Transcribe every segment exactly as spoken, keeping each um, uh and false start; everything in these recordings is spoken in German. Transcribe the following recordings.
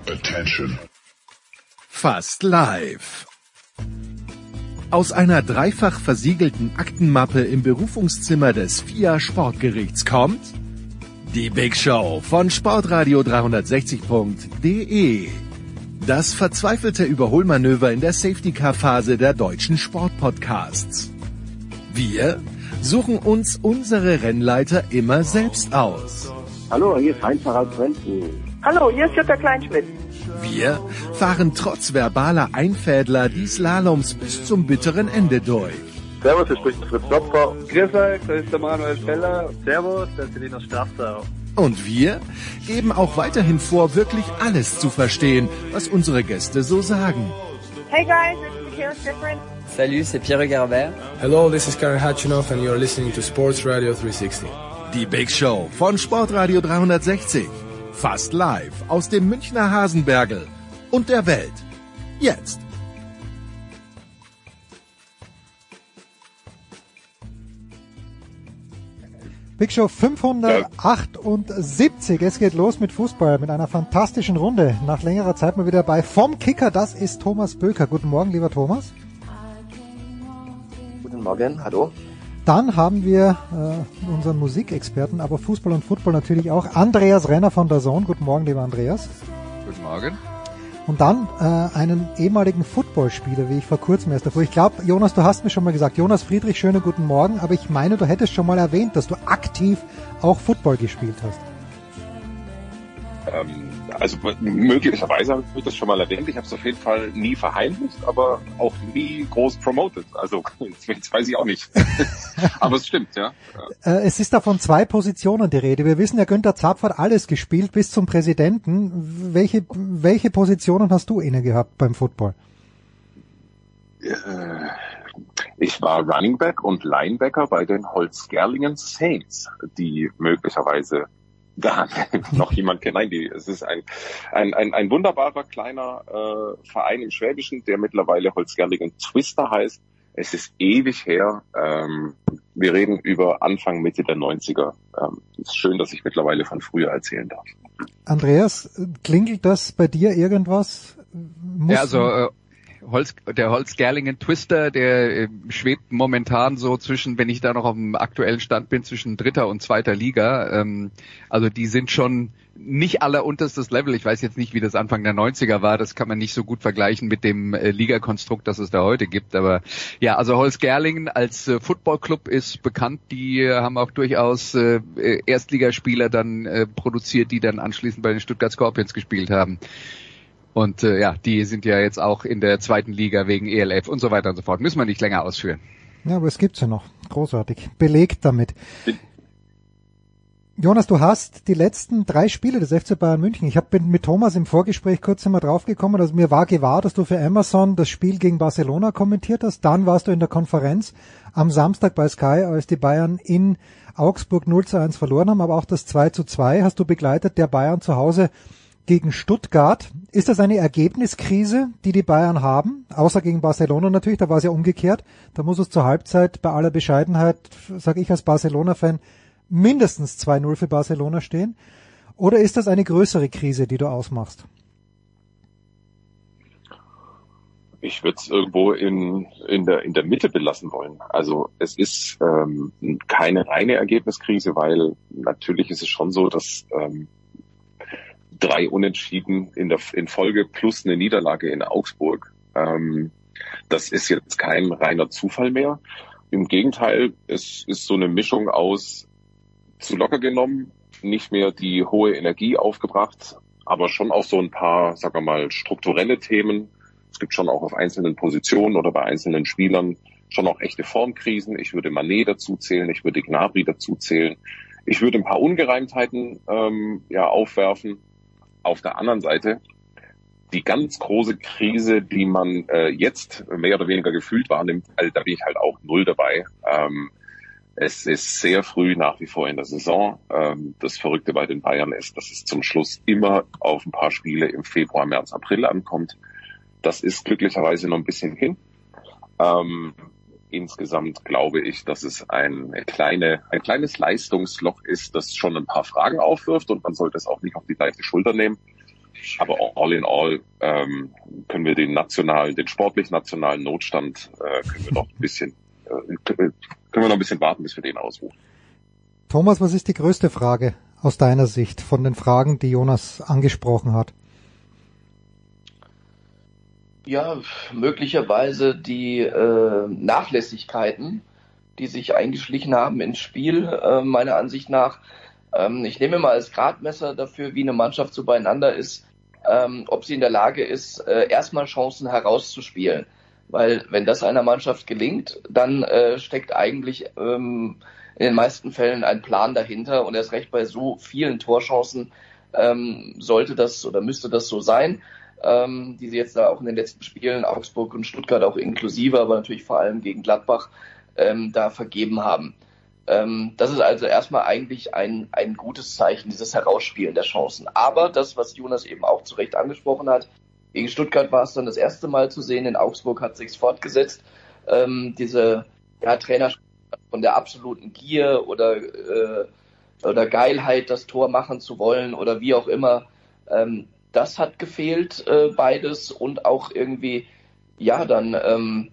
Attention. Fast live. Aus einer dreifach versiegelten Aktenmappe im Berufungszimmer des F I A Sportgerichts kommt die Big Show von sportradio dreihundertsechzig punkt de. Das verzweifelte Überholmanöver in der Safety-Car-Phase der deutschen Sportpodcasts. Wir suchen uns unsere Rennleiter immer selbst aus. Hallo, hier ist Heinz-Harald Frenzen. Hallo, hier ist Jutta Kleinschmidt. Wir fahren trotz verbaler Einfädler die Slaloms bis zum bitteren Ende durch. Servus, hier spricht Fritz Klopfer. Grüß euch, das ist der Manuel Feller. Servus, das ist Linus Strafsau. Und wir geben auch weiterhin vor, wirklich alles zu verstehen, was unsere Gäste so sagen. Hey guys, it's Michaela Schifrin. Salut, c'est Pierre Garbert. Hello, this is Karen Hatchinoff and you're listening to Sports Radio dreihundertsechzig. Die Big Show von Sportradio dreihundertsechzig. Fast live aus dem Münchner Hasenbergl und der Welt. Jetzt. Big Show fünfhundertachtundsiebzig. Es geht los mit Fußball, mit einer fantastischen Runde. Nach längerer Zeit mal wieder bei Vom Kicker. Das ist Thomas Böker. Guten Morgen, lieber Thomas. Guten Morgen, hallo. Dann haben wir äh, unseren Musikexperten, aber Fußball und Football natürlich auch, Andreas Renner von der Zone. Guten Morgen, lieber Andreas. Guten Morgen. Und dann äh, einen ehemaligen Footballspieler, wie ich vor kurzem erst davor. Ich glaube, Jonas, du hast mir schon mal gesagt, Jonas Friedrich, schönen guten Morgen, aber ich meine, du hättest schon mal erwähnt, dass du aktiv auch Football gespielt hast. Ähm, also möglicherweise habe ich das schon mal erwähnt. Ich habe es auf jeden Fall nie verheimlicht, aber auch nie groß promoted. Also jetzt weiß ich auch nicht. Aber es stimmt, ja. Äh, es ist da von zwei Positionen die Rede. Wir wissen ja, Günther Zapf hat alles gespielt bis zum Präsidenten. Welche, welche Positionen hast du inne gehabt beim Football? Ich war Running Back und Linebacker bei den Holzgerlingen Saints, die möglicherweise da noch jemand kennt. Nein, die, es ist ein, ein, ein, ein wunderbarer kleiner äh, Verein im Schwäbischen, der mittlerweile Holzgerlingen Twister heißt. Es ist ewig her. Ähm, wir reden über Anfang, Mitte der neunziger. Ähm, es ist schön, dass ich mittlerweile von früher erzählen darf. Andreas, klingelt das bei dir irgendwas? Muss ja, also äh, Holz, der Holzgerlingen Twister, der äh, schwebt momentan so zwischen, wenn ich da noch auf dem aktuellen Stand bin, zwischen dritter und zweiter Liga. Ähm, also die sind schon nicht allerunterstes Level. Ich weiß jetzt nicht, wie das Anfang der neunziger war. Das kann man nicht so gut vergleichen mit dem äh, Ligakonstrukt, das es da heute gibt. Aber ja, also Holzgerlingen als äh, Footballclub ist bekannt. Die äh, haben auch durchaus äh, Erstligaspieler dann äh, produziert, die dann anschließend bei den Stuttgart Scorpions gespielt haben. Und äh, ja, die sind ja jetzt auch in der zweiten Liga wegen E L F und so weiter und so fort. Müssen wir nicht länger ausführen. Ja, aber es gibt's ja noch. Großartig. Belegt damit. Jonas, du hast die letzten drei Spiele des F C Bayern München. Ich habe mit Thomas im Vorgespräch kurz einmal draufgekommen, also mir war gewahr, dass du für Amazon das Spiel gegen Barcelona kommentiert hast. Dann warst du in der Konferenz am Samstag bei Sky, als die Bayern in Augsburg null zu eins verloren haben, aber auch das zwei zu zwei hast du begleitet, der Bayern zu Hause gegen Stuttgart. Ist das eine Ergebniskrise, die die Bayern haben? Außer gegen Barcelona natürlich, da war es ja umgekehrt. Da muss es zur Halbzeit bei aller Bescheidenheit, sage ich als Barcelona-Fan, mindestens zwei null für Barcelona stehen. Oder ist das eine größere Krise, die du ausmachst? Ich würde es irgendwo in, in, der, in der Mitte belassen wollen. Also es ist ähm, keine reine Ergebniskrise, weil natürlich ist es schon so, dass ähm, drei Unentschieden in der in Folge plus eine Niederlage in Augsburg. Ähm, das ist jetzt kein reiner Zufall mehr. Im Gegenteil, es ist so eine Mischung aus zu locker genommen, nicht mehr die hohe Energie aufgebracht, aber schon auch so ein paar, sagen wir mal, strukturelle Themen. Es gibt schon auch auf einzelnen Positionen oder bei einzelnen Spielern schon auch echte Formkrisen. Ich würde Mané dazu zählen, ich würde Gnabry dazu zählen. Ich würde ein paar Ungereimtheiten ähm, ja aufwerfen. Auf der anderen Seite, die ganz große Krise, die man äh, jetzt mehr oder weniger gefühlt wahrnimmt, also da bin ich halt auch null dabei. Ähm, es ist sehr früh nach wie vor in der Saison. Ähm, das Verrückte bei den Bayern ist, dass es zum Schluss immer auf ein paar Spiele im Februar, März, April ankommt. Das ist glücklicherweise noch ein bisschen hin. Ähm, insgesamt glaube ich, dass es ein, eine kleine, ein kleines Leistungsloch ist, das schon ein paar Fragen aufwirft und man sollte es auch nicht auf die leichte Schulter nehmen. Aber all in all ähm, können wir den nationalen, den sportlich nationalen Notstand äh, können wir noch ein bisschen äh, können wir noch ein bisschen warten, bis wir den ausrufen. Thomas, was ist die größte Frage aus deiner Sicht von den Fragen, die Jonas angesprochen hat? Ja, möglicherweise die äh, Nachlässigkeiten, die sich eingeschlichen haben ins Spiel, äh, meiner Ansicht nach. Ähm, ich nehme mal als Gradmesser dafür, wie eine Mannschaft so beieinander ist, ähm, ob sie in der Lage ist, äh, erstmal Chancen herauszuspielen. Weil wenn das einer Mannschaft gelingt, dann äh, steckt eigentlich ähm, in den meisten Fällen ein Plan dahinter. Und erst recht bei so vielen Torchancen ähm, sollte das oder müsste das so sein. Ähm, die sie jetzt da auch in den letzten Spielen, Augsburg und Stuttgart auch inklusive, aber natürlich vor allem gegen Gladbach, ähm, da vergeben haben. Ähm, das ist also erstmal eigentlich ein, ein gutes Zeichen, dieses Herausspielen der Chancen. Aber das, was Jonas eben auch zu Recht angesprochen hat, gegen Stuttgart war es dann das erste Mal zu sehen, in Augsburg hat sich's fortgesetzt, ähm, diese ja, Trainer von der absoluten Gier oder, äh, oder Geilheit, das Tor machen zu wollen oder wie auch immer, ähm, das hat gefehlt, äh, beides, und auch irgendwie, ja, dann, ähm,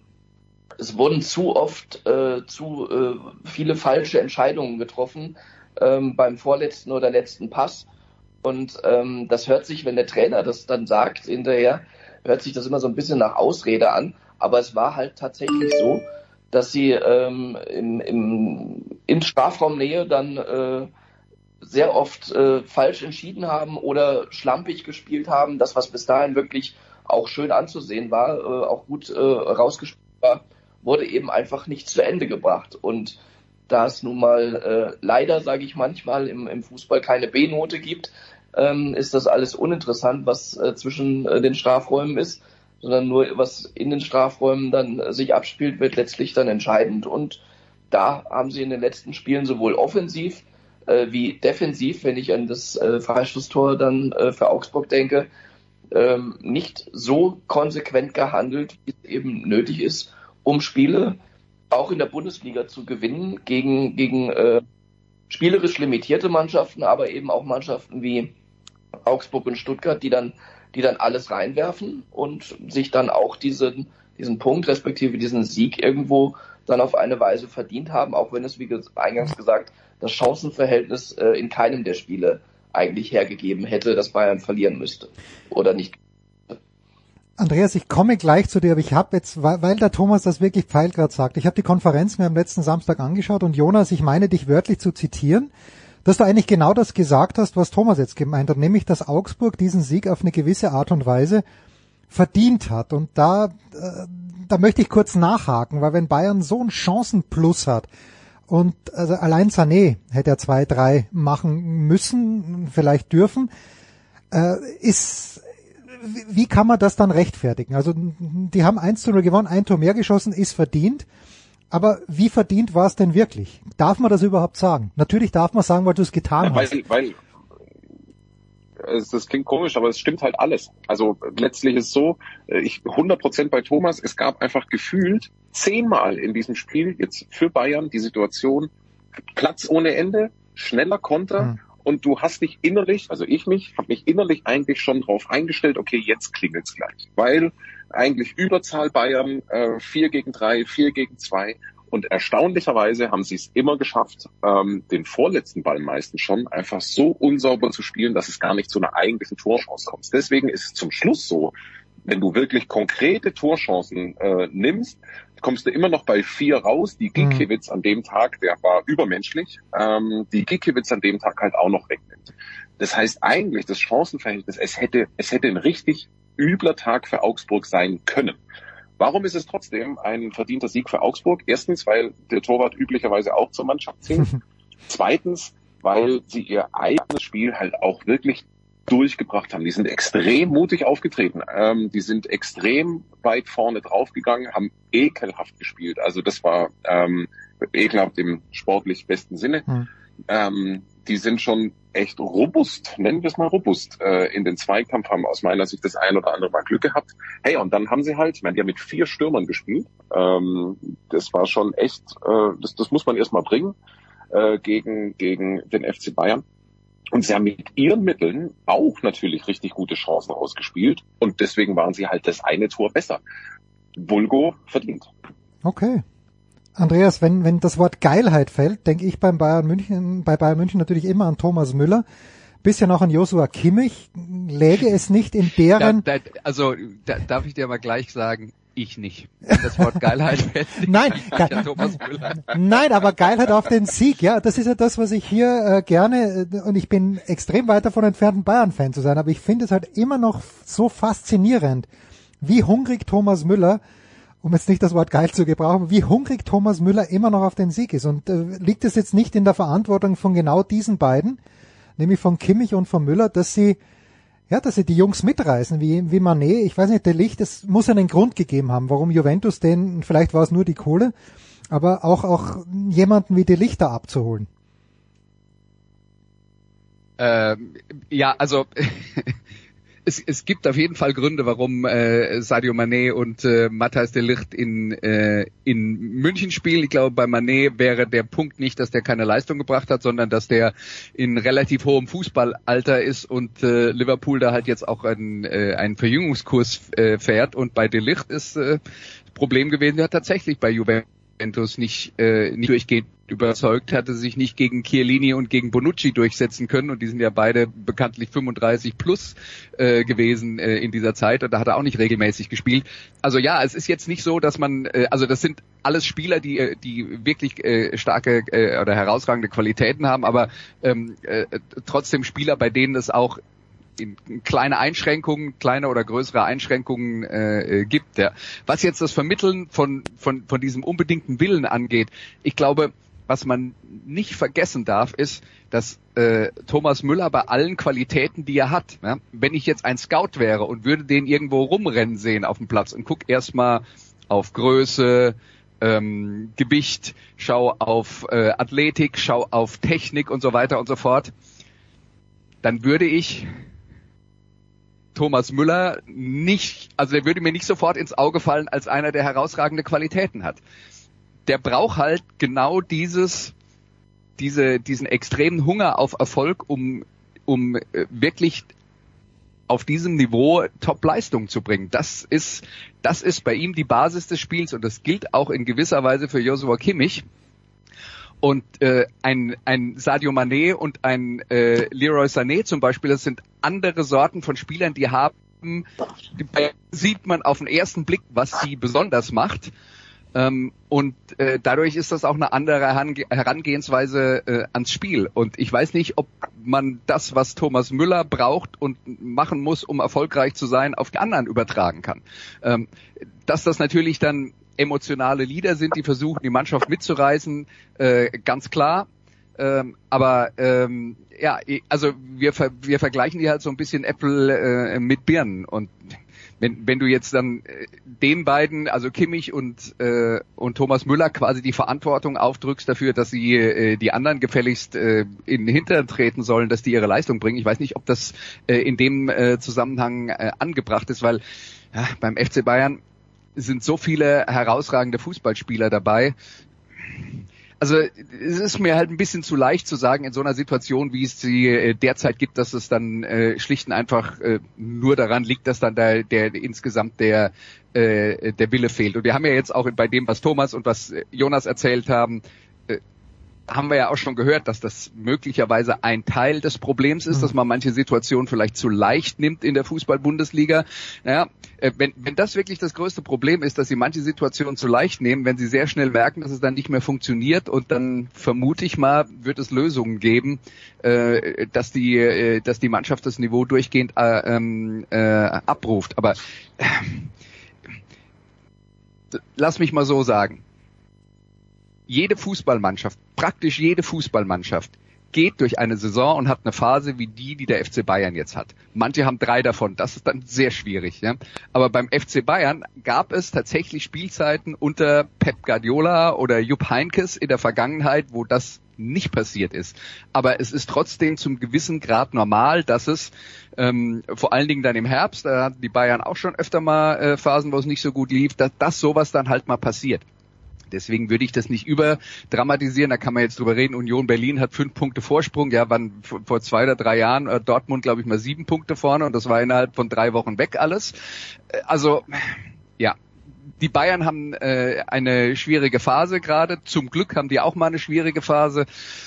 es wurden zu oft äh, zu äh, viele falsche Entscheidungen getroffen ähm, beim vorletzten oder letzten Pass. Und ähm, das hört sich, wenn der Trainer das dann sagt hinterher, hört sich das immer so ein bisschen nach Ausrede an. Aber es war halt tatsächlich so, dass sie ähm, im, im, in Strafraumnähe dann äh, sehr oft äh, falsch entschieden haben oder schlampig gespielt haben. Das, was bis dahin wirklich auch schön anzusehen war, äh, auch gut äh, rausgespielt war, wurde eben einfach nicht zu Ende gebracht. Und da es nun mal äh, leider, sage ich manchmal, im, im Fußball keine B-Note gibt, ähm, ist das alles uninteressant, was äh, zwischen äh, den Strafräumen ist, sondern nur was in den Strafräumen dann äh, sich abspielt, wird letztlich dann entscheidend. Und da haben sie in den letzten Spielen sowohl offensiv äh, wie defensiv, wenn ich an das äh, Freistoßtor dann äh, für Augsburg denke, ähm, nicht so konsequent gehandelt, wie es eben nötig ist, um Spiele auch in der Bundesliga zu gewinnen gegen, gegen äh, spielerisch limitierte Mannschaften, aber eben auch Mannschaften wie Augsburg und Stuttgart, die dann, die dann alles reinwerfen und sich dann auch diesen, diesen Punkt, respektive diesen Sieg irgendwo dann auf eine Weise verdient haben, auch wenn es, wie eingangs gesagt, das Chancenverhältnis äh, in keinem der Spiele eigentlich hergegeben hätte, dass Bayern verlieren müsste oder nicht. Andreas, ich komme gleich zu dir, aber ich habe jetzt, weil, weil der Thomas das wirklich pfeilgrad sagt, ich habe die Konferenz mir am letzten Samstag angeschaut und Jonas, ich meine dich wörtlich zu zitieren, dass du eigentlich genau das gesagt hast, was Thomas jetzt gemeint hat, nämlich, dass Augsburg diesen Sieg auf eine gewisse Art und Weise verdient hat. Und da, äh, da möchte ich kurz nachhaken, weil wenn Bayern so einen Chancenplus hat und also allein Sané hätte er zwei, drei machen müssen, vielleicht dürfen, äh, ist wie kann man das dann rechtfertigen? Also die haben eins zu null gewonnen, ein Tor mehr geschossen, ist verdient. Aber wie verdient war es denn wirklich? Darf man das überhaupt sagen? Natürlich darf man sagen, weil du es getan ja, weil, hast. Weil, es, das klingt komisch, aber es stimmt halt alles. Also letztlich ist so, ich hundert Prozent bei Thomas, es gab einfach gefühlt zehnmal in diesem Spiel jetzt für Bayern die Situation, Platz ohne Ende, schneller Konter, hm. Und du hast dich innerlich, also ich mich, habe mich innerlich eigentlich schon drauf eingestellt, okay, jetzt klingelt's gleich. Weil eigentlich Überzahl Bayern, äh, vier gegen drei, vier gegen zwei. Und erstaunlicherweise haben sie es immer geschafft, ähm, den vorletzten Ball meistens schon einfach so unsauber zu spielen, dass es gar nicht zu einer eigentlichen Torchance kommt. Deswegen ist es zum Schluss so, wenn du wirklich konkrete Torchancen äh, nimmst, kommst du immer noch bei vier raus. Die Gikiewicz an dem Tag, der war übermenschlich, ähm, die Gikiewicz an dem Tag halt auch noch wegnimmt. Das heißt eigentlich, das Chancenverhältnis, es hätte, es hätte ein richtig übler Tag für Augsburg sein können. Warum ist es trotzdem ein verdienter Sieg für Augsburg? Erstens, weil der Torwart üblicherweise auch zur Mannschaft zählt. Zweitens, weil sie ihr eigenes Spiel halt auch wirklich durchgebracht haben. Die sind extrem mutig aufgetreten. Ähm, die sind extrem weit vorne draufgegangen, haben ekelhaft gespielt. Also das war ähm, ekelhaft im sportlich besten Sinne. Hm. Ähm, die sind schon echt robust, nennen wir es mal robust, äh, in den Zweikampf, haben aus meiner Sicht das ein oder andere Mal Glück gehabt. Hey, und dann haben sie halt, ich meine, die haben mit vier Stürmern gespielt. Ähm, das war schon echt, äh, das, das muss man erstmal bringen äh, gegen, gegen den F C Bayern. Und sie haben mit ihren Mitteln auch natürlich richtig gute Chancen rausgespielt. Und deswegen waren sie halt das eine Tor besser. Vulgo verdient. Okay. Andreas, wenn, wenn das Wort Geilheit fällt, denke ich beim Bayern München, bei Bayern München natürlich immer an Thomas Müller. Bisschen auch an Joshua Kimmich. Läge es nicht in deren... Da, da, also, da, darf ich dir mal gleich sagen, ich nicht. Das Wort Geilheit fällt nicht. Nein, an Thomas Müller. Nein, aber Geilheit auf den Sieg, ja, das ist ja das, was ich hier äh, gerne, äh, und ich bin extrem weit davon entfernt, ein Bayern-Fan zu sein, aber ich finde es halt immer noch so faszinierend, wie hungrig Thomas Müller, um jetzt nicht das Wort geil zu gebrauchen, wie hungrig Thomas Müller immer noch auf den Sieg ist. Und äh, liegt es jetzt nicht in der Verantwortung von genau diesen beiden, nämlich von Kimmich und von Müller, dass sie ja, dass sie die Jungs mitreißen, wie, wie Mané, ich weiß nicht, der Licht, es muss einen Grund gegeben haben, warum Juventus den, vielleicht war es nur die Kohle, aber auch, auch jemanden wie die Lichter abzuholen. Ähm, ja, also, es, es gibt auf jeden Fall Gründe, warum äh, Sadio Mané und äh, Matthijs de Ligt in äh, in München spielen. Ich glaube, bei Mané wäre der Punkt nicht, dass der keine Leistung gebracht hat, sondern dass der in relativ hohem Fußballalter ist und äh, Liverpool da halt jetzt auch einen, äh, einen Verjüngungskurs äh, fährt. Und bei de Ligt ist äh, das Problem gewesen, der hat tatsächlich bei Juventus nicht äh, nicht durchgehend überzeugt, hatte sich nicht gegen Chiellini und gegen Bonucci durchsetzen können, und die sind ja beide bekanntlich fünfunddreißig plus äh, gewesen äh, in dieser Zeit, und da hat er auch nicht regelmäßig gespielt. Also ja, es ist jetzt nicht so, dass man, äh, also das sind alles Spieler, die die wirklich äh, starke äh, oder herausragende Qualitäten haben, aber ähm, äh, trotzdem Spieler, bei denen es auch in kleine Einschränkungen, kleine oder größere Einschränkungen äh, gibt. Ja. Was jetzt das Vermitteln von von von diesem unbedingten Willen angeht, ich glaube, was man nicht vergessen darf, ist, dass äh, Thomas Müller bei allen Qualitäten, die er hat, ja, wenn ich jetzt ein Scout wäre und würde den irgendwo rumrennen sehen auf dem Platz und guck erstmal auf Größe, ähm, Gewicht, schau auf äh, Athletik, schau auf Technik und so weiter und so fort, dann würde ich Thomas Müller nicht, also der würde mir nicht sofort ins Auge fallen als einer, der herausragende Qualitäten hat. Der braucht halt genau dieses, diese, diesen extremen Hunger auf Erfolg, um, um wirklich auf diesem Niveau Top-Leistung zu bringen. Das ist, das ist bei ihm die Basis des Spiels, und das gilt auch in gewisser Weise für Joshua Kimmich. Und äh, ein, ein Sadio Mané und ein äh, Leroy Sané zum Beispiel, das sind andere Sorten von Spielern, die haben, die sieht man auf den ersten Blick, was sie besonders macht. Ähm, und äh, dadurch ist das auch eine andere Herangehensweise äh, ans Spiel. Und ich weiß nicht, ob man das, was Thomas Müller braucht und machen muss, um erfolgreich zu sein, auf die anderen übertragen kann. Ähm, dass das natürlich dann emotionale Leader sind, die versuchen, die Mannschaft mitzureißen, äh, ganz klar. Ähm, aber ähm, ja, also wir ver- wir vergleichen die halt so ein bisschen Äpfel äh, mit Birnen, und wenn wenn du jetzt dann äh, den beiden, also Kimmich und äh, und Thomas Müller, quasi die Verantwortung aufdrückst dafür, dass sie äh, die anderen gefälligst äh, in den Hintern treten sollen, dass die ihre Leistung bringen. Ich weiß nicht, ob das äh, in dem äh, Zusammenhang äh, angebracht ist, weil ja, beim F C Bayern sind so viele herausragende Fußballspieler dabei. Also es ist mir halt ein bisschen zu leicht zu sagen, in so einer Situation, wie es sie äh, derzeit gibt, dass es dann äh, schlicht und einfach äh, nur daran liegt, dass dann der, der insgesamt der äh, der Wille fehlt. Und wir haben ja jetzt auch bei dem, was Thomas und was Jonas erzählt haben, äh, haben wir ja auch schon gehört, dass das möglicherweise ein Teil des Problems ist, dass man manche Situationen vielleicht zu leicht nimmt in der Fußball-Bundesliga. Naja, wenn, wenn das wirklich das größte Problem ist, dass sie manche Situationen zu leicht nehmen, wenn sie sehr schnell merken, dass es dann nicht mehr funktioniert, und dann vermute ich mal, wird es Lösungen geben, äh, dass die, äh, dass die Mannschaft das Niveau durchgehend äh, äh, abruft. Aber äh, lass mich mal so sagen. Jede Fußballmannschaft, praktisch jede Fußballmannschaft geht durch eine Saison und hat eine Phase wie die, die der F C Bayern jetzt hat. Manche haben drei davon, das ist dann sehr schwierig. Ja? Aber beim F C Bayern gab es tatsächlich Spielzeiten unter Pep Guardiola oder Jupp Heynckes in der Vergangenheit, wo das nicht passiert ist. Aber es ist trotzdem zum gewissen Grad normal, dass es ähm, vor allen Dingen dann im Herbst, da hatten die Bayern auch schon öfter mal äh, Phasen, wo es nicht so gut lief, dass, dass sowas dann halt mal passiert. Deswegen würde ich das nicht überdramatisieren. Da kann man jetzt drüber reden. Union Berlin hat fünf Punkte Vorsprung. Ja, waren vor zwei oder drei Jahren äh, Dortmund, glaube ich, mal sieben Punkte vorne und das war innerhalb von drei Wochen weg alles. Also, ja. Die Bayern haben äh, eine schwierige Phase gerade. Zum Glück haben die auch mal eine schwierige Phase.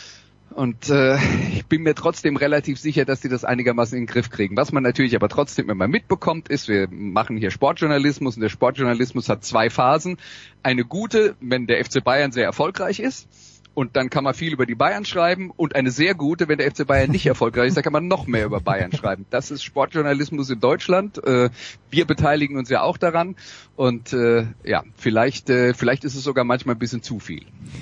Und äh, ich bin mir trotzdem relativ sicher, dass die das einigermaßen in den Griff kriegen. Was man natürlich aber trotzdem immer mitbekommt, ist, wir machen hier Sportjournalismus und der Sportjournalismus hat zwei Phasen. Eine gute, wenn der F C Bayern sehr erfolgreich ist und dann kann man viel über die Bayern schreiben, und eine sehr gute, wenn der F C Bayern nicht erfolgreich ist, da kann man noch mehr über Bayern schreiben. Das ist Sportjournalismus in Deutschland. Äh, wir beteiligen uns ja auch daran und äh, ja, vielleicht, äh, vielleicht ist es sogar manchmal ein bisschen zu viel.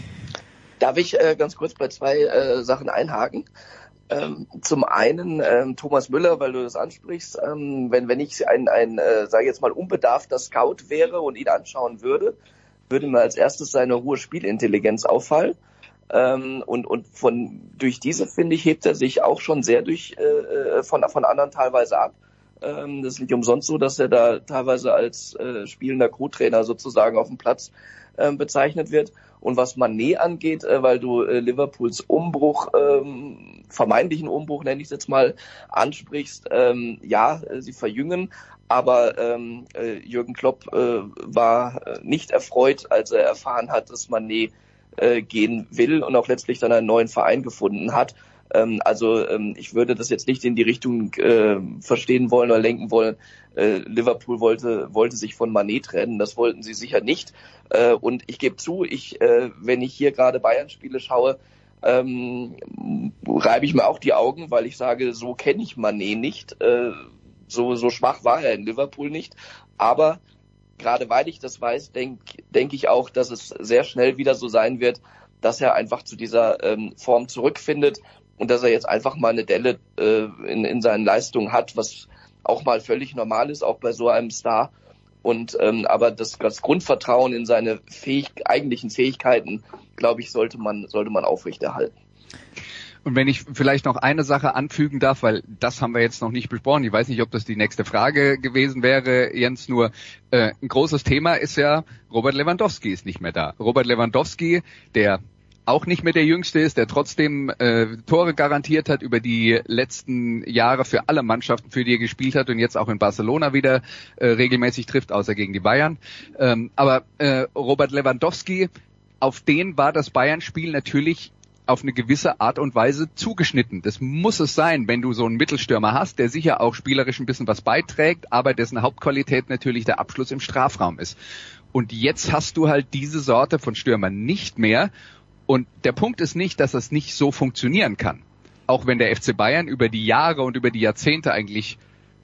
Darf ich äh, ganz kurz bei zwei äh, Sachen einhaken? Ähm, zum einen ähm, Thomas Müller, weil du das ansprichst, ähm, wenn wenn ich ein, ein äh, sage jetzt mal, unbedarfter Scout wäre und ihn anschauen würde, würde mir als erstes seine hohe Spielintelligenz auffallen. Ähm, und und von durch diese, finde ich, hebt er sich auch schon sehr durch äh, von, von anderen teilweise ab. Ähm, das ist nicht umsonst so, dass er da teilweise als äh, spielender Co-Trainer sozusagen auf dem Platz äh, bezeichnet wird. Und was Mané angeht, äh, weil du äh, Liverpools Umbruch, ähm, vermeintlichen Umbruch, nenne ich es jetzt mal, ansprichst, ähm, ja, äh, sie verjüngen, aber ähm, äh, Jürgen Klopp äh, war äh, nicht erfreut, als er erfahren hat, dass Mané äh, gehen will und auch letztlich dann einen neuen Verein gefunden hat. Ähm, also ähm, ich würde das jetzt nicht in die Richtung äh, verstehen wollen oder lenken wollen, äh, Liverpool wollte wollte sich von Mané trennen, das wollten sie sicher nicht. Äh, und ich gebe zu, ich äh, wenn ich hier gerade Bayern-Spiele schaue, ähm, reibe ich mir auch die Augen, weil ich sage, so kenne ich Mané nicht, äh, so so schwach war er in Liverpool nicht, aber gerade weil ich das weiß, denke denk ich auch, dass es sehr schnell wieder so sein wird, dass er einfach zu dieser ähm, Form zurückfindet und dass er jetzt einfach mal eine Delle äh, in, in seinen Leistungen hat, was auch mal völlig normal ist, auch bei so einem Star. Und ähm, aber das, das Grundvertrauen in seine fähig, eigentlichen Fähigkeiten, glaube ich, sollte man sollte man aufrechterhalten. Und wenn ich vielleicht noch eine Sache anfügen darf, weil das haben wir jetzt noch nicht besprochen. Ich weiß nicht, ob das die nächste Frage gewesen wäre, Jens, nur äh, ein großes Thema ist ja, Robert Lewandowski ist nicht mehr da. Robert Lewandowski, der auch nicht mehr der Jüngste ist, der trotzdem äh, Tore garantiert hat über die letzten Jahre für alle Mannschaften, für die er gespielt hat und jetzt auch in Barcelona wieder äh, regelmäßig trifft, außer gegen die Bayern. Ähm, aber äh, Robert Lewandowski, auf den war das Bayern-Spiel natürlich auf eine gewisse Art und Weise zugeschnitten. Das muss es sein, wenn du so einen Mittelstürmer hast, der sicher auch spielerisch ein bisschen was beiträgt, aber dessen Hauptqualität natürlich der Abschluss im Strafraum ist. Und jetzt hast du halt diese Sorte von Stürmern nicht mehr. Und der Punkt ist nicht, dass das nicht so funktionieren kann. Auch wenn der F C Bayern über die Jahre und über die Jahrzehnte eigentlich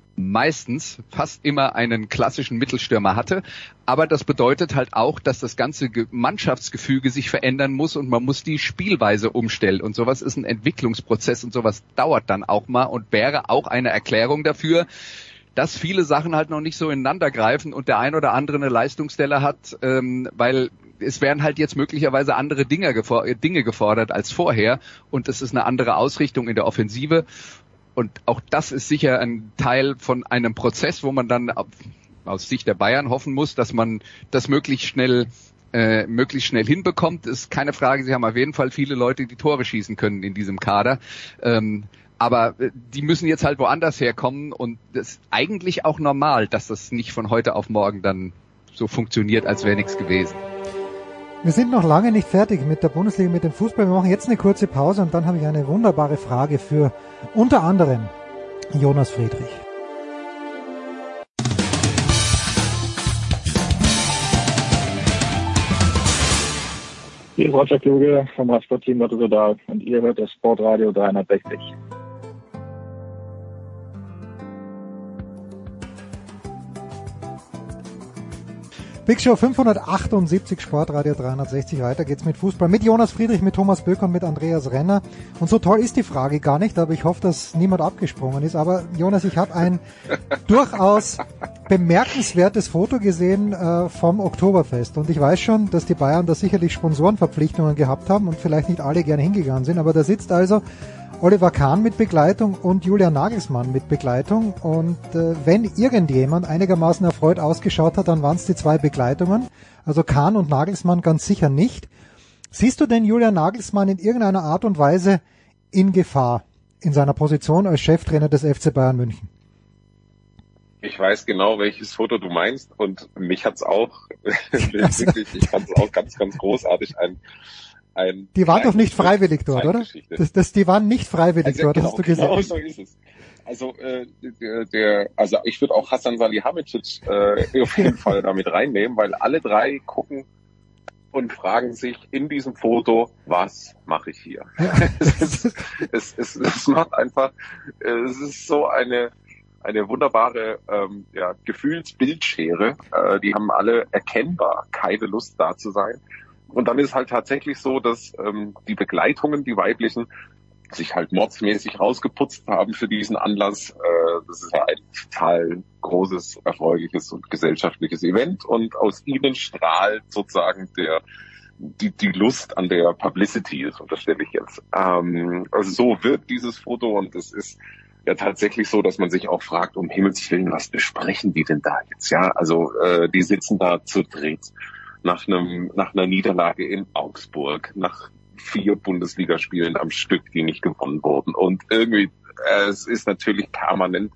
meistens fast immer einen klassischen Mittelstürmer hatte. Aber das bedeutet halt auch, dass das ganze Mannschaftsgefüge sich verändern muss und man muss die Spielweise umstellen. Und sowas ist ein Entwicklungsprozess und sowas dauert dann auch mal und wäre auch eine Erklärung dafür, dass viele Sachen halt noch nicht so ineinander greifen und der ein oder andere eine Leistungsstelle hat, ähm, weil es werden halt jetzt möglicherweise andere Dinge, gefor- Dinge gefordert als vorher und es ist eine andere Ausrichtung in der Offensive und auch das ist sicher ein Teil von einem Prozess, wo man dann aus Sicht der Bayern hoffen muss, dass man das möglichst schnell äh, möglichst schnell hinbekommt. Ist keine Frage, sie haben auf jeden Fall viele Leute, die Tore schießen können in diesem Kader. Ähm, Aber die müssen jetzt halt woanders herkommen und das ist eigentlich auch normal, dass das nicht von heute auf morgen dann so funktioniert, als wäre nichts gewesen. Wir sind noch lange nicht fertig mit der Bundesliga, mit dem Fußball. Wir machen jetzt eine kurze Pause und dann habe ich eine wunderbare Frage für unter anderem Jonas Friedrich. Hier ist Roger Kluge vom Radsportteam Rotterdam und ihr hört das Sportradio dreihundertsechzig. Big Show fünfhundertachtundsiebzig, Sportradio dreihundertsechzig. Weiter geht's mit Fußball, mit Jonas Friedrich, mit Thomas Böck und mit Andreas Renner. Und so toll ist die Frage gar nicht, aber ich hoffe, dass niemand abgesprungen ist. Aber Jonas, ich habe ein durchaus bemerkenswertes Foto gesehen äh, vom Oktoberfest. Und ich weiß schon, dass die Bayern da sicherlich Sponsorenverpflichtungen gehabt haben und vielleicht nicht alle gerne hingegangen sind. Aber da sitzt also Oliver Kahn mit Begleitung und Julian Nagelsmann mit Begleitung. Und äh, wenn irgendjemand einigermaßen erfreut ausgeschaut hat, dann waren es die zwei Begleitungen. Also Kahn und Nagelsmann ganz sicher nicht. Siehst du denn Julian Nagelsmann in irgendeiner Art und Weise in Gefahr in seiner Position als Cheftrainer des F C Bayern München? Ich weiß genau, welches Foto du meinst, und mich hat's auch wirklich, ich fand es auch ganz, ganz großartig. Ein, ein die waren doch nicht freiwillig dort, oder? Das, das, die waren nicht freiwillig also, dort, genau, hast du gesagt. Genau so ist es. Also, äh, der, der, also ich würde auch Hasan Salihamidzic äh, auf jeden Fall damit reinnehmen, weil alle drei gucken und fragen sich in diesem Foto, was mache ich hier? Ja. es, ist, es, es, es macht einfach, es ist so eine eine wunderbare ähm, ja, Gefühlsbildschere. Äh, die haben alle erkennbar keine Lust da zu sein. Und dann ist halt tatsächlich so, dass ähm, die Begleitungen, die weiblichen, sich halt mordsmäßig rausgeputzt haben für diesen Anlass. Äh, das ist ja ein total großes, erfreuliches und gesellschaftliches Event. Und aus ihnen strahlt sozusagen der die die Lust an der Publicity, das unterstelle ich jetzt. Ähm, also so wirkt dieses Foto, und es ist ja tatsächlich so, dass man sich auch fragt, um Himmels Willen, was besprechen die denn da jetzt? Ja, also äh, die sitzen da zu dritt nach einem nach einer Niederlage in Augsburg, nach vier Bundesligaspielen am Stück, die nicht gewonnen wurden, und irgendwie äh, es ist natürlich permanent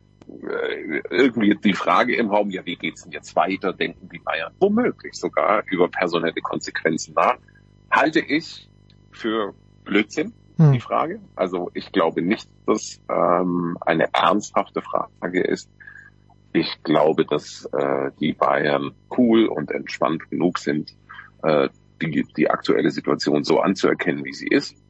äh, irgendwie die Frage im Raum, ja, wie geht's denn jetzt weiter? Denken die Bayern womöglich sogar über personelle Konsequenzen nach? Halte ich für Blödsinn. Die Frage. Also ich glaube nicht, dass ähm, eine ernsthafte Frage ist. Ich glaube, dass äh, die Bayern cool und entspannt genug sind, äh, die, die aktuelle Situation so anzuerkennen, wie sie ist.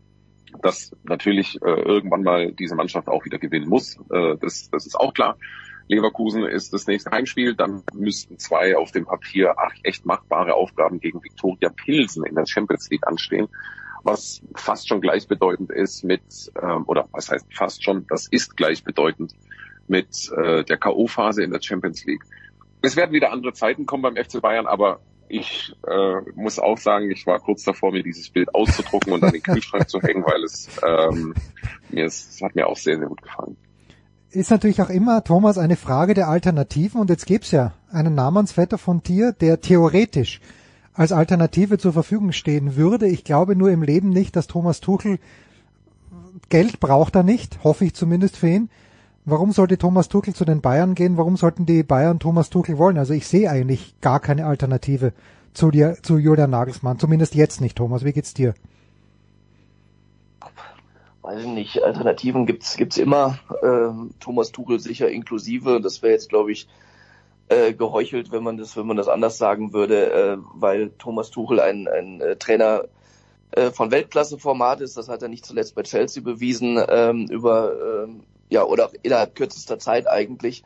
Dass natürlich äh, irgendwann mal diese Mannschaft auch wieder gewinnen muss, äh, das, das ist auch klar. Leverkusen ist das nächste Heimspiel, dann müssten zwei auf dem Papier ach, echt machbare Aufgaben gegen Viktoria Pilsen in der Champions League anstehen, was fast schon gleichbedeutend ist mit, ähm, oder was heißt fast schon, das ist gleichbedeutend mit äh, der K O-Phase in der Champions League. Es werden wieder andere Zeiten kommen beim F C Bayern, aber ich äh, muss auch sagen, ich war kurz davor, mir dieses Bild auszudrucken und an den Kühlschrank zu hängen, weil es ähm, mir ist, es hat mir auch sehr, sehr gut gefallen. Ist natürlich auch immer, Thomas, eine Frage der Alternativen, und jetzt gibt's ja einen Namensvetter von dir, der theoretisch als Alternative zur Verfügung stehen würde. Ich glaube nur im Leben nicht, dass Thomas Tuchel, Geld braucht er nicht, hoffe ich zumindest für ihn. Warum sollte Thomas Tuchel zu den Bayern gehen? Warum sollten die Bayern Thomas Tuchel wollen? Also ich sehe eigentlich gar keine Alternative zu dir, zu Julian Nagelsmann. Zumindest jetzt nicht, Thomas. Wie geht's dir? Weiß ich nicht. Alternativen gibt's gibt's immer. Äh, Thomas Tuchel sicher inklusive. Das wäre jetzt, glaube ich, Äh, geheuchelt, wenn man das, wenn man das anders sagen würde, äh, weil Thomas Tuchel ein, ein äh, Trainer äh, von Weltklasse-Format ist. Das hat er nicht zuletzt bei Chelsea bewiesen, ähm, über ähm, ja oder innerhalb kürzester Zeit eigentlich.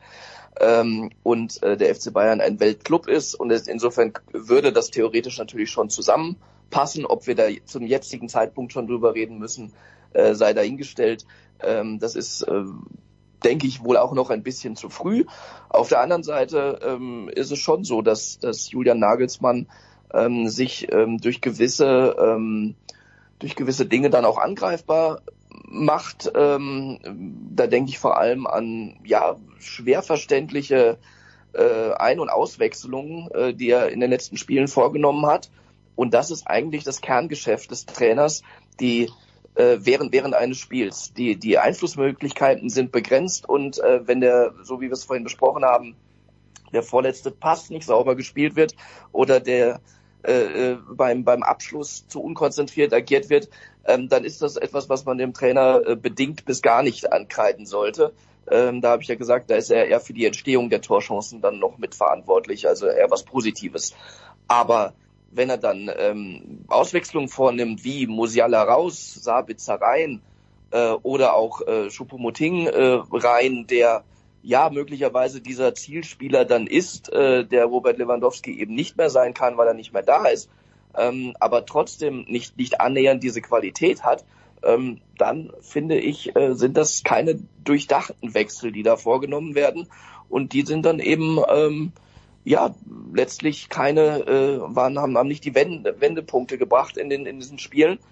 Ähm, und äh, der F C Bayern ein Weltclub ist, und es, insofern würde das theoretisch natürlich schon zusammenpassen. Ob wir da zum jetzigen Zeitpunkt schon drüber reden müssen, äh, sei dahingestellt. Ähm, das ist äh, denke ich, wohl auch noch ein bisschen zu früh. Auf der anderen Seite ähm, ist es schon so, dass, dass Julian Nagelsmann ähm, sich ähm, durch gewisse ähm, durch gewisse Dinge dann auch angreifbar macht. Ähm, da denke ich vor allem an ja schwer verständliche äh, Ein- und Auswechslungen, äh, die er in den letzten Spielen vorgenommen hat. Und das ist eigentlich das Kerngeschäft des Trainers, die während während eines Spiels. Die die Einflussmöglichkeiten sind begrenzt, und äh, wenn der, so wie wir es vorhin besprochen haben, der vorletzte Pass nicht sauber gespielt wird oder der äh, beim beim Abschluss zu unkonzentriert agiert wird, ähm, dann ist das etwas, was man dem Trainer äh, bedingt bis gar nicht ankreiden sollte. Ähm, da habe ich ja gesagt, da ist er eher für die Entstehung der Torchancen dann noch mitverantwortlich, also eher was Positives. Aber wenn er dann ähm, Auswechslungen vornimmt, wie Musiala raus, Sabitzer rein äh, oder auch äh, Choupo-Moting äh, rein, der ja möglicherweise dieser Zielspieler dann ist, äh, der Robert Lewandowski eben nicht mehr sein kann, weil er nicht mehr da ist, ähm, aber trotzdem nicht nicht annähernd diese Qualität hat, ähm, dann finde ich, äh, sind das keine durchdachten Wechsel, die da vorgenommen werden, und die sind dann eben ähm, ja, letztlich keine, äh, waren, haben, haben nicht die Wende, Wendepunkte gebracht in den, in diesen Spielen.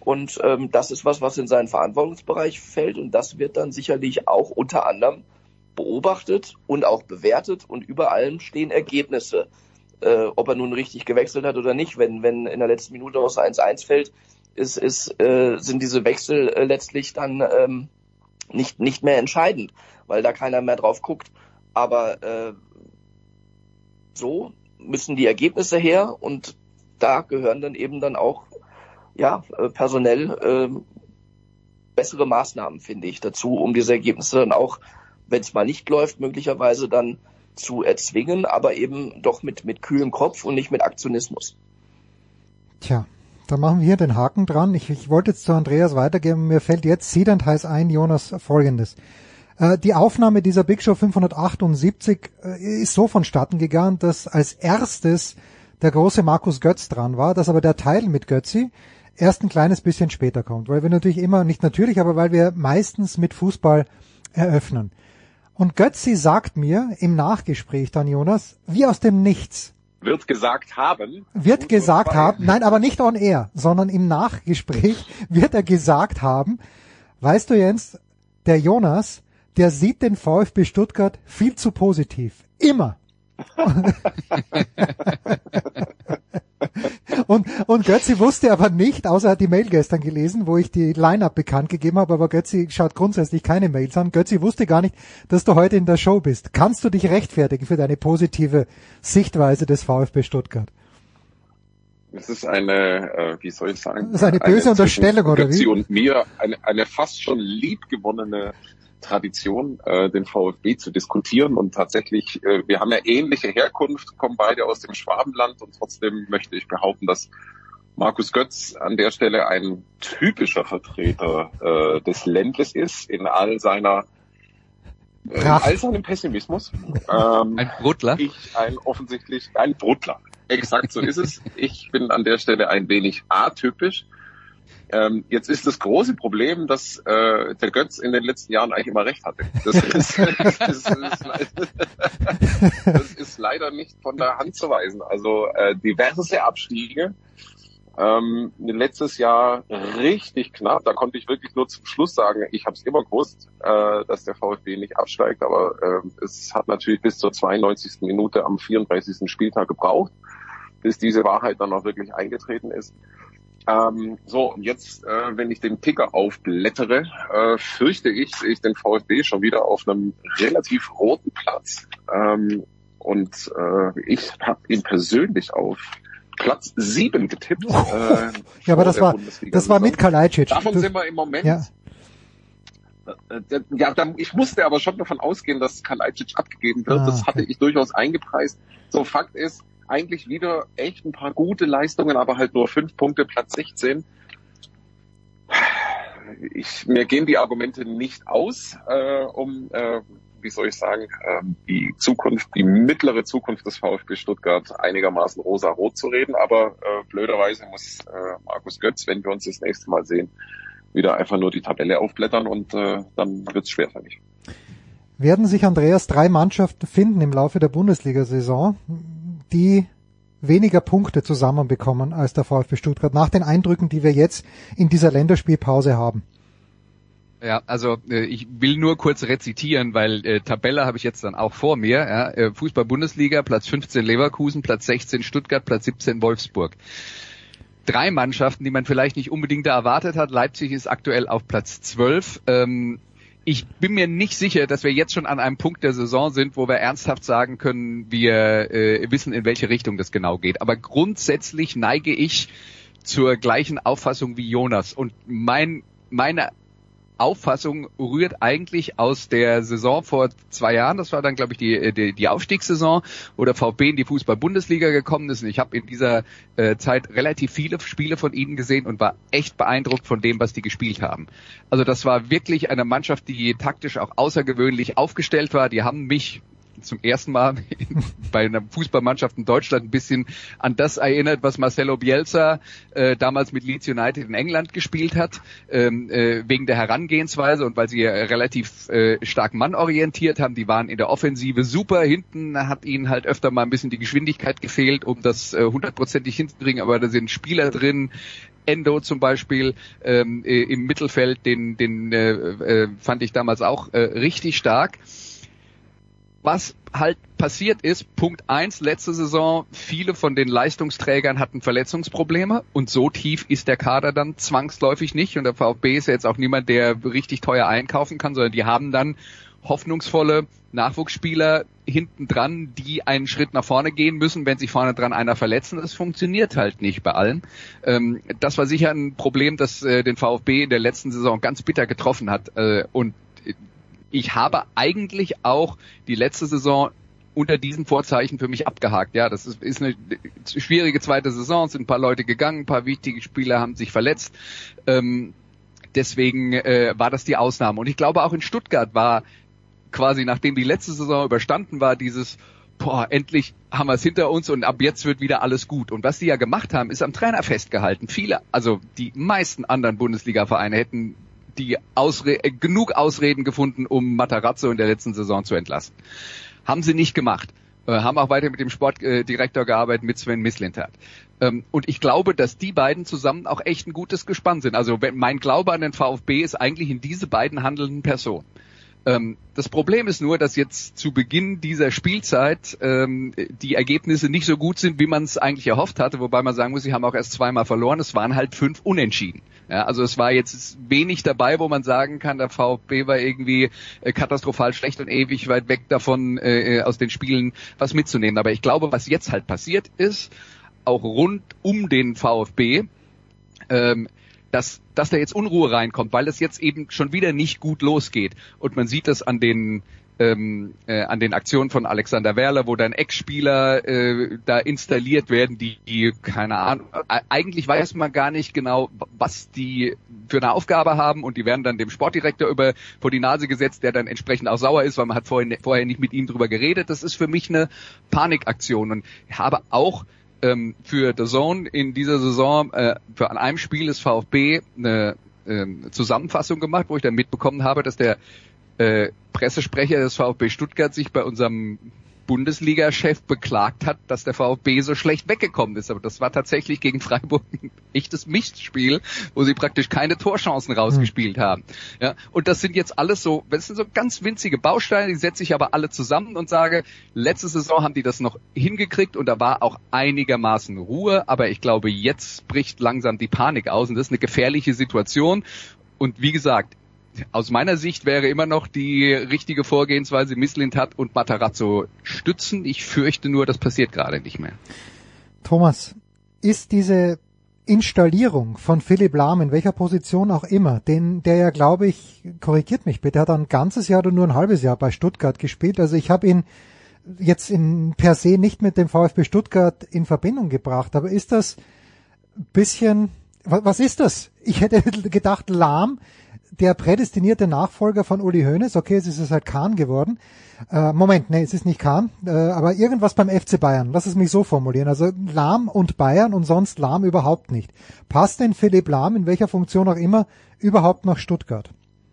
Und ähm, das ist was, was in seinen Verantwortungsbereich fällt. Und das wird dann sicherlich auch unter anderem beobachtet und auch bewertet. Und über allem stehen Ergebnisse. Äh, ob er nun richtig gewechselt hat oder nicht. Wenn wenn in der letzten Minute aus eins eins fällt, ist, ist, äh, sind diese Wechsel äh, letztlich dann ähm, nicht nicht mehr entscheidend, weil da keiner mehr drauf guckt. Aber äh, so müssen die Ergebnisse her und da gehören dann eben dann auch ja äh, personell äh, bessere Maßnahmen, finde ich, dazu, um diese Ergebnisse dann auch, wenn es mal nicht läuft, möglicherweise dann zu erzwingen, aber eben doch mit mit kühlem Kopf und nicht mit Aktionismus. Tja, da machen wir hier den Haken dran. Ich, ich wollte jetzt zu Andreas weitergeben. Mir fällt jetzt siedernd heiß ein, Jonas, Folgendes. Äh, die Aufnahme dieser Big Show fünfhundertachtundsiebzig äh, ist so vonstatten gegangen, dass als erstes der große Markus Götz dran war, dass aber der Teil mit Götzi erst ein kleines bisschen später kommt, weil wir natürlich immer, nicht natürlich, aber weil wir meistens mit Fußball eröffnen. Und Götzi sagt mir im Nachgespräch dann, Jonas, wie aus dem Nichts. Wird gesagt haben. Wird gesagt haben, nein, aber nicht on air, sondern im Nachgespräch wird er gesagt haben, weißt du Jens, der Jonas, der sieht den VfB Stuttgart viel zu positiv. Immer. Und, und Götzi wusste aber nicht, außer er hat die Mail gestern gelesen, wo ich die Line-Up bekannt gegeben habe, aber Götzi schaut grundsätzlich keine Mails an. Götzi wusste gar nicht, dass du heute in der Show bist. Kannst du dich rechtfertigen für deine positive Sichtweise des VfB Stuttgart? Es ist eine, äh, wie soll ich sagen? Das ist eine böse eine Unterstellung, oder wie? Götzi und mir eine, eine fast schon liebgewonnene Tradition, äh, den VfB zu diskutieren und tatsächlich, äh, wir haben ja ähnliche Herkunft, kommen beide aus dem Schwabenland und trotzdem möchte ich behaupten, dass Markus Götz an der Stelle ein typischer Vertreter äh, des Ländles ist, in all seiner äh, in all seinem Pessimismus. Ähm, ein Bruttler? Ich ein offensichtlich, ein Bruttler. Exakt so ist es. Ich bin an der Stelle ein wenig atypisch. Ähm, jetzt ist das große Problem, dass äh, der Götz in den letzten Jahren eigentlich immer recht hatte. Das ist, das ist, das ist leider nicht von der Hand zu weisen. Also äh, diverse Abstiege. Ähm, letztes Jahr richtig knapp. Da konnte ich wirklich nur zum Schluss sagen, ich habe es immer gewusst, äh, dass der VfB nicht absteigt. Aber äh, es hat natürlich bis zur zweiundneunzigsten Minute am vierunddreißigsten Spieltag gebraucht, bis diese Wahrheit dann auch wirklich eingetreten ist. Ähm, so, und jetzt, äh, wenn ich den Ticker aufblättere, äh, fürchte ich, sehe ich den VfB schon wieder auf einem relativ roten Platz. Ähm, und äh, ich habe ihn persönlich auf Platz sieben getippt. Äh, ja, aber das war das war mit Kalajdzic. Davon sind wir im Moment. Ja. Ja, dann, ich musste aber schon davon ausgehen, dass Kalajdzic abgegeben wird. Ah, das okay. hatte ich durchaus eingepreist. So, Fakt ist, eigentlich wieder echt ein paar gute Leistungen, aber halt nur fünf Punkte, Platz sechzehn. Ich, mir gehen die Argumente nicht aus, äh, um, äh, wie soll ich sagen, äh, die Zukunft, die mittlere Zukunft des VfB Stuttgart einigermaßen rosa-rot zu reden. Aber äh, blöderweise muss äh, Markus Götz, wenn wir uns das nächste Mal sehen, wieder einfach nur die Tabelle aufblättern und äh, dann wird's schwerfällig. Werden sich, Andreas, drei Mannschaften finden im Laufe der Bundesliga-Saison, die weniger Punkte zusammenbekommen als der VfB Stuttgart, nach den Eindrücken, die wir jetzt in dieser Länderspielpause haben? Ja, also äh, ich will nur kurz rezitieren, weil äh, Tabelle habe ich jetzt dann auch vor mir. Ja, äh, Fußball-Bundesliga, Platz fünfzehn Leverkusen, Platz sechzehn Stuttgart, Platz siebzehn Wolfsburg. Drei Mannschaften, die man vielleicht nicht unbedingt erwartet hat. Leipzig ist aktuell auf Platz zwölf. Ähm, Ich bin mir nicht sicher, dass wir jetzt schon an einem Punkt der Saison sind, wo wir ernsthaft sagen können, wir äh, wissen, in welche Richtung das genau geht. Aber grundsätzlich neige ich zur gleichen Auffassung wie Jonas. Und mein, meine Auffassung rührt eigentlich aus der Saison vor zwei Jahren. Das war dann, glaube ich, die, die, die Aufstiegssaison, wo der VfB in die Fußball-Bundesliga gekommen ist. Und ich habe in dieser äh, Zeit relativ viele Spiele von ihnen gesehen und war echt beeindruckt von dem, was die gespielt haben. Also das war wirklich eine Mannschaft, die taktisch auch außergewöhnlich aufgestellt war. Die haben mich zum ersten Mal bei einer Fußballmannschaft in Deutschland ein bisschen an das erinnert, was Marcelo Bielsa äh, damals mit Leeds United in England gespielt hat, ähm, äh, wegen der Herangehensweise und weil sie äh, relativ äh, stark mannorientiert haben. Die waren in der Offensive super, hinten hat ihnen halt öfter mal ein bisschen die Geschwindigkeit gefehlt, um das äh, hundertprozentig hinzukriegen, aber da sind Spieler drin, Endo zum Beispiel ähm, äh, im Mittelfeld, den, den äh, äh, fand ich damals auch äh, richtig stark. Was halt passiert ist, Punkt eins, letzte Saison, viele von den Leistungsträgern hatten Verletzungsprobleme und so tief ist der Kader dann zwangsläufig nicht und der VfB ist ja jetzt auch niemand, der richtig teuer einkaufen kann, sondern die haben dann hoffnungsvolle Nachwuchsspieler hinten dran, die einen Schritt nach vorne gehen müssen, wenn sich vorne dran einer verletzen. Das funktioniert halt nicht bei allen. Ähm, das war sicher ein Problem, das äh, den VfB in der letzten Saison ganz bitter getroffen hat äh, und ich habe eigentlich auch die letzte Saison unter diesen Vorzeichen für mich abgehakt. Ja, das ist, ist eine schwierige zweite Saison, es sind ein paar Leute gegangen, ein paar wichtige Spieler haben sich verletzt. Ähm, deswegen äh, war das die Ausnahme. Und ich glaube auch in Stuttgart war quasi, nachdem die letzte Saison überstanden war, dieses, boah, endlich haben wir es hinter uns und ab jetzt wird wieder alles gut. Und was die ja gemacht haben, ist am Trainer festgehalten. Viele, also die meisten anderen Bundesliga-Vereine hätten die Ausre- äh, genug Ausreden gefunden, um Matarazzo in der letzten Saison zu entlassen. Haben sie nicht gemacht. Äh, haben auch weiter mit dem Sportdirektor äh, gearbeitet, mit Sven Mislintat. Ähm, und ich glaube, dass die beiden zusammen auch echt ein gutes Gespann sind. Also wenn, mein Glaube an den VfB ist eigentlich in diese beiden handelnden Personen. Ähm, das Problem ist nur, dass jetzt zu Beginn dieser Spielzeit ähm, die Ergebnisse nicht so gut sind, wie man es eigentlich erhofft hatte, wobei man sagen muss, sie haben auch erst zweimal verloren, es waren halt fünf Unentschieden. Ja, also es war jetzt wenig dabei, wo man sagen kann, der VfB war irgendwie äh, katastrophal schlecht und ewig weit weg davon, äh, aus den Spielen was mitzunehmen. Aber ich glaube, was jetzt halt passiert ist, auch rund um den VfB, ähm, dass, dass da jetzt Unruhe reinkommt, weil es jetzt eben schon wieder nicht gut losgeht. Und man sieht das an den ähm, äh, an den Aktionen von Alexander Werler, wo dann Ex-Spieler äh, da installiert werden, die, die, keine Ahnung, eigentlich weiß man gar nicht genau, was die für eine Aufgabe haben und die werden dann dem Sportdirektor über vor die Nase gesetzt, der dann entsprechend auch sauer ist, weil man hat vorhin, vorher nicht mit ihm drüber geredet. Das ist für mich eine Panikaktion und ich habe auch ähm, für The Zone in dieser Saison äh, für an einem Spiel des VfB eine äh, Zusammenfassung gemacht, wo ich dann mitbekommen habe, dass der äh, Pressesprecher des VfB Stuttgart sich bei unserem Bundesliga-Chef beklagt hat, dass der VfB so schlecht weggekommen ist. Aber das war tatsächlich gegen Freiburg ein echtes Mistspiel, wo sie praktisch keine Torchancen rausgespielt mhm. haben. Ja, und das sind jetzt alles so, das sind so ganz winzige Bausteine, die setze ich aber alle zusammen und sage, letzte Saison haben die das noch hingekriegt und da war auch einigermaßen Ruhe, aber ich glaube, jetzt bricht langsam die Panik aus und das ist eine gefährliche Situation. Und wie gesagt, aus meiner Sicht wäre immer noch die richtige Vorgehensweise Mislintat und Matarazzo stützen. Ich fürchte nur, das passiert gerade nicht mehr. Thomas, ist diese Installierung von Philipp Lahm, in welcher Position auch immer, den, der ja, glaube ich, korrigiert mich bitte, hat ein ganzes Jahr oder nur ein halbes Jahr bei Stuttgart gespielt. Also ich habe ihn jetzt in per se nicht mit dem VfB Stuttgart in Verbindung gebracht, aber ist das ein bisschen, was, was ist das? Ich hätte gedacht, Lahm, der prädestinierte Nachfolger von Uli Hoeneß, okay, es ist es halt Kahn geworden. Äh, Moment, nee, es ist nicht Kahn, äh, aber irgendwas beim F C Bayern. Lass es mich so formulieren. Also Lahm und Bayern und sonst Lahm überhaupt nicht. Passt denn Philipp Lahm, in welcher Funktion auch immer, überhaupt nach Stuttgart?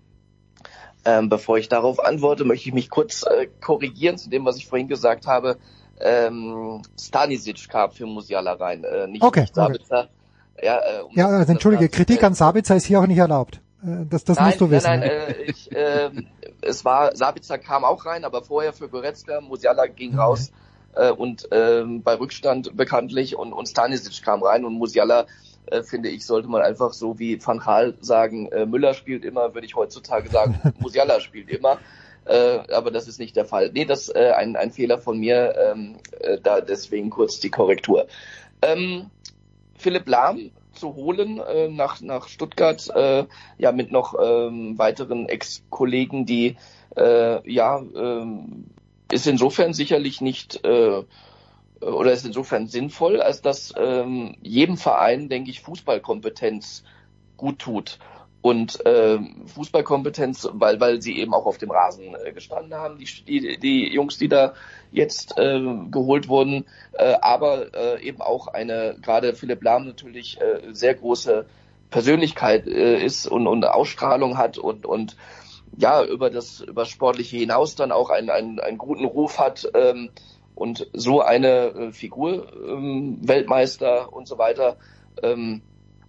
Ähm, bevor ich darauf antworte, möchte ich mich kurz äh, korrigieren zu dem, was ich vorhin gesagt habe. Ähm, Stanisic kam für Musiala rein, äh, nicht, okay, nicht Sabitzer. Okay. Ja, äh, um ja also entschuldige, Kritik an Sabitzer ist hier auch nicht erlaubt. Das, das nein, musst du wissen. Nein, nein, äh, ich, äh, es war, Sabitzer kam auch rein, aber vorher für Goretzka, Musiala ging mhm. raus äh, und äh, bei Rückstand bekanntlich und, und Stanisic kam rein und Musiala, äh, finde ich, sollte man einfach so wie Van Gaal sagen, äh, Müller spielt immer, würde ich heutzutage sagen, Musiala spielt immer, äh, aber das ist nicht der Fall. Nee, das ist äh, ein, ein Fehler von mir, ähm, äh, da deswegen kurz die Korrektur. Ähm, Philipp Lahm zu holen äh, nach nach Stuttgart, äh, ja mit noch ähm, weiteren Ex-Kollegen, die äh, ja ähm, ist insofern sicherlich nicht äh, oder ist insofern sinnvoll, als dass ähm, jedem Verein, denke ich, Fußballkompetenz gut tut. Und äh, Fußballkompetenz, weil weil sie eben auch auf dem Rasen äh, gestanden haben, die, die die Jungs, die da jetzt äh, geholt wurden, äh, aber äh, eben auch eine, gerade Philipp Lahm natürlich äh, sehr große Persönlichkeit äh, ist und und Ausstrahlung hat und und ja über das über Sportliche hinaus dann auch einen einen, einen guten Ruf hat ähm, und so eine äh, Figur, ähm, Weltmeister und so weiter. Ähm,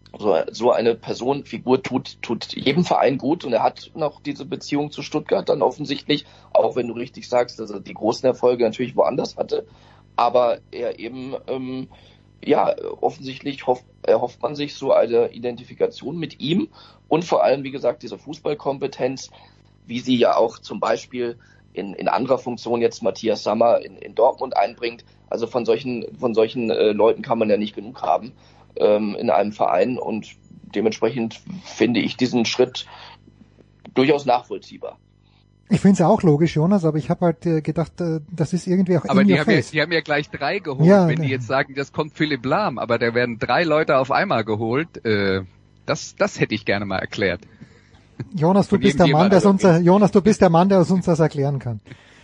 So, so eine Person, Figur tut, tut jedem Verein gut und er hat noch diese Beziehung zu Stuttgart dann offensichtlich, auch wenn du richtig sagst, dass er die großen Erfolge natürlich woanders hatte, aber er eben, ähm, ja, offensichtlich hofft, erhofft man sich so eine Identifikation mit ihm und vor allem, wie gesagt, diese Fußballkompetenz, wie sie ja auch zum Beispiel in, in anderer Funktion jetzt Matthias Sammer in, in Dortmund einbringt. Also von solchen, von solchen äh, Leuten kann man ja nicht genug haben in einem Verein und dementsprechend finde ich diesen Schritt durchaus nachvollziehbar. Ich finde es auch logisch, Jonas, aber ich habe halt äh, gedacht, äh, das ist irgendwie auch aber in die your haben, ja, face. die haben ja gleich drei geholt, ja, wenn die jetzt sagen, das kommt Philipp Lahm, aber da werden drei Leute auf einmal geholt. Äh, das, das hätte ich gerne mal erklärt. Jonas, du bist der Mann, der uns, Jonas, du bist der Mann, der uns das erklären kann.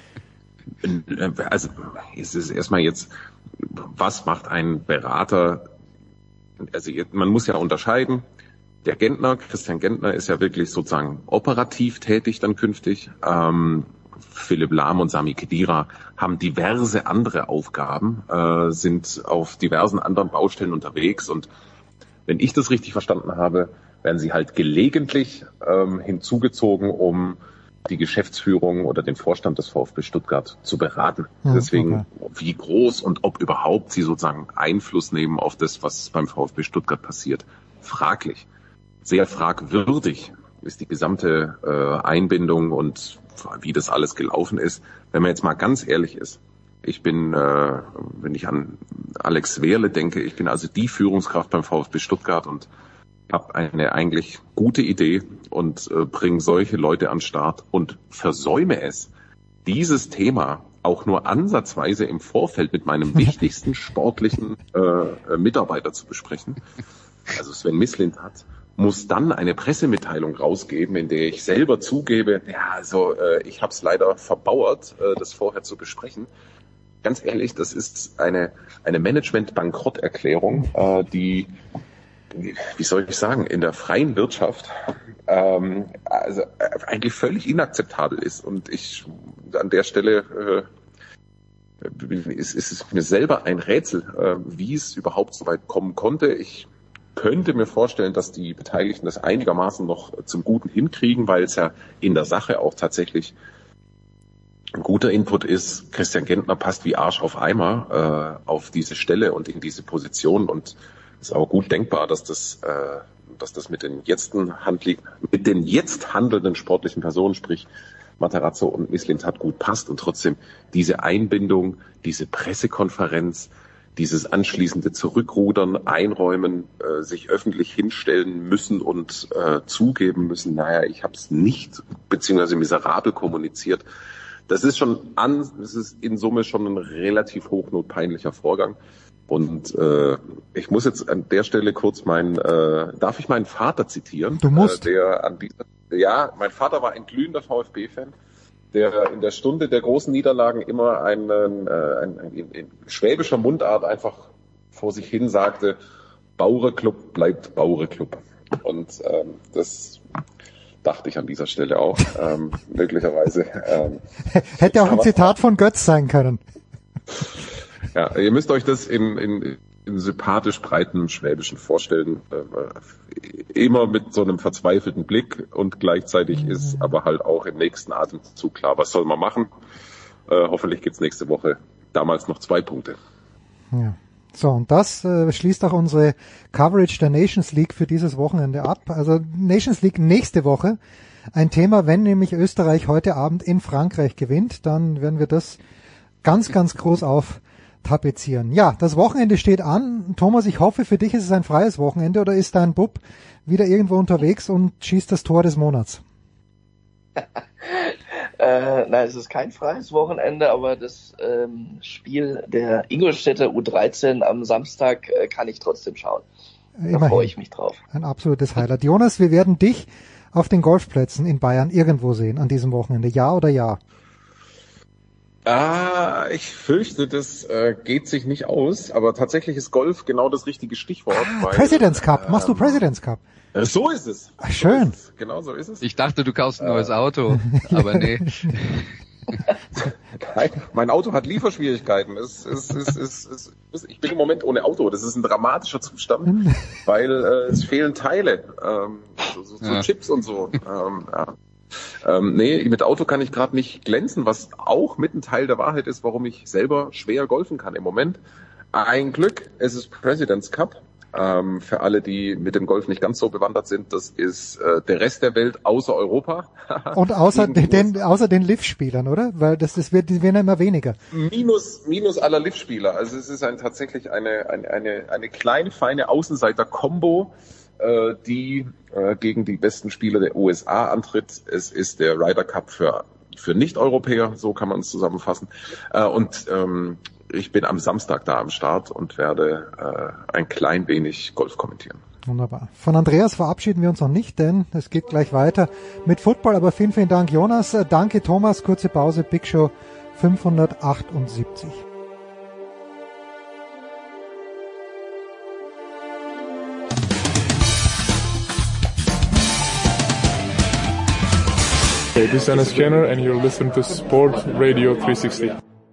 Also es ist erstmal jetzt, was macht ein Berater? Also man muss ja unterscheiden. Der Gentner, Christian Gentner, ist ja wirklich sozusagen operativ tätig dann künftig. Ähm, Philipp Lahm und Sami Khedira haben diverse andere Aufgaben, äh, sind auf diversen anderen Baustellen unterwegs und wenn ich das richtig verstanden habe, werden sie halt gelegentlich ähm, hinzugezogen, um die Geschäftsführung oder den Vorstand des VfB Stuttgart zu beraten. Ja, deswegen, okay. Wie groß und ob überhaupt sie sozusagen Einfluss nehmen auf das, was beim VfB Stuttgart passiert, fraglich. Sehr fragwürdig ist die gesamte äh, Einbindung und wie das alles gelaufen ist. Wenn man jetzt mal ganz ehrlich ist, ich bin, äh, wenn ich an Alex Wehrle denke, ich bin also die Führungskraft beim VfB Stuttgart und habe eine eigentlich gute Idee und äh, bringe solche Leute an den Start und versäume es, dieses Thema auch nur ansatzweise im Vorfeld mit meinem wichtigsten sportlichen äh, Mitarbeiter zu besprechen. Also Sven Mislintat muss dann eine Pressemitteilung rausgeben, in der ich selber zugebe, ja, also äh, ich habe es leider verbauert, äh, das vorher zu besprechen. Ganz ehrlich, das ist eine eine Management-Bankrotterklärung, äh, die wie soll ich sagen, in der freien Wirtschaft ähm, also äh, eigentlich völlig inakzeptabel ist. Und ich an der Stelle äh, ist, ist es mir selber ein Rätsel, äh, wie es überhaupt so weit kommen konnte. Ich könnte mir vorstellen, dass die Beteiligten das einigermaßen noch zum Guten hinkriegen, weil es ja in der Sache auch tatsächlich ein guter Input ist. Christian Gentner passt wie Arsch auf Eimer äh, auf diese Stelle und in diese Position und ist auch gut denkbar, dass das, äh, dass das mit den jetzt handli- mit den jetzt handelnden sportlichen Personen, sprich Matarazzo und Mislintat, gut passt und trotzdem diese Einbindung, diese Pressekonferenz, dieses anschließende Zurückrudern, Einräumen, äh, sich öffentlich hinstellen müssen und äh, zugeben müssen, naja, ich habe es nicht beziehungsweise miserabel kommuniziert. Das ist schon an, es ist in Summe schon ein relativ hochnotpeinlicher Vorgang. Und äh, ich muss jetzt an der Stelle kurz meinen, äh, darf ich meinen Vater zitieren? Du musst. Äh, der an dieser, ja, mein Vater war ein glühender VfB-Fan, der in der Stunde der großen Niederlagen immer einen, äh, ein, ein, in, in schwäbischer Mundart einfach vor sich hin sagte, Bauer Club bleibt Bauer Club. Und ähm, das dachte ich an dieser Stelle auch, ähm, möglicherweise. Ähm, Hätte auch ein Zitat von Götz sein können. Ja, ihr müsst euch das in, in, in sympathisch breiten Schwäbischen vorstellen. Äh, immer mit so einem verzweifelten Blick und gleichzeitig mhm. ist aber halt auch im nächsten Atemzug klar, was soll man machen? Äh, hoffentlich gibt's nächste Woche damals noch zwei Punkte. Ja. So, und das äh, schließt auch unsere Coverage der Nations League für dieses Wochenende ab. Also Nations League nächste Woche. Ein Thema, wenn nämlich Österreich heute Abend in Frankreich gewinnt, dann werden wir das ganz, ganz groß auf tapezieren. Ja, das Wochenende steht an. Thomas, ich hoffe, für dich ist es ein freies Wochenende oder ist dein Bub wieder irgendwo unterwegs und schießt das Tor des Monats? äh, nein, es ist kein freies Wochenende, aber das ähm, Spiel der Ingolstädter U dreizehn am Samstag äh, kann ich trotzdem schauen. Da freue ich mich drauf. Ein absolutes Highlight. Jonas, wir werden dich auf den Golfplätzen in Bayern irgendwo sehen an diesem Wochenende. Ja oder ja? Ah, ich fürchte, das äh, geht sich nicht aus, aber tatsächlich ist Golf genau das richtige Stichwort. Ah, weil, President's Cup, ähm, machst du President's Cup? Äh, so ist es. Ach, schön. So ist es. Genau so ist es. Ich dachte, du kaufst ein neues Auto, aber nee. Nein, mein Auto hat Lieferschwierigkeiten. Es, es, es, es, es, es, ich bin im Moment ohne Auto. Das ist ein dramatischer Zustand, weil äh, es fehlen Teile, ähm, so, so, so ja. Chips und so. Ähm, ja. ähm, nee, mit Auto kann ich gerade nicht glänzen, was auch mit ein Teil der Wahrheit ist, warum ich selber schwer golfen kann im Moment. Ein Glück, es ist President's Cup. Ähm, für alle, die mit dem Golf nicht ganz so bewandert sind, das ist äh, der Rest der Welt außer Europa. Und außer den, den, außer den Liv-Spielern, oder? Weil das, das wird, die werden immer weniger. Minus, minus aller Liv-Spieler. Also es ist ein, tatsächlich eine, eine, eine, eine kleine, feine Außenseiter-Kombo, äh, die äh, gegen die besten Spieler der U S A antritt. Es ist der Ryder Cup für, für Nicht-Europäer, so kann man es zusammenfassen. Äh, und ähm, ich bin am Samstag da am Start und werde äh, ein klein wenig Golf kommentieren. Wunderbar. Von Andreas verabschieden wir uns noch nicht, denn es geht gleich weiter mit Football. Aber vielen, vielen Dank, Jonas. Danke, Thomas. Kurze Pause. Big Show fünfhundertachtundsiebzig. Hey, this is Dennis Jenner and you're listening to Sport Radio drei sechzig.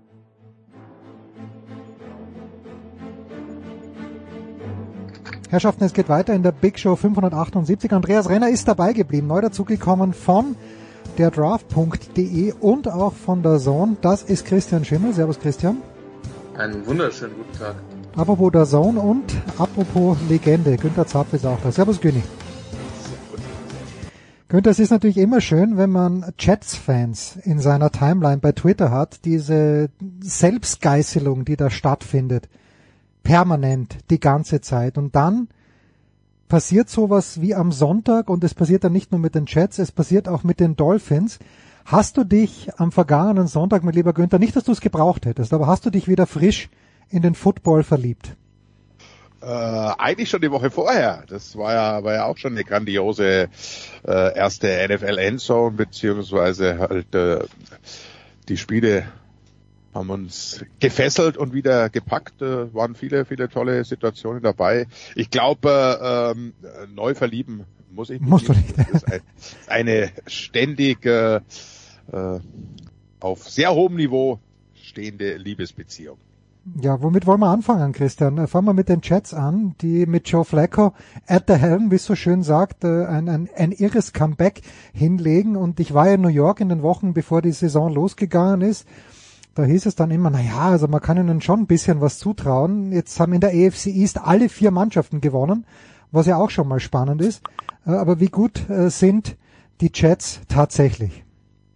Herrschaften, es geht weiter in der Big Show fünfhundertachtundsiebzig. Andreas Renner ist dabei geblieben, neu dazugekommen von der Draft punkt de und auch von der Zone. Das ist Christian Schimmel. Servus Christian. Einen wunderschönen guten Tag. Apropos der Zone und apropos Legende, Günther Zapf ist auch da. Servus Günni. Günther, es ist natürlich immer schön, wenn man Jets-Fans in seiner Timeline bei Twitter hat, diese Selbstgeißelung, die da stattfindet. Permanent, die ganze Zeit. Und dann passiert sowas wie am Sonntag und es passiert dann nicht nur mit den Jets, es passiert auch mit den Dolphins. Hast du dich am vergangenen Sonntag, mein lieber Günther, nicht, dass du es gebraucht hättest, aber hast du dich wieder frisch in den Football verliebt? Äh, eigentlich schon die Woche vorher. Das war ja, war ja auch schon eine grandiose äh, erste N F L-Endzone, beziehungsweise halt äh, die Spiele haben uns gefesselt und wieder gepackt. Äh, waren viele, viele tolle Situationen dabei. Ich glaube, ähm, neu verlieben muss ich mich Musst du nicht. Das ist ein, eine ständig äh, äh, auf sehr hohem Niveau stehende Liebesbeziehung. Ja, womit wollen wir anfangen, Christian? Fangen wir mit den Jets an, die mit Joe Flacco at the helm, wie es so schön sagt, ein, ein, ein irres Comeback hinlegen. Und ich war ja in New York in den Wochen, bevor die Saison losgegangen ist. Da hieß es dann immer, na ja, also man kann ihnen schon ein bisschen was zutrauen. Jetzt haben in der A F C East alle vier Mannschaften gewonnen, was ja auch schon mal spannend ist. Aber wie gut sind die Jets tatsächlich?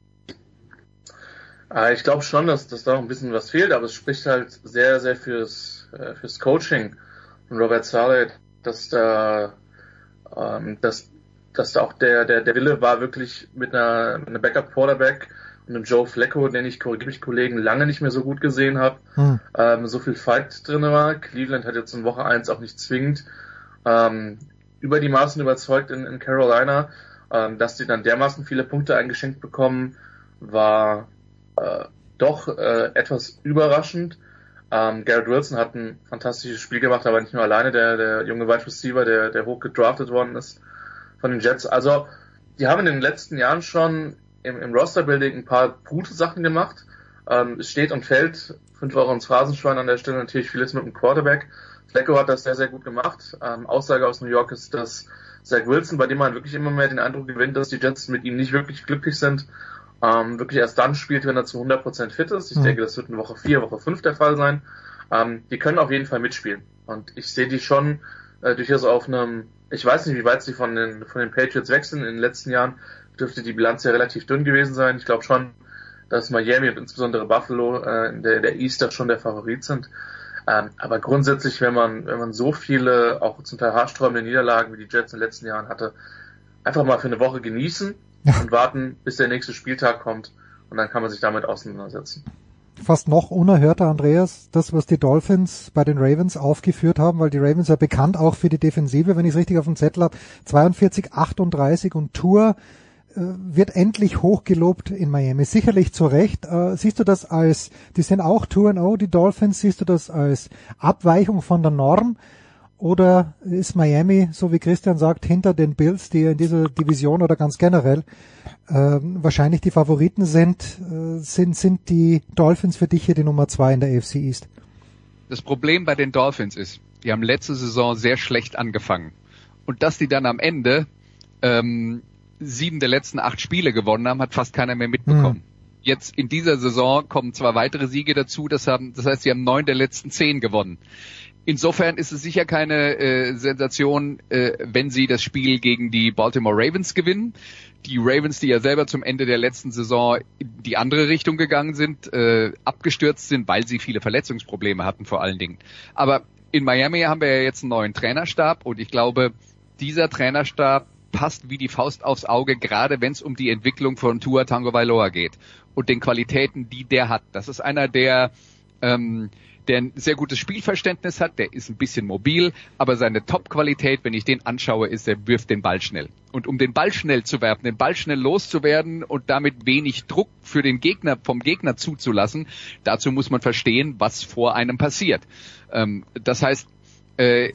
Ich glaube schon, dass, dass da noch ein bisschen was fehlt, aber es spricht halt sehr, sehr fürs, fürs Coaching von Robert Saleh, dass da, ähm, dass, dass da auch der, der, der Wille war, wirklich mit einer, mit einer Backup-Quarterback und einem Joe Flacco, den ich, korrigiere mich Kollegen, lange nicht mehr so gut gesehen habe, hm. ähm, so viel Fight drin war. Cleveland hat jetzt in Woche eins auch nicht zwingend ähm, über die Maßen überzeugt in, in Carolina, ähm, dass die dann dermaßen viele Punkte eingeschenkt bekommen, war äh, doch äh, etwas überraschend. Ähm, Garrett Wilson hat ein fantastisches Spiel gemacht, aber nicht nur alleine, der, der junge Wide Receiver, der, der hoch gedraftet worden ist von den Jets. Also, die haben in den letzten Jahren schon im, im Roster-Building ein paar gute Sachen gemacht. Ähm, es steht und fällt, fünf Euro ins Phrasenschwein an der Stelle, natürlich vieles mit dem Quarterback. Flacco hat das sehr, sehr gut gemacht. Ähm, Aussage aus New York ist, dass Zach Wilson, bei dem man wirklich immer mehr den Eindruck gewinnt, dass die Jets mit ihm nicht wirklich glücklich sind, ähm, wirklich erst dann spielt, wenn er zu hundert Prozent fit ist. Ich mhm. denke, das wird in Woche vier, Woche fünf der Fall sein. Ähm, die können auf jeden Fall mitspielen. Und ich sehe die schon äh, durchaus auf einem, ich weiß nicht, wie weit sie von den, von den Patriots wechseln. In den letzten Jahren dürfte die Bilanz ja relativ dünn gewesen sein. Ich glaube schon, dass Miami und insbesondere Buffalo äh, in der, der Easter schon der Favorit sind. Ähm, aber grundsätzlich, wenn man, wenn man so viele, auch zum Teil haarsträubende Niederlagen wie die Jets in den letzten Jahren hatte, einfach mal für eine Woche genießen und warten, bis der nächste Spieltag kommt und dann kann man sich damit auseinandersetzen. Fast noch unerhörter, Andreas, das, was die Dolphins bei den Ravens aufgeführt haben, weil die Ravens ja bekannt auch für die Defensive, wenn ich es richtig auf dem Zettel habe, zweiundvierzig achtunddreißig und Tour äh, wird endlich hochgelobt in Miami. Sicherlich zu Recht. Äh, siehst du das als, die sind auch zwei und null, die Dolphins, siehst du das als Abweichung von der Norm? oder ist Miami, so wie Christian sagt, hinter den Bills, die in dieser Division oder ganz generell äh, wahrscheinlich die Favoriten sind, äh, sind, sind die Dolphins für dich hier die Nummer zwei in der A F C East? Das Problem bei den Dolphins ist, die haben letzte Saison sehr schlecht angefangen. Und dass die dann am Ende ähm, sieben der letzten acht Spiele gewonnen haben, hat fast keiner mehr mitbekommen. Mhm. Jetzt in dieser Saison kommen zwei weitere Siege dazu, das, haben, das heißt, sie haben neun der letzten zehn gewonnen. Insofern ist es sicher keine äh, Sensation, äh, wenn sie das Spiel gegen die Baltimore Ravens gewinnen. Die Ravens, die ja selber zum Ende der letzten Saison in die andere Richtung gegangen sind, äh, abgestürzt sind, weil sie viele Verletzungsprobleme hatten vor allen Dingen. Aber in Miami haben wir ja jetzt einen neuen Trainerstab und ich glaube, dieser Trainerstab passt wie die Faust aufs Auge, gerade wenn es um die Entwicklung von Tua Tagovailoa geht und den Qualitäten, die der hat. Das ist einer, der ähm, der ein sehr gutes Spielverständnis hat, der ist ein bisschen mobil, aber seine Top-Qualität, wenn ich den anschaue, ist, er wirft den Ball schnell. Und um den Ball schnell zu werfen, den Ball schnell loszuwerden und damit wenig Druck für den Gegner, vom Gegner zuzulassen, dazu muss man verstehen, was vor einem passiert. Ähm, das heißt, äh,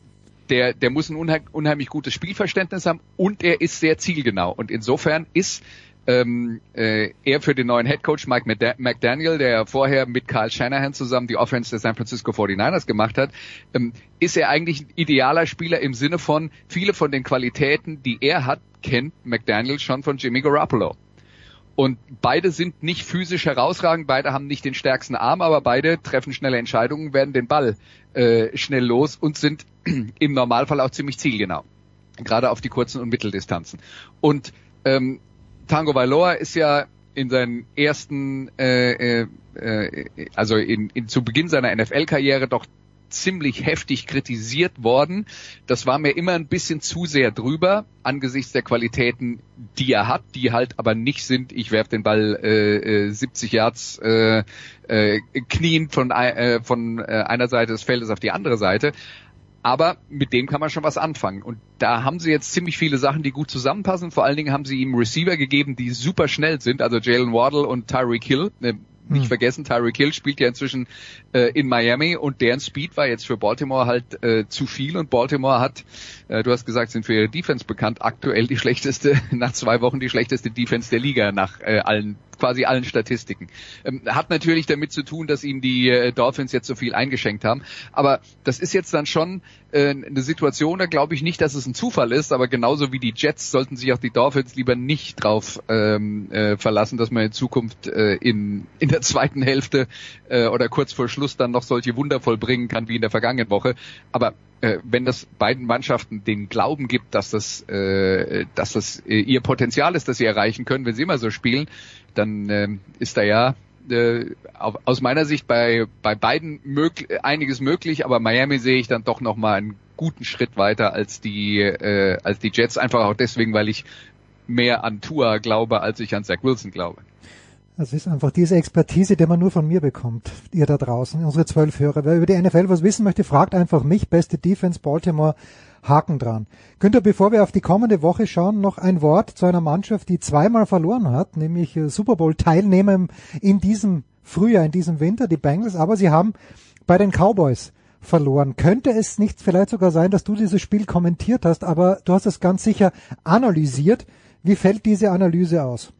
der, der muss ein unheim, unheimlich gutes Spielverständnis haben und er ist sehr zielgenau. Und insofern ist Ähm, äh, er für den neuen Headcoach Mike McDaniel, der vorher mit Kyle Shanahan zusammen die Offense der San Francisco forty-niners gemacht hat, ähm, ist er eigentlich ein idealer Spieler im Sinne von, viele von den Qualitäten, die er hat, kennt McDaniel schon von Jimmy Garoppolo. Und beide sind nicht physisch herausragend, beide haben nicht den stärksten Arm, aber beide treffen schnelle Entscheidungen, werden den Ball äh, schnell los und sind im Normalfall auch ziemlich zielgenau. Gerade auf die kurzen und Mitteldistanzen. Und ähm, Tagovailoa ist ja in seinen ersten, äh, äh, also in, in, zu Beginn seiner N F L-Karriere doch ziemlich heftig kritisiert worden. Das war mir immer ein bisschen zu sehr drüber, angesichts der Qualitäten, die er hat, die halt aber nicht sind, ich werf den Ball äh, siebzig Yards äh, äh, kniend von, äh, von äh, einer Seite des Feldes auf die andere Seite. Aber mit dem kann man schon was anfangen. Und da haben sie jetzt ziemlich viele Sachen, die gut zusammenpassen. Vor allen Dingen haben sie ihm Receiver gegeben, die super schnell sind. Also Jalen Waddle und Tyreek Hill. Äh, nicht hm. vergessen, Tyreek Hill spielt ja inzwischen äh, in Miami und deren Speed war jetzt für Baltimore halt äh, zu viel. Und Baltimore hat, äh, du hast gesagt, sind für ihre Defense bekannt, aktuell die schlechteste, nach zwei Wochen die schlechteste Defense der Liga nach äh, allen quasi allen Statistiken. Ähm, hat natürlich damit zu tun, dass ihm die äh, Dolphins jetzt so viel eingeschenkt haben. Aber das ist jetzt dann schon äh, eine Situation, da glaube ich nicht, dass es ein Zufall ist, aber genauso wie die Jets sollten sich auch die Dolphins lieber nicht drauf ähm, äh, verlassen, dass man in Zukunft äh, in in der zweiten Hälfte äh, oder kurz vor Schluss dann noch solche Wunder vollbringen kann wie in der vergangenen Woche. Aber äh, wenn das beiden Mannschaften den Glauben gibt, dass das, äh, dass das äh, ihr Potenzial ist, das sie erreichen können, wenn sie immer so spielen, dann äh, ist da ja äh, aus meiner Sicht bei bei beiden mög- einiges möglich, aber Miami sehe ich dann doch noch mal einen guten Schritt weiter als die äh, als die Jets, einfach auch deswegen, weil ich mehr an Tua glaube, als ich an Zach Wilson glaube. Das ist einfach diese Expertise, die man nur von mir bekommt, ihr da draußen, unsere zwölf Hörer. Wer über die N F L was wissen möchte, fragt einfach mich, beste Defense Baltimore, Haken dran. Könnt ihr, bevor wir auf die kommende Woche schauen, noch ein Wort zu einer Mannschaft, die zweimal verloren hat, nämlich Super Bowl Teilnehmer in diesem Frühjahr, in diesem Winter, die Bengals, aber sie haben bei den Cowboys verloren. Könnte es nicht vielleicht sogar sein, dass du dieses Spiel kommentiert hast, aber du hast es ganz sicher analysiert. Wie fällt diese Analyse aus?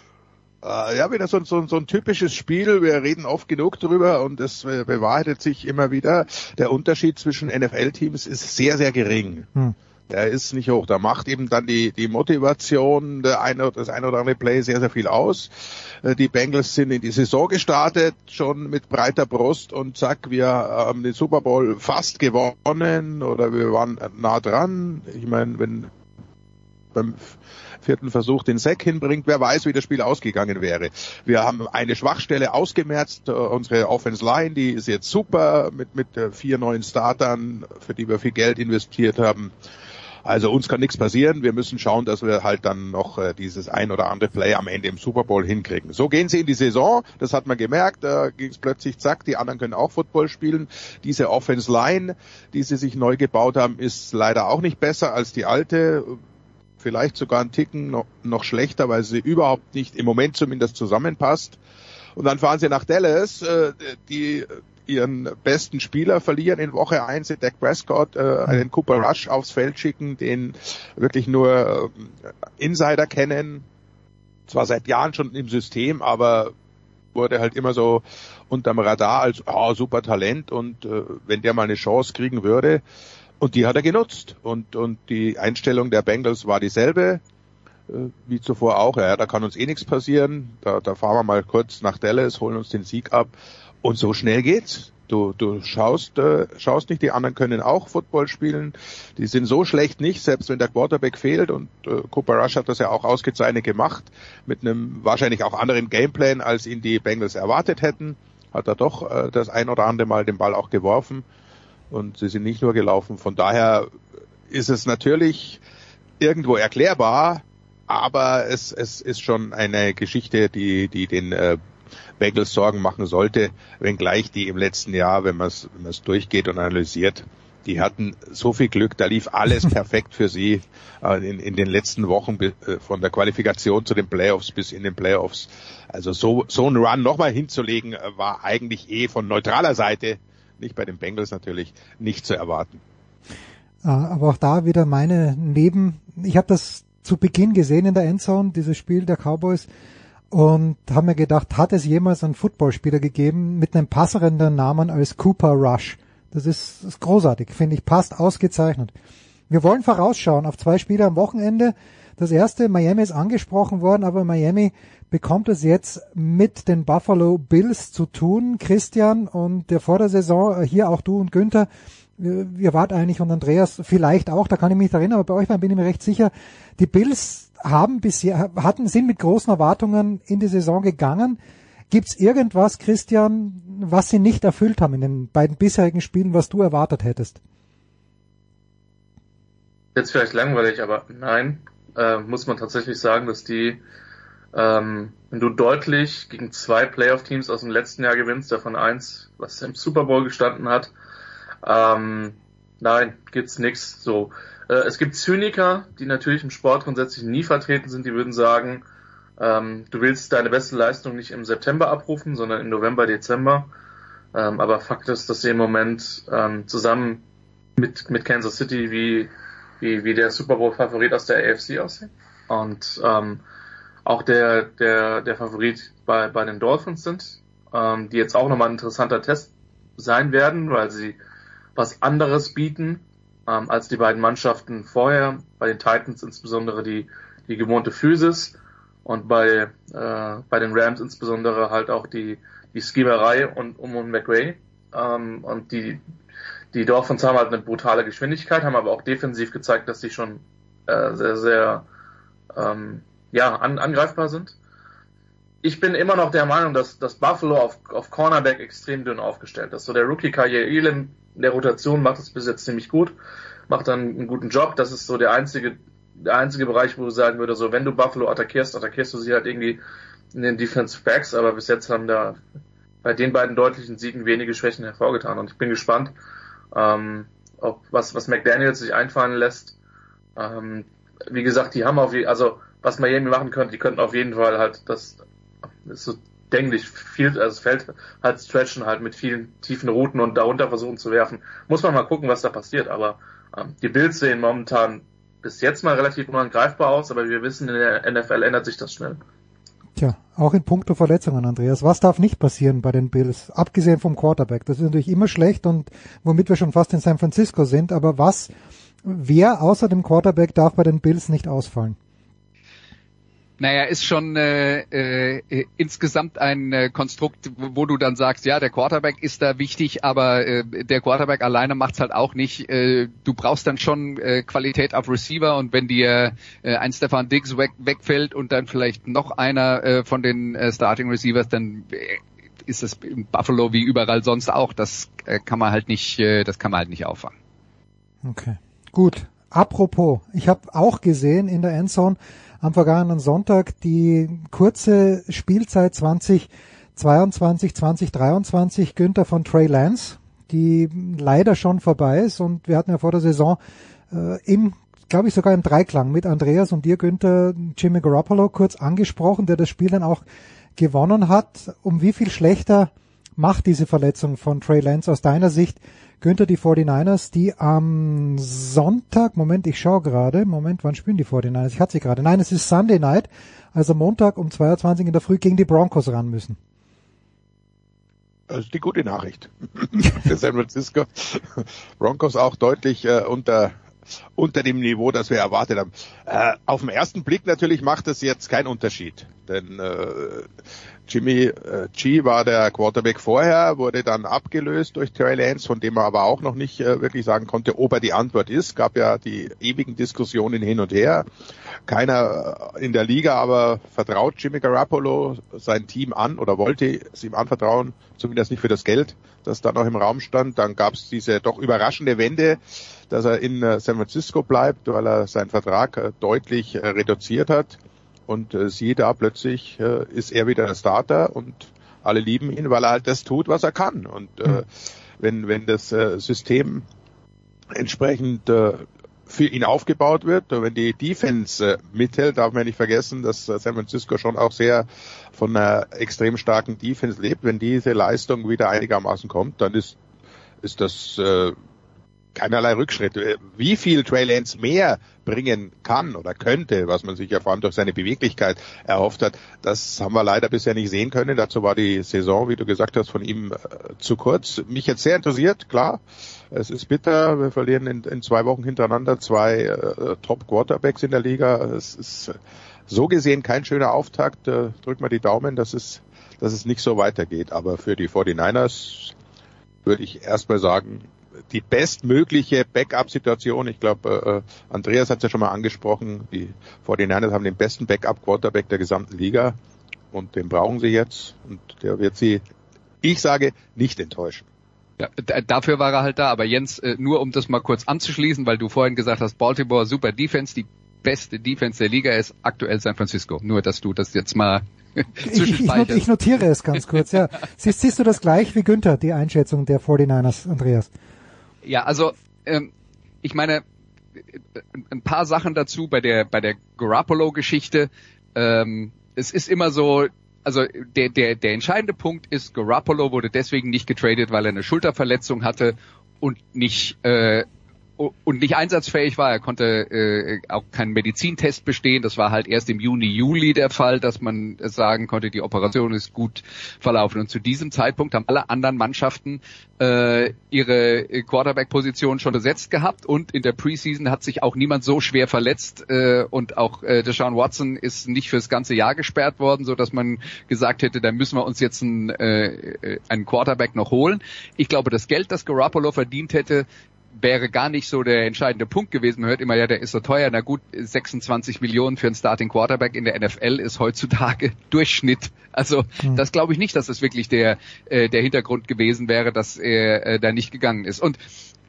Ja, wieder so, so, so ein typisches Spiel. Wir reden oft genug drüber und es bewahrheitet sich immer wieder. Der Unterschied zwischen N F L-Teams ist sehr, sehr gering. Hm. Der ist nicht hoch. Da macht eben dann die, die Motivation, der eine, das eine oder andere Play sehr, sehr viel aus. Die Bengals sind in die Saison gestartet, schon mit breiter Brust und zack, wir haben den Super Bowl fast gewonnen oder wir waren nah dran. Ich meine, wenn beim vierten Versuch den Sack hinbringt, wer weiß, wie das Spiel ausgegangen wäre. Wir haben eine Schwachstelle ausgemerzt, unsere Offense Line, die ist jetzt super mit mit vier neuen Startern, für die wir viel Geld investiert haben. Also uns kann nichts passieren, wir müssen schauen, dass wir halt dann noch äh, dieses ein oder andere Play am Ende im Super Bowl hinkriegen. So gehen sie in die Saison, das hat man gemerkt, da ging es plötzlich zack, die anderen können auch Football spielen. Diese Offense Line, die sie sich neu gebaut haben, ist leider auch nicht besser als die alte. Vielleicht sogar einen Ticken noch, noch schlechter, weil sie überhaupt nicht im Moment zumindest zusammenpasst. Und dann fahren sie nach Dallas, äh, die ihren besten Spieler verlieren in Woche eins, in Dak Prescott, äh, einen Cooper Rush aufs Feld schicken, den wirklich nur äh, Insider kennen, zwar seit Jahren schon im System, aber wurde halt immer so unterm Radar als oh, super Talent und äh, wenn der mal eine Chance kriegen würde, und die hat er genutzt und und die Einstellung der Bengals war dieselbe äh, wie zuvor auch, ja, da kann uns eh nichts passieren, da, da fahren wir mal kurz nach Dallas, holen uns den Sieg ab. Und so schnell geht's. Du, du schaust, äh, schaust nicht, die anderen können auch Football spielen. Die sind so schlecht nicht, selbst wenn der Quarterback fehlt. Und äh, Cooper Rush hat das ja auch ausgezeichnet gemacht, mit einem wahrscheinlich auch anderen Gameplan, als ihn die Bengals erwartet hätten. Hat er doch äh, das ein oder andere Mal den Ball auch geworfen. Und sie sind nicht nur gelaufen. Von daher ist es natürlich irgendwo erklärbar, aber es, es ist schon eine Geschichte, die, die den äh, Bengals Sorgen machen sollte, wenngleich die im letzten Jahr, wenn man es wenn man es durchgeht und analysiert, die hatten so viel Glück, da lief alles perfekt für sie äh, in, in den letzten Wochen äh, von der Qualifikation zu den Playoffs bis in den Playoffs. Also so so einen Run nochmal hinzulegen, äh, war eigentlich eh von neutraler Seite, nicht bei den Bengals natürlich, nicht zu erwarten. Aber auch da wieder meine Neben... Ich habe das zu Beginn gesehen in der Endzone, dieses Spiel der Cowboys, und habe mir gedacht, hat es jemals einen Footballspieler gegeben mit einem passenderen Namen als Cooper Rush? Das ist, das ist großartig, finde ich, passt ausgezeichnet. Wir wollen vorausschauen auf zwei Spiele am Wochenende. Das erste, Miami ist angesprochen worden, aber Miami bekommt es jetzt mit den Buffalo Bills zu tun. Christian, und der vor der Saison, hier auch du und Günther, ihr wart eigentlich, und Andreas vielleicht auch, da kann ich mich nicht erinnern, aber bei euch bin ich mir recht sicher, die Bills haben bisher, hatten, sind mit großen Erwartungen in die Saison gegangen. Gibt's irgendwas, Christian, was sie nicht erfüllt haben in den beiden bisherigen Spielen, was du erwartet hättest? Jetzt vielleicht langweilig, aber nein, äh, muss man tatsächlich sagen, dass die, ähm, wenn du deutlich gegen zwei Playoff-Teams aus dem letzten Jahr gewinnst, davon eins, was im Super Bowl gestanden hat, ähm, nein, gibt's nix, so. Es gibt Zyniker, die natürlich im Sport grundsätzlich nie vertreten sind, die würden sagen, ähm, du willst deine beste Leistung nicht im September abrufen, sondern im November, Dezember. Ähm, aber Fakt ist, dass sie im Moment ähm, zusammen mit mit Kansas City wie wie wie der Super Bowl Favorit aus der A F C aussehen. Und ähm, auch der der der Favorit bei bei den Dolphins sind, ähm, die jetzt auch nochmal ein interessanter Test sein werden, weil sie was anderes bieten ähm, als die beiden Mannschaften vorher. Bei den Titans insbesondere die die gewohnte Physis und bei äh, bei den Rams insbesondere halt auch die die Schieberei und um und McVay. Ähm, und die die Dolphins haben halt eine brutale Geschwindigkeit, haben aber auch defensiv gezeigt, dass sie schon äh, sehr sehr ähm, ja an, angreifbar sind. Ich bin immer noch der Meinung, dass, dass Buffalo auf, auf Cornerback extrem dünn aufgestellt ist. So der Rookie Kaiir Elam in der Rotation macht es bis jetzt ziemlich gut, macht dann einen guten Job. Das ist so der einzige, der einzige Bereich, wo ich sagen würde, so wenn du Buffalo attackierst, attackierst du sie halt irgendwie in den Defensive Backs, aber bis jetzt haben da bei den beiden deutlichen Siegen wenige Schwächen hervorgetan. Und ich bin gespannt, ähm, ob was, was McDaniels sich einfallen lässt. Ähm, wie gesagt, die haben auf jeden, also was Miami machen könnte, die könnten auf jeden Fall halt das, das ist so denklich viel, also das Feld halt stretchen halt mit vielen tiefen Routen und darunter versuchen zu werfen. Muss man mal gucken, was da passiert, aber ähm, die Bills sehen momentan bis jetzt mal relativ unangreifbar aus, aber wir wissen, in der N F L ändert sich das schnell. Tja, auch in puncto Verletzungen, Andreas. Was darf nicht passieren bei den Bills? Abgesehen vom Quarterback. Das ist natürlich immer schlecht und womit wir schon fast in San Francisco sind, aber was, wer außer dem Quarterback darf bei den Bills nicht ausfallen? Naja, ist schon äh, äh, insgesamt ein äh, Konstrukt, wo du dann sagst, ja, der Quarterback ist da wichtig, aber äh, der Quarterback alleine macht's halt auch nicht. Äh, du brauchst dann schon äh, Qualität auf Receiver, und wenn dir äh, ein Stefan Diggs weg, wegfällt und dann vielleicht noch einer äh, von den äh, Starting Receivers, dann äh, ist es in Buffalo wie überall sonst auch. Das äh, kann man halt nicht, äh, das kann man halt nicht auffangen. Okay, gut. Apropos, ich habe auch gesehen in der Endzone am vergangenen Sonntag die kurze Spielzeit zwanzig zweiundzwanzig, zwanzig dreiundzwanzig, Günther, von Trey Lance, die leider schon vorbei ist, und wir hatten ja vor der Saison äh, im, glaube ich, sogar im Dreiklang mit Andreas und dir, Günther, Jimmy Garoppolo kurz angesprochen, der das Spiel dann auch gewonnen hat. Um wie viel schlechter macht diese Verletzung von Trey Lance aus deiner Sicht, Günther, die forty-niners, die am Sonntag, Moment, ich schaue gerade, Moment, wann spielen die forty-niners? Ich hatte sie gerade. Nein, es ist Sunday Night, also Montag um zweiundzwanzig in der Früh gegen die Broncos ran müssen. Das ist die gute Nachricht für San Francisco. Broncos auch deutlich äh, unter unter dem Niveau, das wir erwartet haben. Äh, auf den ersten Blick natürlich macht das jetzt keinen Unterschied, denn äh, Jimmy äh, G war der Quarterback vorher, wurde dann abgelöst durch Trey Lance, von dem er aber auch noch nicht äh, wirklich sagen konnte, ob er die Antwort ist. Gab ja die ewigen Diskussionen hin und her. Keiner in der Liga aber vertraut Jimmy Garoppolo sein Team an oder wollte es ihm anvertrauen, zumindest nicht für das Geld, das da noch im Raum stand. Dann gab es diese doch überraschende Wende, dass er in äh, San Francisco bleibt, weil er seinen Vertrag äh, deutlich äh, reduziert hat. Und äh, siehe da, plötzlich äh, ist er wieder der Starter und alle lieben ihn, weil er halt das tut, was er kann. Und äh, wenn wenn das äh, System entsprechend äh, für ihn aufgebaut wird, und wenn die Defense äh, mithält, darf man nicht vergessen, dass äh, San Francisco schon auch sehr von einer extrem starken Defense lebt. Wenn diese Leistung wieder einigermaßen kommt, dann ist ist das äh, keinerlei Rückschritt. Wie viel Trey Lance mehr bringen kann oder könnte, was man sich ja vor allem durch seine Beweglichkeit erhofft hat, das haben wir leider bisher nicht sehen können. Dazu war die Saison, wie du gesagt hast, von ihm äh, zu kurz. Mich jetzt sehr interessiert, klar. Es ist bitter. Wir verlieren in, in zwei Wochen hintereinander zwei äh, Top-Quarterbacks in der Liga. Es ist so gesehen kein schöner Auftakt. Äh, drück mal die Daumen, dass es, dass es nicht so weitergeht. Aber für die forty-niners würde ich erstmal sagen, die bestmögliche Backup-Situation. Ich glaube, äh, Andreas hat es ja schon mal angesprochen. Die forty-niners haben den besten Backup-Quarterback der gesamten Liga und den brauchen sie jetzt und der wird sie, ich sage, nicht enttäuschen. Ja, d- dafür war er halt da. Aber Jens, äh, nur um das mal kurz anzuschließen, weil du vorhin gesagt hast, Baltimore, super Defense, die beste Defense der Liga ist aktuell San Francisco. Nur, dass du das jetzt mal zwischenspeicherst. Ich, ich notiere es ganz kurz, ja. Siehst, siehst du das gleich wie Günther, die Einschätzung der forty-niners, Andreas? Ja, also ähm, ich meine, ein paar Sachen dazu bei der bei der Garoppolo-Geschichte. Ähm, es ist immer so, also der der der entscheidende Punkt ist, Garoppolo wurde deswegen nicht getradet, weil er eine Schulterverletzung hatte und nicht äh, und nicht einsatzfähig war. Er konnte äh, auch keinen Medizintest bestehen. Das war halt erst im Juni, Juli der Fall, dass man sagen konnte, die Operation ist gut verlaufen. Und zu diesem Zeitpunkt haben alle anderen Mannschaften äh, ihre Quarterback-Position schon besetzt gehabt. Und in der Preseason hat sich auch niemand so schwer verletzt. Äh, und auch äh, Deshaun Watson ist nicht fürs ganze Jahr gesperrt worden, so dass man gesagt hätte, da müssen wir uns jetzt einen, äh, einen Quarterback noch holen. Ich glaube, das Geld, das Garoppolo verdient hätte, wäre gar nicht so der entscheidende Punkt gewesen. Man hört immer, ja, der ist so teuer. Na gut, sechsundzwanzig Millionen für einen Starting Quarterback in der N F L ist heutzutage Durchschnitt. Also mhm. das glaube ich nicht, dass das wirklich der äh, der Hintergrund gewesen wäre, dass er äh, da nicht gegangen ist. Und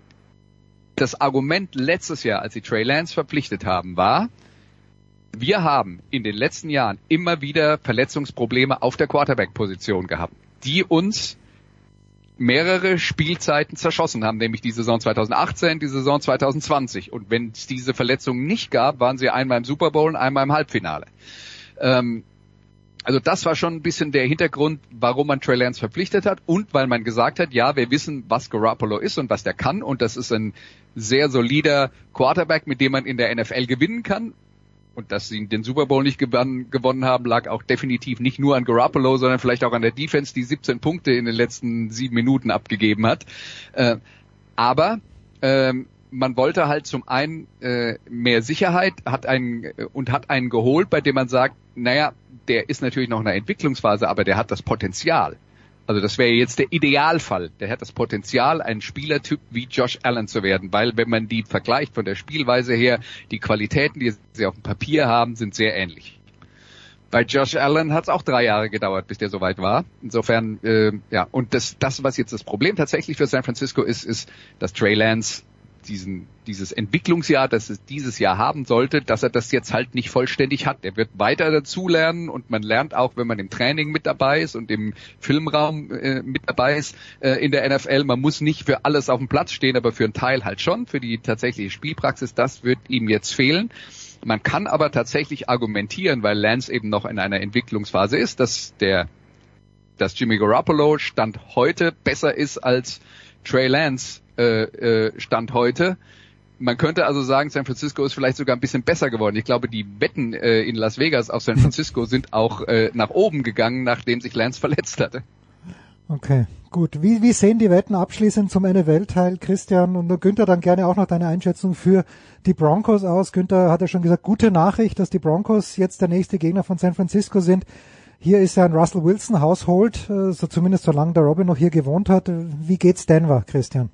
das Argument letztes Jahr, als sie Trey Lance verpflichtet haben, war, wir haben in den letzten Jahren immer wieder Verletzungsprobleme auf der Quarterback-Position gehabt, die uns mehrere Spielzeiten zerschossen haben, nämlich die Saison zweitausendachtzehn, die Saison zweitausendzwanzig. Und wenn es diese Verletzungen nicht gab, waren sie einmal im Super Bowl und einmal im Halbfinale. Ähm, also das war schon ein bisschen der Hintergrund, warum man Trey Lance verpflichtet hat und weil man gesagt hat, ja, wir wissen, was Garoppolo ist und was der kann und das ist ein sehr solider Quarterback, mit dem man in der N F L gewinnen kann. Und dass sie den Super Bowl nicht gewann, gewonnen haben, lag auch definitiv nicht nur an Garoppolo, sondern vielleicht auch an der Defense, die siebzehn Punkte in den letzten sieben Minuten abgegeben hat. Äh, aber äh, man wollte halt zum einen äh, mehr Sicherheit hat einen äh, und hat einen geholt, bei dem man sagt, naja, der ist natürlich noch in einer Entwicklungsphase, aber der hat das Potenzial. Also das wäre jetzt der Idealfall. Der hat das Potenzial, ein Spielertyp wie Josh Allen zu werden, weil wenn man die vergleicht von der Spielweise her, die Qualitäten, die sie auf dem Papier haben, sind sehr ähnlich. Bei Josh Allen hat es auch drei Jahre gedauert, bis der soweit war. Insofern, äh, ja, und das, das, was jetzt das Problem tatsächlich für San Francisco ist, ist, dass Trey Lance diesen, dieses Entwicklungsjahr, das es dieses Jahr haben sollte, dass er das jetzt halt nicht vollständig hat. Er wird weiter dazulernen und man lernt auch, wenn man im Training mit dabei ist und im Filmraum äh, mit dabei ist äh, in der N F L. Man muss nicht für alles auf dem Platz stehen, aber für einen Teil halt schon, für die tatsächliche Spielpraxis, das wird ihm jetzt fehlen. Man kann aber tatsächlich argumentieren, weil Lance eben noch in einer Entwicklungsphase ist, dass der, dass Jimmy Garoppolo Stand heute besser ist als Trey Lance äh, äh, Stand heute. Man könnte also sagen, San Francisco ist vielleicht sogar ein bisschen besser geworden. Ich glaube, die Wetten äh, in Las Vegas auf San Francisco sind auch äh, nach oben gegangen, nachdem sich Lance verletzt hatte. Okay, gut. Wie, wie sehen die Wetten abschließend zum N F L-Teil, Christian? Und Günther, dann gerne auch noch deine Einschätzung für die Broncos aus. Günther hat ja schon gesagt, gute Nachricht, dass die Broncos jetzt der nächste Gegner von San Francisco sind. Hier ist ja ein Russell Wilson Household, so zumindest solange der Robin noch hier gewohnt hat. Wie geht's Denver, Christian?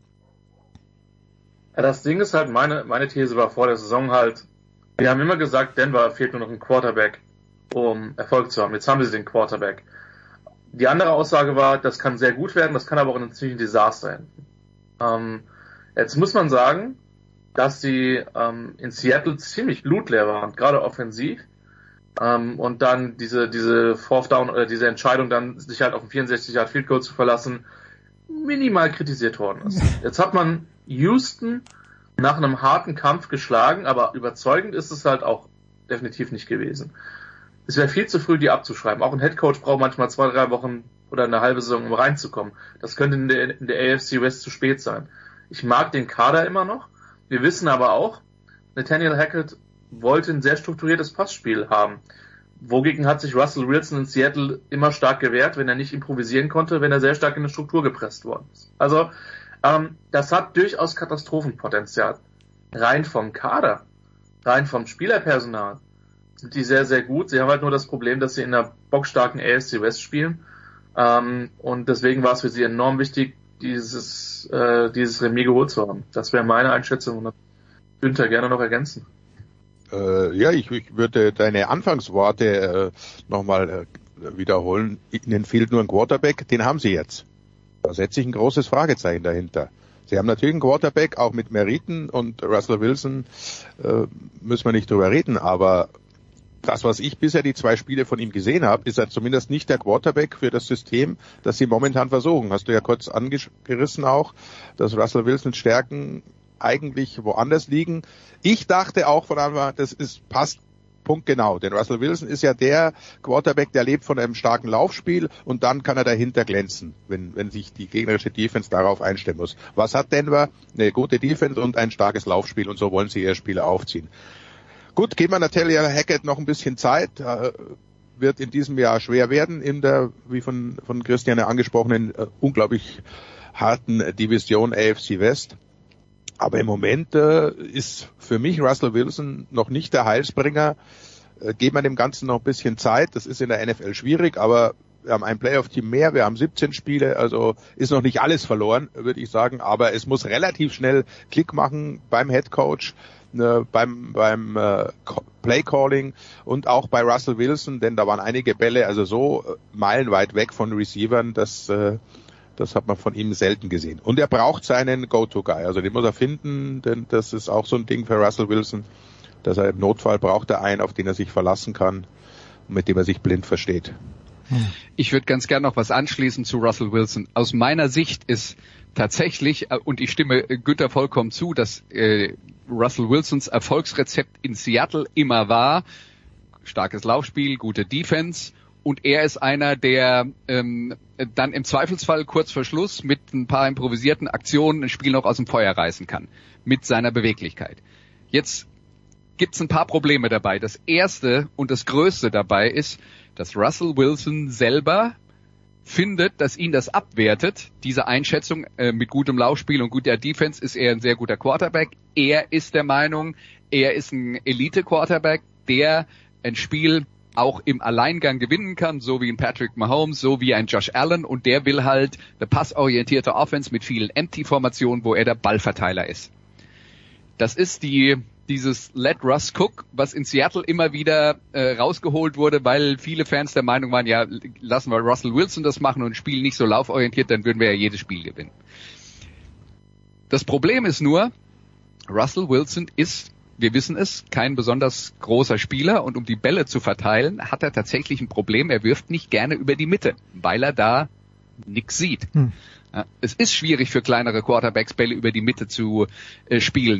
Ja, das Ding ist halt, meine, meine These war vor der Saison halt, wir haben immer gesagt, Denver fehlt nur noch ein Quarterback, um Erfolg zu haben. Jetzt haben sie den Quarterback. Die andere Aussage war, das kann sehr gut werden, das kann aber auch in einem ziemlichen Desaster enden. Ähm, jetzt muss man sagen, dass sie ähm, in Seattle ziemlich blutleer waren, gerade offensiv. Ähm, und dann diese diese Fourth Down oder diese Entscheidung dann, sich halt auf den vierundsechzig Yard Field Goal zu verlassen, minimal kritisiert worden ist. Jetzt hat man Houston nach einem harten Kampf geschlagen, aber überzeugend ist es halt auch definitiv nicht gewesen. Es wäre viel zu früh, die abzuschreiben. Auch ein Headcoach braucht manchmal zwei, drei Wochen oder eine halbe Saison, um reinzukommen. Das könnte in der, in der A F C West zu spät sein. Ich mag den Kader immer noch. Wir wissen aber auch, Nathaniel Hackett wollte ein sehr strukturiertes Passspiel haben. Wogegen hat sich Russell Wilson in Seattle immer stark gewehrt, wenn er nicht improvisieren konnte, wenn er sehr stark in eine Struktur gepresst worden ist. Also, ähm, das hat durchaus Katastrophenpotenzial. Rein vom Kader, rein vom Spielerpersonal sind die sehr, sehr gut. Sie haben halt nur das Problem, dass sie in einer bockstarken A F C West spielen. Ähm, und deswegen war es für sie enorm wichtig, dieses, äh, dieses Remis geholt zu haben. Das wäre meine Einschätzung und das Günther gerne noch ergänzen. Äh, ja, ich, ich würde deine Anfangsworte äh, nochmal äh, wiederholen. Ihnen fehlt nur ein Quarterback, den haben sie jetzt. Da setze ich ein großes Fragezeichen dahinter. Sie haben natürlich einen Quarterback, auch mit Meriten, und Russell Wilson äh, müssen wir nicht drüber reden, aber das, was ich bisher die zwei Spiele von ihm gesehen habe, ist er zumindest nicht der Quarterback für das System, das sie momentan versuchen. Hast du ja kurz angerissen auch, dass Russell Wilsons Stärken eigentlich woanders liegen. Ich dachte auch von Anfang an, das ist, passt punktgenau, denn Russell Wilson ist ja der Quarterback, der lebt von einem starken Laufspiel und dann kann er dahinter glänzen, wenn, wenn sich die gegnerische Defense darauf einstellen muss. Was hat Denver? Eine gute Defense und ein starkes Laufspiel, und so wollen sie ihre Spiele aufziehen. Gut, geben wir Nathaniel Hackett noch ein bisschen Zeit, äh, wird in diesem Jahr schwer werden in der, wie von, von Christian ja angesprochenen, äh, unglaublich harten Division A F C West. Aber im Moment äh, ist für mich Russell Wilson noch nicht der Heilsbringer. Äh, geben wir dem Ganzen noch ein bisschen Zeit. Das ist in der N F L schwierig, aber wir haben ein Playoff-Team mehr, wir haben siebzehn Spiele, also ist noch nicht alles verloren, würde ich sagen. Aber es muss relativ schnell Klick machen beim Headcoach, äh, beim beim äh, Play-Calling und auch bei Russell Wilson, denn da waren einige Bälle also so äh, meilenweit weg von Receivern, dass äh, das hat man von ihm selten gesehen. Und er braucht seinen Go-To-Guy. Also den muss er finden, denn das ist auch so ein Ding für Russell Wilson, dass er im Notfall braucht er einen, auf den er sich verlassen kann und mit dem er sich blind versteht. Ich würde ganz gern noch was anschließen zu Russell Wilson. Aus meiner Sicht ist tatsächlich, und ich stimme Günther vollkommen zu, dass äh, Russell Wilsons Erfolgsrezept in Seattle immer war, starkes Laufspiel, gute Defense. Und er ist einer, der ähm, dann im Zweifelsfall kurz vor Schluss mit ein paar improvisierten Aktionen ein Spiel noch aus dem Feuer reißen kann. Mit seiner Beweglichkeit. Jetzt gibt's ein paar Probleme dabei. Das erste und das größte dabei ist, dass Russell Wilson selber findet, dass ihn das abwertet. Diese Einschätzung äh, mit gutem Laufspiel und guter Defense ist er ein sehr guter Quarterback. Er ist der Meinung, er ist ein Elite-Quarterback, der ein Spiel auch im Alleingang gewinnen kann, so wie ein Patrick Mahomes, so wie ein Josh Allen, und der will halt eine passorientierte Offense mit vielen Empty-Formationen, wo er der Ballverteiler ist. Das ist die dieses Let Russ Cook, was in Seattle immer wieder äh, rausgeholt wurde, weil viele Fans der Meinung waren, ja, lassen wir Russell Wilson das machen und ein Spiel nicht so lauforientiert, dann würden wir ja jedes Spiel gewinnen. Das Problem ist nur, Russell Wilson ist, wir wissen es, kein besonders großer Spieler, und um die Bälle zu verteilen, hat er tatsächlich ein Problem. Er wirft nicht gerne über die Mitte, weil er da nichts sieht. Hm. Ja, es ist schwierig für kleinere Quarterbacks, Bälle über die Mitte zu äh, spielen.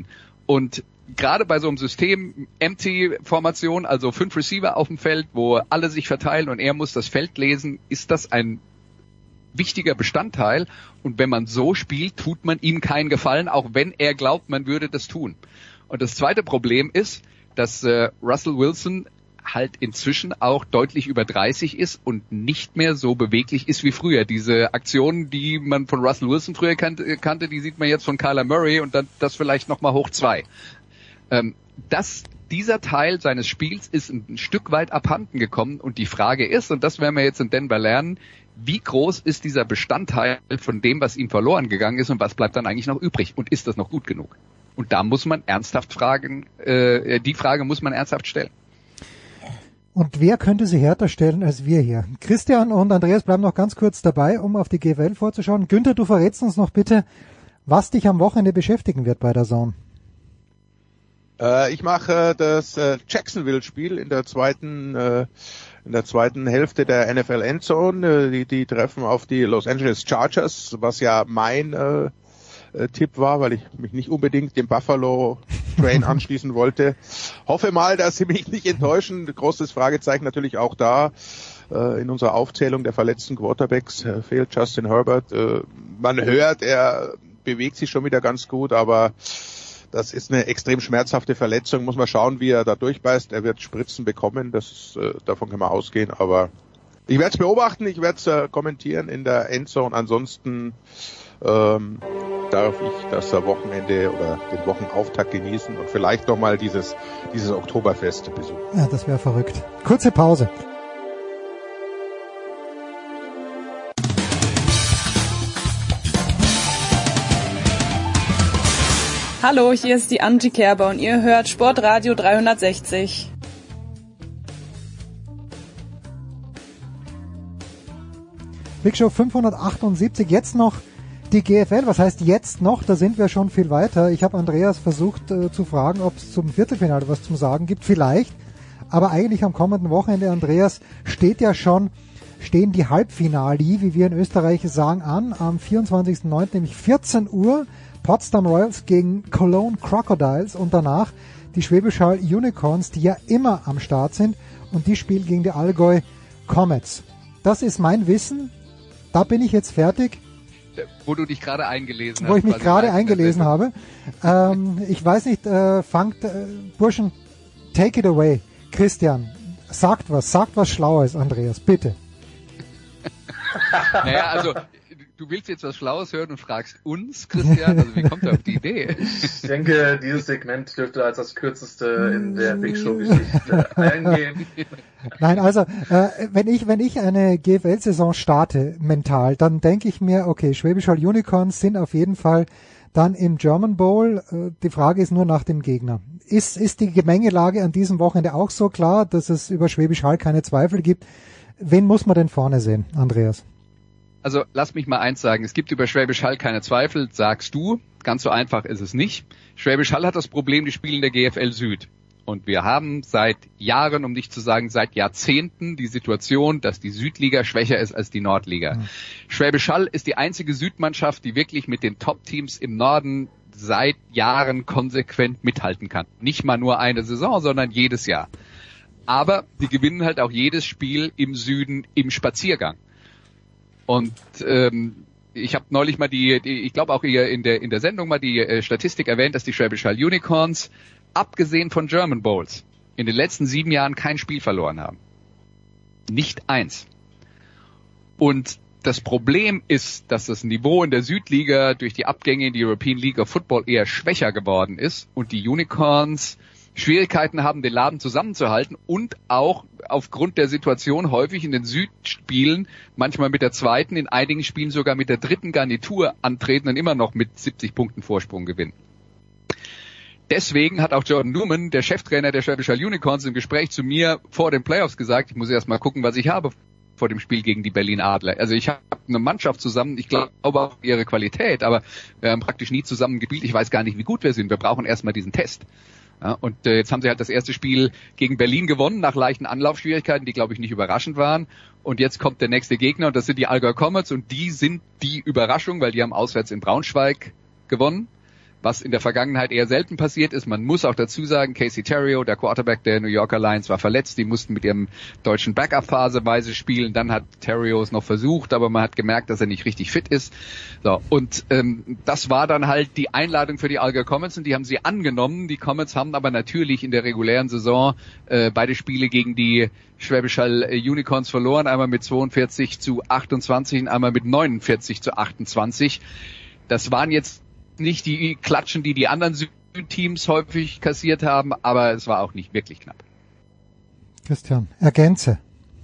Und gerade bei so einem System, Empty-Formation, also fünf Receiver auf dem Feld, wo alle sich verteilen und er muss das Feld lesen, ist das ein wichtiger Bestandteil. Und wenn man so spielt, tut man ihm keinen Gefallen, auch wenn er glaubt, man würde das tun. Und das zweite Problem ist, dass äh, Russell Wilson halt inzwischen auch deutlich über dreißig ist und nicht mehr so beweglich ist wie früher. Diese Aktionen, die man von Russell Wilson früher kannte, kannte die sieht man jetzt von Kyler Murray und dann das vielleicht nochmal hoch zwei. Ähm, das, dieser Teil seines Spiels ist ein Stück weit abhanden gekommen und die Frage ist, und das werden wir jetzt in Denver lernen, wie groß ist dieser Bestandteil von dem, was ihm verloren gegangen ist und was bleibt dann eigentlich noch übrig und ist das noch gut genug? Und da muss man ernsthaft fragen, äh, die Frage muss man ernsthaft stellen. Und wer könnte sie härter stellen als wir hier? Christian und Andreas bleiben noch ganz kurz dabei, um auf die G F L vorzuschauen. Günther, du verrätst uns noch bitte, was dich am Wochenende beschäftigen wird bei der Zone. Äh, ich mache das äh, Jacksonville-Spiel in der zweiten äh, in der zweiten Hälfte der N F L Endzone. Äh, die, die treffen auf die Los Angeles Chargers, was ja mein äh, äh, Tipp war, weil ich mich nicht unbedingt dem Buffalo Train anschließen wollte. Hoffe mal, dass sie mich nicht enttäuschen. Großes Fragezeichen natürlich auch da. Äh, in unserer Aufzählung der verletzten Quarterbacks äh, fehlt Justin Herbert. Äh, man hört, er bewegt sich schon wieder ganz gut, aber das ist eine extrem schmerzhafte Verletzung. Muss man schauen, wie er da durchbeißt. Er wird Spritzen bekommen, das ist, äh, davon kann man ausgehen. Aber ich werde es beobachten, ich werde es äh, kommentieren in der Endzone. Ansonsten ähm, darf ich das Wochenende oder den Wochenauftakt genießen und vielleicht nochmal dieses, dieses Oktoberfest besuchen. Ja, das wäre verrückt. Kurze Pause. Hallo, hier ist die Angie Kerber und ihr hört Sportradio dreihundertsechzig. Big Show fünfhundertachtundsiebzig, jetzt noch die G F L. Was heißt jetzt noch? Da sind wir schon viel weiter. Ich habe Andreas versucht äh, zu fragen, ob es zum Viertelfinale was zum Sagen gibt. Vielleicht. Aber eigentlich am kommenden Wochenende, Andreas, steht ja schon, stehen die Halbfinali, wie wir in Österreich sagen, an. Am vierundzwanzigsten neunten nämlich vierzehn Uhr. Potsdam Royals gegen Cologne Crocodiles und danach die Schwäbisch Hall Unicorns, die ja immer am Start sind, und die spielen gegen die Allgäu Comets. Das ist mein Wissen. Da bin ich jetzt fertig. Wo du dich gerade eingelesen Wo hast. ich mich gerade eingelesen habe. Ähm, ich weiß nicht, äh, fangt, äh, Burschen, take it away. Christian, sagt was, sagt was Schlaues, Andreas, bitte. Naja, also du willst jetzt was Schlaues hören und fragst uns, Christian, also wie kommt er auf die Idee? Ich denke, dieses Segment dürfte als das kürzeste in der Big Show-Geschichte eingehen. Nein, also äh, wenn ich wenn ich eine G F L-Saison starte mental, dann denke ich mir, okay, Schwäbisch Hall Unicorns sind auf jeden Fall dann im German Bowl. Äh, die Frage ist nur nach dem Gegner. Ist ist die Gemengelage an diesem Wochenende auch so klar, dass es über Schwäbisch Hall keine Zweifel gibt? Wen muss man denn vorne sehen, Andreas? Also lass mich mal eins sagen, es gibt über Schwäbisch Hall keine Zweifel, sagst du, ganz so einfach ist es nicht. Schwäbisch Hall hat das Problem, die spielen in der G F L Süd. Und wir haben seit Jahren, um nicht zu sagen seit Jahrzehnten, die Situation, dass die Südliga schwächer ist als die Nordliga. Mhm. Schwäbisch Hall ist die einzige Südmannschaft, die wirklich mit den Top-Teams im Norden seit Jahren konsequent mithalten kann. Nicht mal nur eine Saison, sondern jedes Jahr. Aber die gewinnen halt auch jedes Spiel im Süden im Spaziergang. Und ähm, ich habe neulich mal die, die ich glaube auch hier in der in der Sendung mal die äh, Statistik erwähnt, dass die Schwäbisch Hall Unicorns, abgesehen von German Bowls, in den letzten sieben Jahren kein Spiel verloren haben. Nicht eins. Und das Problem ist, dass das Niveau in der Südliga durch die Abgänge in die European League of Football eher schwächer geworden ist und die Unicorns Schwierigkeiten haben, den Laden zusammenzuhalten und auch aufgrund der Situation häufig in den Südspielen, manchmal mit der zweiten, in einigen Spielen sogar mit der dritten Garnitur antreten und immer noch mit siebzig Punkten Vorsprung gewinnen. Deswegen hat auch Jordan Newman, der Cheftrainer der Schwäbisch Hall Unicorns, im Gespräch zu mir vor den Playoffs gesagt, ich muss erst mal gucken, was ich habe vor dem Spiel gegen die Berlin Adler. Also ich habe eine Mannschaft zusammen, ich glaube auch ihre Qualität, aber wir haben praktisch nie zusammen gespielt. Ich weiß gar nicht, wie gut wir sind. Wir brauchen erstmal diesen Test. Ja, und äh, jetzt haben sie halt das erste Spiel gegen Berlin gewonnen, nach leichten Anlaufschwierigkeiten, die, glaube ich, nicht überraschend waren. Und jetzt kommt der nächste Gegner und das sind die Allgäu Comets und die sind die Überraschung, weil die haben auswärts in Braunschweig gewonnen. was in der Vergangenheit eher selten passiert ist. Man muss auch dazu sagen, Casey Terrio, der Quarterback der New Yorker Lions, war verletzt. Die mussten mit ihrem deutschen Backup phaseweise spielen. Dann hat Terrio es noch versucht, aber man hat gemerkt, dass er nicht richtig fit ist. So, und ähm, das war dann halt die Einladung für die Allgäu Comets und die haben sie angenommen. Die Comets haben aber natürlich in der regulären Saison äh, beide Spiele gegen die Schwäbisch Hall Unicorns verloren. Einmal mit zweiundvierzig zu achtundzwanzig und einmal mit neunundvierzig zu achtundzwanzig. Das waren jetzt nicht die Klatschen, die die anderen Südteams häufig kassiert haben, aber es war auch nicht wirklich knapp. Christian, ergänze.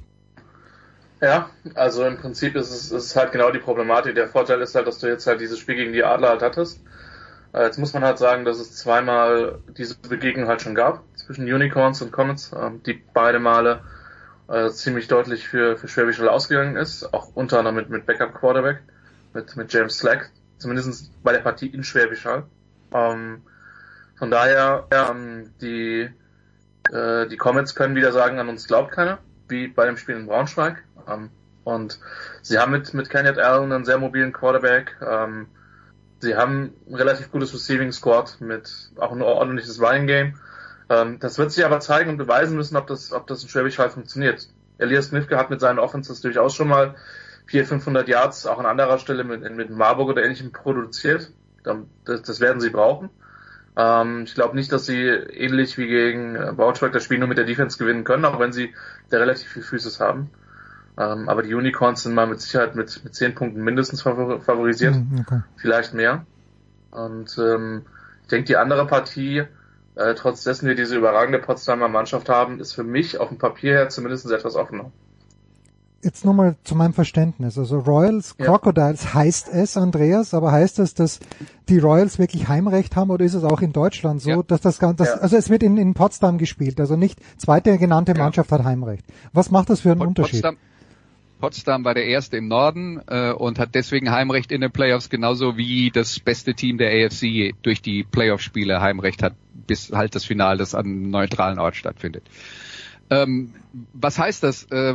Ja, also im Prinzip ist es ist halt genau die Problematik. Der Vorteil ist halt, dass du jetzt halt dieses Spiel gegen die Adler halt hattest. Äh, jetzt muss man halt sagen, dass es zweimal diese Begegnung halt schon gab zwischen Unicorns und Comets, äh, die beide Male äh, ziemlich deutlich für für Schwäbisch Hall ausgegangen ist, auch unter anderem mit mit Backup Quarterback, mit mit James Slack, zumindest bei der Partie in Schwäbisch Hall. Ähm, von daher ähm, die äh, die Comets können wieder sagen, an uns glaubt keiner, wie bei dem Spiel in Braunschweig. Um, und sie haben mit, mit Kenneth Allen einen sehr mobilen Quarterback. Um, sie haben ein relativ gutes Receiving Squad mit auch ein ordentliches Running Game. Um, das wird sich aber zeigen und beweisen müssen, ob das, ob das in Schwäbisch Hall funktioniert. Elias Knifke hat mit seinen Offenses durchaus schon mal vierhundert, fünfhundert Yards auch an anderer Stelle mit, mit Marburg oder Ähnlichem produziert. Das, das werden sie brauchen. Um, ich glaube nicht, dass sie ähnlich wie gegen Braunschweig das Spiel nur mit der Defense gewinnen können, auch wenn sie da relativ viel Physis haben. Um, aber die Unicorns sind mal mit Sicherheit mit, mit zehn Punkten mindestens favorisiert, okay. Vielleicht mehr. Und ähm, ich denke, die andere Partie, äh, trotz dessen wir diese überragende Potsdamer Mannschaft haben, ist für mich auf dem Papier her zumindest etwas offener. Jetzt nochmal zu meinem Verständnis. Also Royals Crocodiles ja. heißt es, Andreas, aber heißt das, dass die Royals wirklich Heimrecht haben oder ist es auch in Deutschland so, ja. dass das Ganze, ja. also es wird in, in Potsdam gespielt, also nicht zweite genannte Mannschaft ja. hat Heimrecht. Was macht das für einen Pot- Unterschied? Potsdam. Potsdam war der erste im Norden äh, und hat deswegen Heimrecht in den Playoffs, genauso wie das beste Team der A F C durch die Playoff-Spiele Heimrecht hat, bis halt das Finale, das an einem neutralen Ort stattfindet. Ähm, was heißt das? Äh,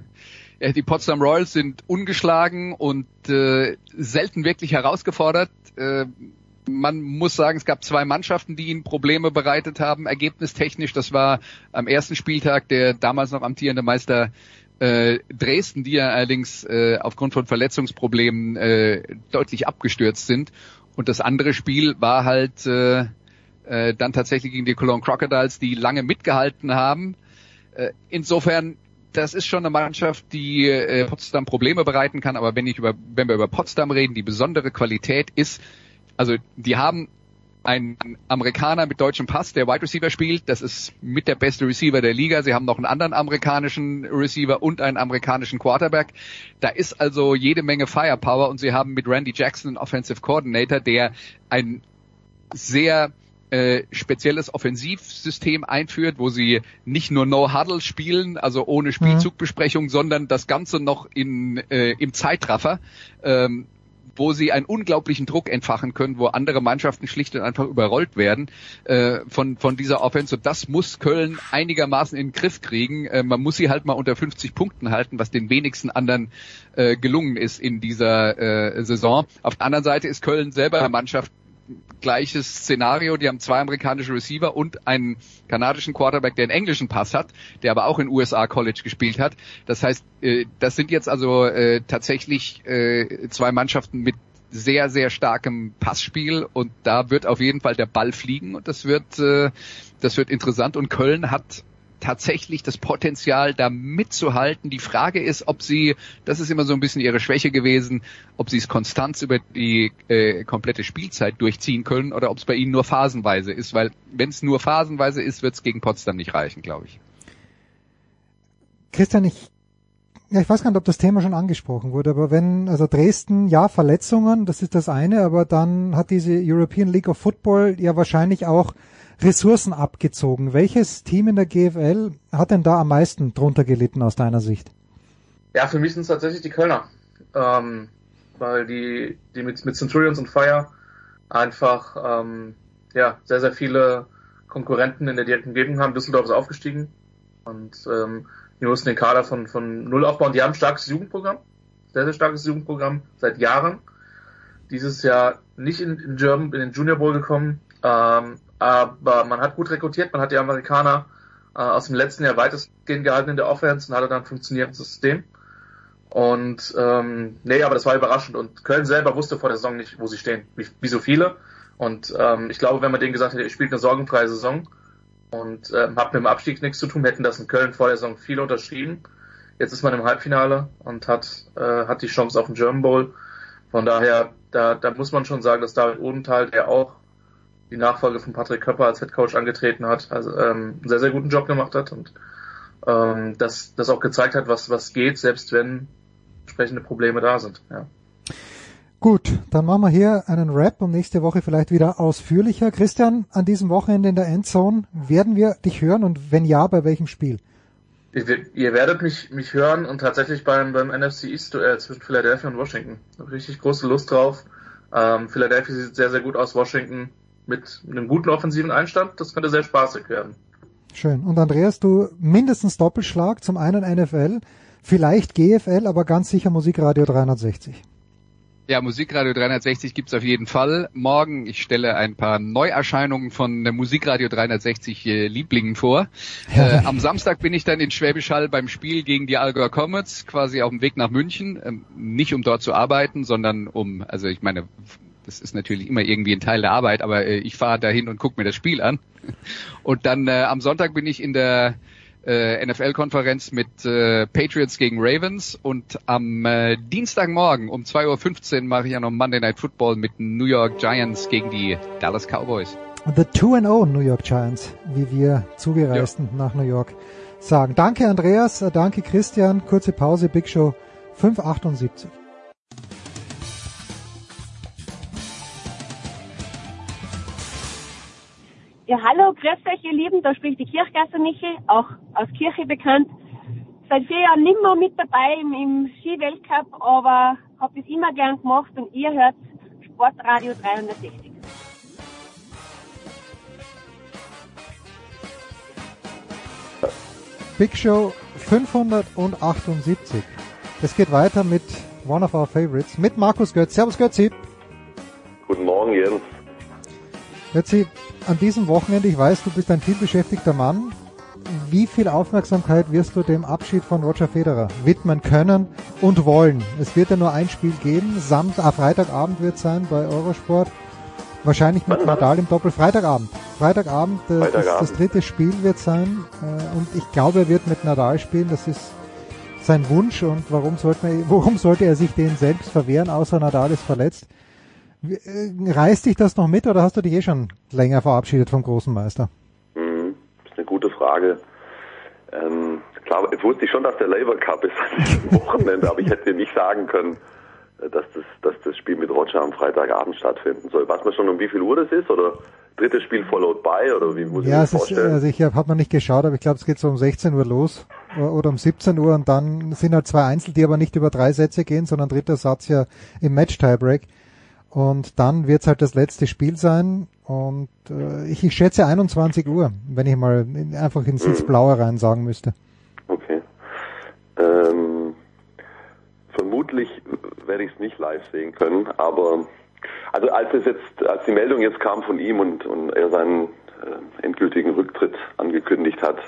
die Potsdam Royals sind ungeschlagen und äh, selten wirklich herausgefordert. Äh, man muss sagen, es gab zwei Mannschaften, die ihnen Probleme bereitet haben, ergebnistechnisch. Das war am ersten Spieltag der damals noch amtierende Meister Äh, Dresden, die ja allerdings äh, aufgrund von Verletzungsproblemen äh, deutlich abgestürzt sind. Und das andere Spiel war halt äh, äh, dann tatsächlich gegen die Cologne Crocodiles, die lange mitgehalten haben. Äh, insofern, das ist schon eine Mannschaft, die äh, Potsdam Probleme bereiten kann. Aber wenn ich über, wenn wir über Potsdam reden, die besondere Qualität ist, also die haben ein Amerikaner mit deutschem Pass, der Wide Receiver spielt. Das ist mit der beste Receiver der Liga. Sie haben noch einen anderen amerikanischen Receiver und einen amerikanischen Quarterback. Da ist also jede Menge Firepower und sie haben mit Randy Jackson einen Offensive Coordinator, der ein sehr äh, spezielles Offensivsystem einführt, wo sie nicht nur No-Huddle spielen, also ohne Spielzugbesprechung, mhm. sondern das Ganze noch in äh, im Zeitraffer, ähm, wo sie einen unglaublichen Druck entfachen können, wo andere Mannschaften schlicht und einfach überrollt werden äh, von von dieser Offense. Und das muss Köln einigermaßen in den Griff kriegen. Äh, man muss sie halt mal unter fünfzig Punkten halten, was den wenigsten anderen äh, gelungen ist in dieser äh, Saison. Auf der anderen Seite ist Köln selber eine Mannschaft, gleiches Szenario. Die haben zwei amerikanische Receiver und einen kanadischen Quarterback, der einen englischen Pass hat, der aber auch in U S A College gespielt hat. Das heißt, äh, das sind jetzt also äh, tatsächlich äh, zwei Mannschaften mit sehr, sehr starkem Passspiel und da wird auf jeden Fall der Ball fliegen und das wird, äh, das wird interessant und Köln hat tatsächlich das Potenzial, da mitzuhalten. Die Frage ist, ob sie, das ist immer so ein bisschen ihre Schwäche gewesen, ob sie es konstant über die äh, komplette Spielzeit durchziehen können oder ob es bei ihnen nur phasenweise ist, weil wenn es nur phasenweise ist, wird es gegen Potsdam nicht reichen, glaube ich. Christian, ich, ja, ich weiß gar nicht, ob das Thema schon angesprochen wurde, aber wenn, also Dresden, ja, Verletzungen, das ist das eine, aber dann hat diese European League of Football ja wahrscheinlich auch Ressourcen abgezogen. Welches Team in der G F L hat denn da am meisten drunter gelitten aus deiner Sicht? Ja, für mich sind es tatsächlich die Kölner, ähm, weil die die mit, mit Centurions und Fire einfach ähm, ja sehr, sehr viele Konkurrenten in der direkten Umgebung haben. Düsseldorf ist aufgestiegen und ähm, die mussten den Kader von, von null aufbauen. Die haben ein starkes Jugendprogramm, sehr, sehr starkes Jugendprogramm seit Jahren. dieses Jahr nicht in, in, German, in den Junior Bowl gekommen, ähm, aber man hat gut rekrutiert, man hat die Amerikaner äh, aus dem letzten Jahr weitestgehend gehalten in der Offense und hatte dann ein funktionierendes System. Und ähm, nee, aber das war überraschend. Und Köln selber wusste vor der Saison nicht, wo sie stehen, wie, wie so viele. Und ähm, ich glaube, wenn man denen gesagt hätte, ihr spielt eine sorgenfreie Saison und ähm, habt mit dem Abstieg nichts zu tun, hätten das in Köln vor der Saison viele unterschrieben. Jetzt ist man im Halbfinale und hat äh, hat die Chance auf den German Bowl. Von daher, da da muss man schon sagen, dass David Odenthal, der auch die Nachfolge von Patrick Köpper als Headcoach angetreten hat, also ähm, einen sehr, sehr guten Job gemacht hat und ähm, das das auch gezeigt hat, was was geht, selbst wenn entsprechende Probleme da sind. Ja. Gut, dann machen wir hier einen Wrap und nächste Woche vielleicht wieder ausführlicher. Christian, an diesem Wochenende in der Endzone werden wir dich hören und wenn ja, bei welchem Spiel? Ihr, ihr werdet mich mich hören und tatsächlich beim beim N F C East Duell zwischen Philadelphia und Washington. Richtig große Lust drauf. Ähm, Philadelphia sieht sehr, sehr gut aus, Washington mit einem guten offensiven Einstand. Das könnte sehr spaßig werden. Schön. Und Andreas, du mindestens Doppelschlag, zum einen N F L, vielleicht G F L, aber ganz sicher Musikradio dreihundertsechzig. Ja, Musikradio dreihundertsechzig gibt's auf jeden Fall. Morgen, ich stelle ein paar Neuerscheinungen von Musikradio dreihundertsechzig äh, Lieblingen vor. Äh, am Samstag bin ich dann in Schwäbisch Hall beim Spiel gegen die Allgäuer Comets, quasi auf dem Weg nach München. Ähm, nicht um dort zu arbeiten, sondern um, also ich meine, das ist natürlich immer irgendwie ein Teil der Arbeit, aber äh, ich fahre dahin und gucke mir das Spiel an. Und dann äh, am Sonntag bin ich in der Äh, N F L-Konferenz mit äh, Patriots gegen Ravens und am äh, Dienstagmorgen um zwei Uhr fünfzehn mache ich ja noch Monday Night Football mit New York Giants gegen die Dallas Cowboys. The two and oh New York Giants, wie wir Zugereisten ja. nach New York sagen. Danke Andreas, danke Christian, kurze Pause, Big Show fünf achtundsiebzig. Ja, hallo, grüß euch, ihr Lieben, da spricht die Kirchgasser Michi, auch aus Kirche bekannt. Seit vier Jahren nicht mehr mit dabei im, im Ski-Weltcup, aber hab das immer gern gemacht und ihr hört Sportradio dreihundertsechzig. Big Show fünfhundertachtundsiebzig. Es geht weiter mit One of Our Favorites, mit Markus Götz. Servus Götzi. Guten Morgen, Jens. Götzi, an diesem Wochenende, ich weiß, du bist ein vielbeschäftigter Mann. Wie viel Aufmerksamkeit wirst du dem Abschied von Roger Federer widmen können und wollen? Es wird ja nur ein Spiel geben. Samstag, ah, Freitagabend wird es sein bei Eurosport. Wahrscheinlich mit Nadal im Doppel. Freitagabend. Freitagabend, äh, Freitagabend. Das, das dritte Spiel wird sein. Äh, und ich glaube, er wird mit Nadal spielen. Das ist sein Wunsch. Und warum sollte, man, warum sollte er sich den selbst verwehren, außer Nadal ist verletzt? Reißt dich das noch mit oder hast du dich eh schon länger verabschiedet vom großen Meister? Mhm, das ist eine gute Frage. Ähm, klar, jetzt wusste ich schon, dass der Labour Cup ist an diesem Wochenende, aber ich hätte dir nicht sagen können, dass das, dass das Spiel mit Roger am Freitagabend stattfinden soll. Weiß man schon, um wie viel Uhr das ist? Oder drittes Spiel followed by? Oder wie muss ich ja, mir das vorstellen? Ist, also ich habe hab noch nicht geschaut, aber ich glaube, es geht so um sechzehn Uhr los oder um siebzehn Uhr und dann sind halt zwei Einzel, die aber nicht über drei Sätze gehen, sondern dritter Satz ja im Match-Tiebreak. Und dann wird's halt das letzte Spiel sein und äh, ich, ich schätze einundzwanzig Uhr, wenn ich mal in, einfach ins ins Blaue rein sagen müsste. Okay. Ähm, vermutlich werde ich es nicht live sehen können, aber also als es jetzt, als die Meldung jetzt kam von ihm und, und er seinen äh, endgültigen Rücktritt angekündigt hat,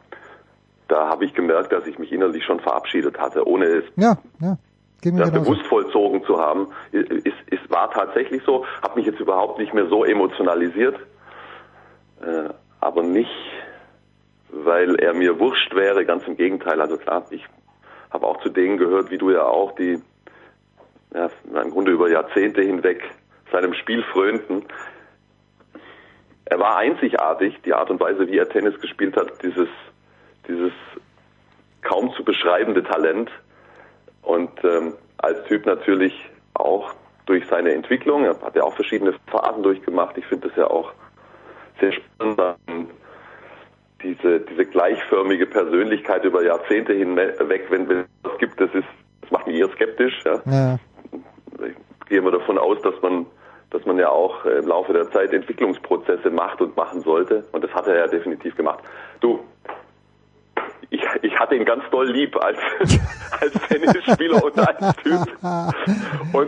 da habe ich gemerkt, dass ich mich innerlich schon verabschiedet hatte, ohne es ja, ja. das bewusst vollzogen zu haben. Es, es war tatsächlich so, habe mich jetzt überhaupt nicht mehr so emotionalisiert, äh, aber nicht, weil er mir wurscht wäre, ganz im Gegenteil. Also klar, ich habe auch zu denen gehört, wie du ja auch, die ja, im Grunde über Jahrzehnte hinweg seinem Spiel frönten. Er war einzigartig, die Art und Weise, wie er Tennis gespielt hat, dieses, dieses kaum zu beschreibende Talent. Und ähm, als Typ natürlich auch durch seine Entwicklung, er hat ja auch verschiedene Phasen durchgemacht. Ich finde das ja auch sehr spannend, diese diese gleichförmige Persönlichkeit über Jahrzehnte hinweg, wenn es was gibt, das ist, das macht mich eher skeptisch. Ja. Ja. Ich gehe immer davon aus, dass man dass man ja auch im Laufe der Zeit Entwicklungsprozesse macht und machen sollte. Und das hat er ja definitiv gemacht. Du, ich, ich hatte ihn ganz doll lieb als, als Tennisspieler und als Typ. Und,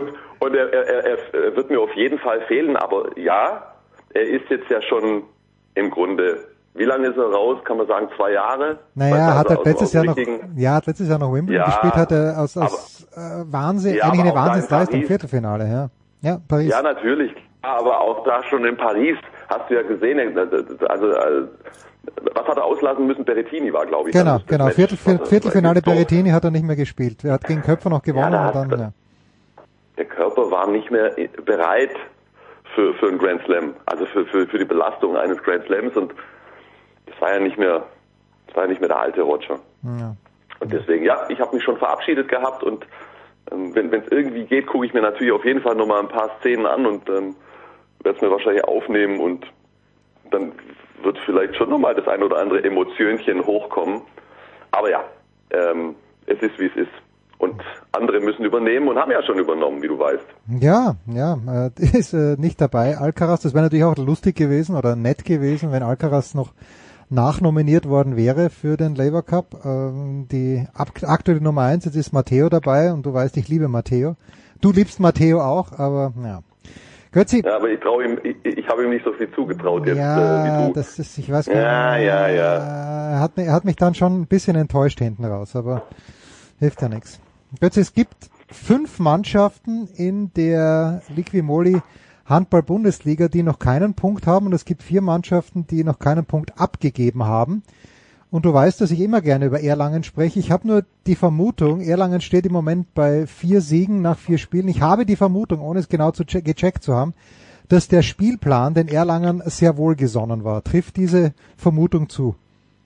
Und er, er, er wird mir auf jeden Fall fehlen, aber ja, er ist jetzt ja schon im Grunde, wie lange ist er raus? Kann man sagen, zwei Jahre? Naja, also hat er aus, letztes aus Jahr noch, richtigen... ja, hat letztes Jahr noch Wimbledon ja, gespielt, hat er aus, aus aber, äh, Wahnsinn, ja, eigentlich eine Wahnsinnsleistung, Viertelfinale, ja. Ja, Paris. Ja, natürlich, aber auch da schon in Paris, hast du ja gesehen, also, also was hat er auslassen müssen? Berrettini war, glaube ich. Genau, genau, Viertel, Viertelfinale Berrettini hat er nicht mehr gespielt. Er hat gegen Köpfer noch gewonnen ja, und dann, ja. Der Körper war nicht mehr bereit für, für einen Grand Slam, also für, für, für die Belastung eines Grand Slams und das war ja nicht mehr, das war ja nicht mehr der alte Roger. Ja. Und deswegen, ja, ich habe mich schon verabschiedet gehabt und ähm, wenn es irgendwie geht, gucke ich mir natürlich auf jeden Fall nochmal ein paar Szenen an und ähm, werde es mir wahrscheinlich aufnehmen und dann wird vielleicht schon nochmal das ein oder andere Emotionchen hochkommen. Aber ja, ähm, es ist wie es ist. Und andere müssen übernehmen und haben ja schon übernommen, wie du weißt. Ja, ja, äh, ist äh, nicht dabei. Alcaraz, das wäre natürlich auch lustig gewesen oder nett gewesen, wenn Alcaraz noch nachnominiert worden wäre für den Laver Cup. Ähm, die aktuelle Nummer eins, jetzt ist Matteo dabei und du weißt, ich liebe Matteo. Du liebst Matteo auch, aber ja. Götzi. Ja, aber ich traue ihm, ich, ich habe ihm nicht so viel zugetraut jetzt ja, äh, wie du. Das ist, ich weiß gar ja, nicht. Ja, ja, ja. Er hat, er hat mich dann schon ein bisschen enttäuscht hinten raus, aber hilft ja nichts. Götzi, es gibt fünf Mannschaften in der Liqui-Moly Handball-Bundesliga, die noch keinen Punkt haben und es gibt vier Mannschaften, die noch keinen Punkt abgegeben haben. Und du weißt, dass ich immer gerne über Erlangen spreche. Ich habe nur die Vermutung, Erlangen steht im Moment bei vier Siegen nach vier Spielen. Ich habe die Vermutung, ohne es genau zu check- gecheckt zu haben, dass der Spielplan den Erlangern sehr wohlgesonnen war. Trifft diese Vermutung zu?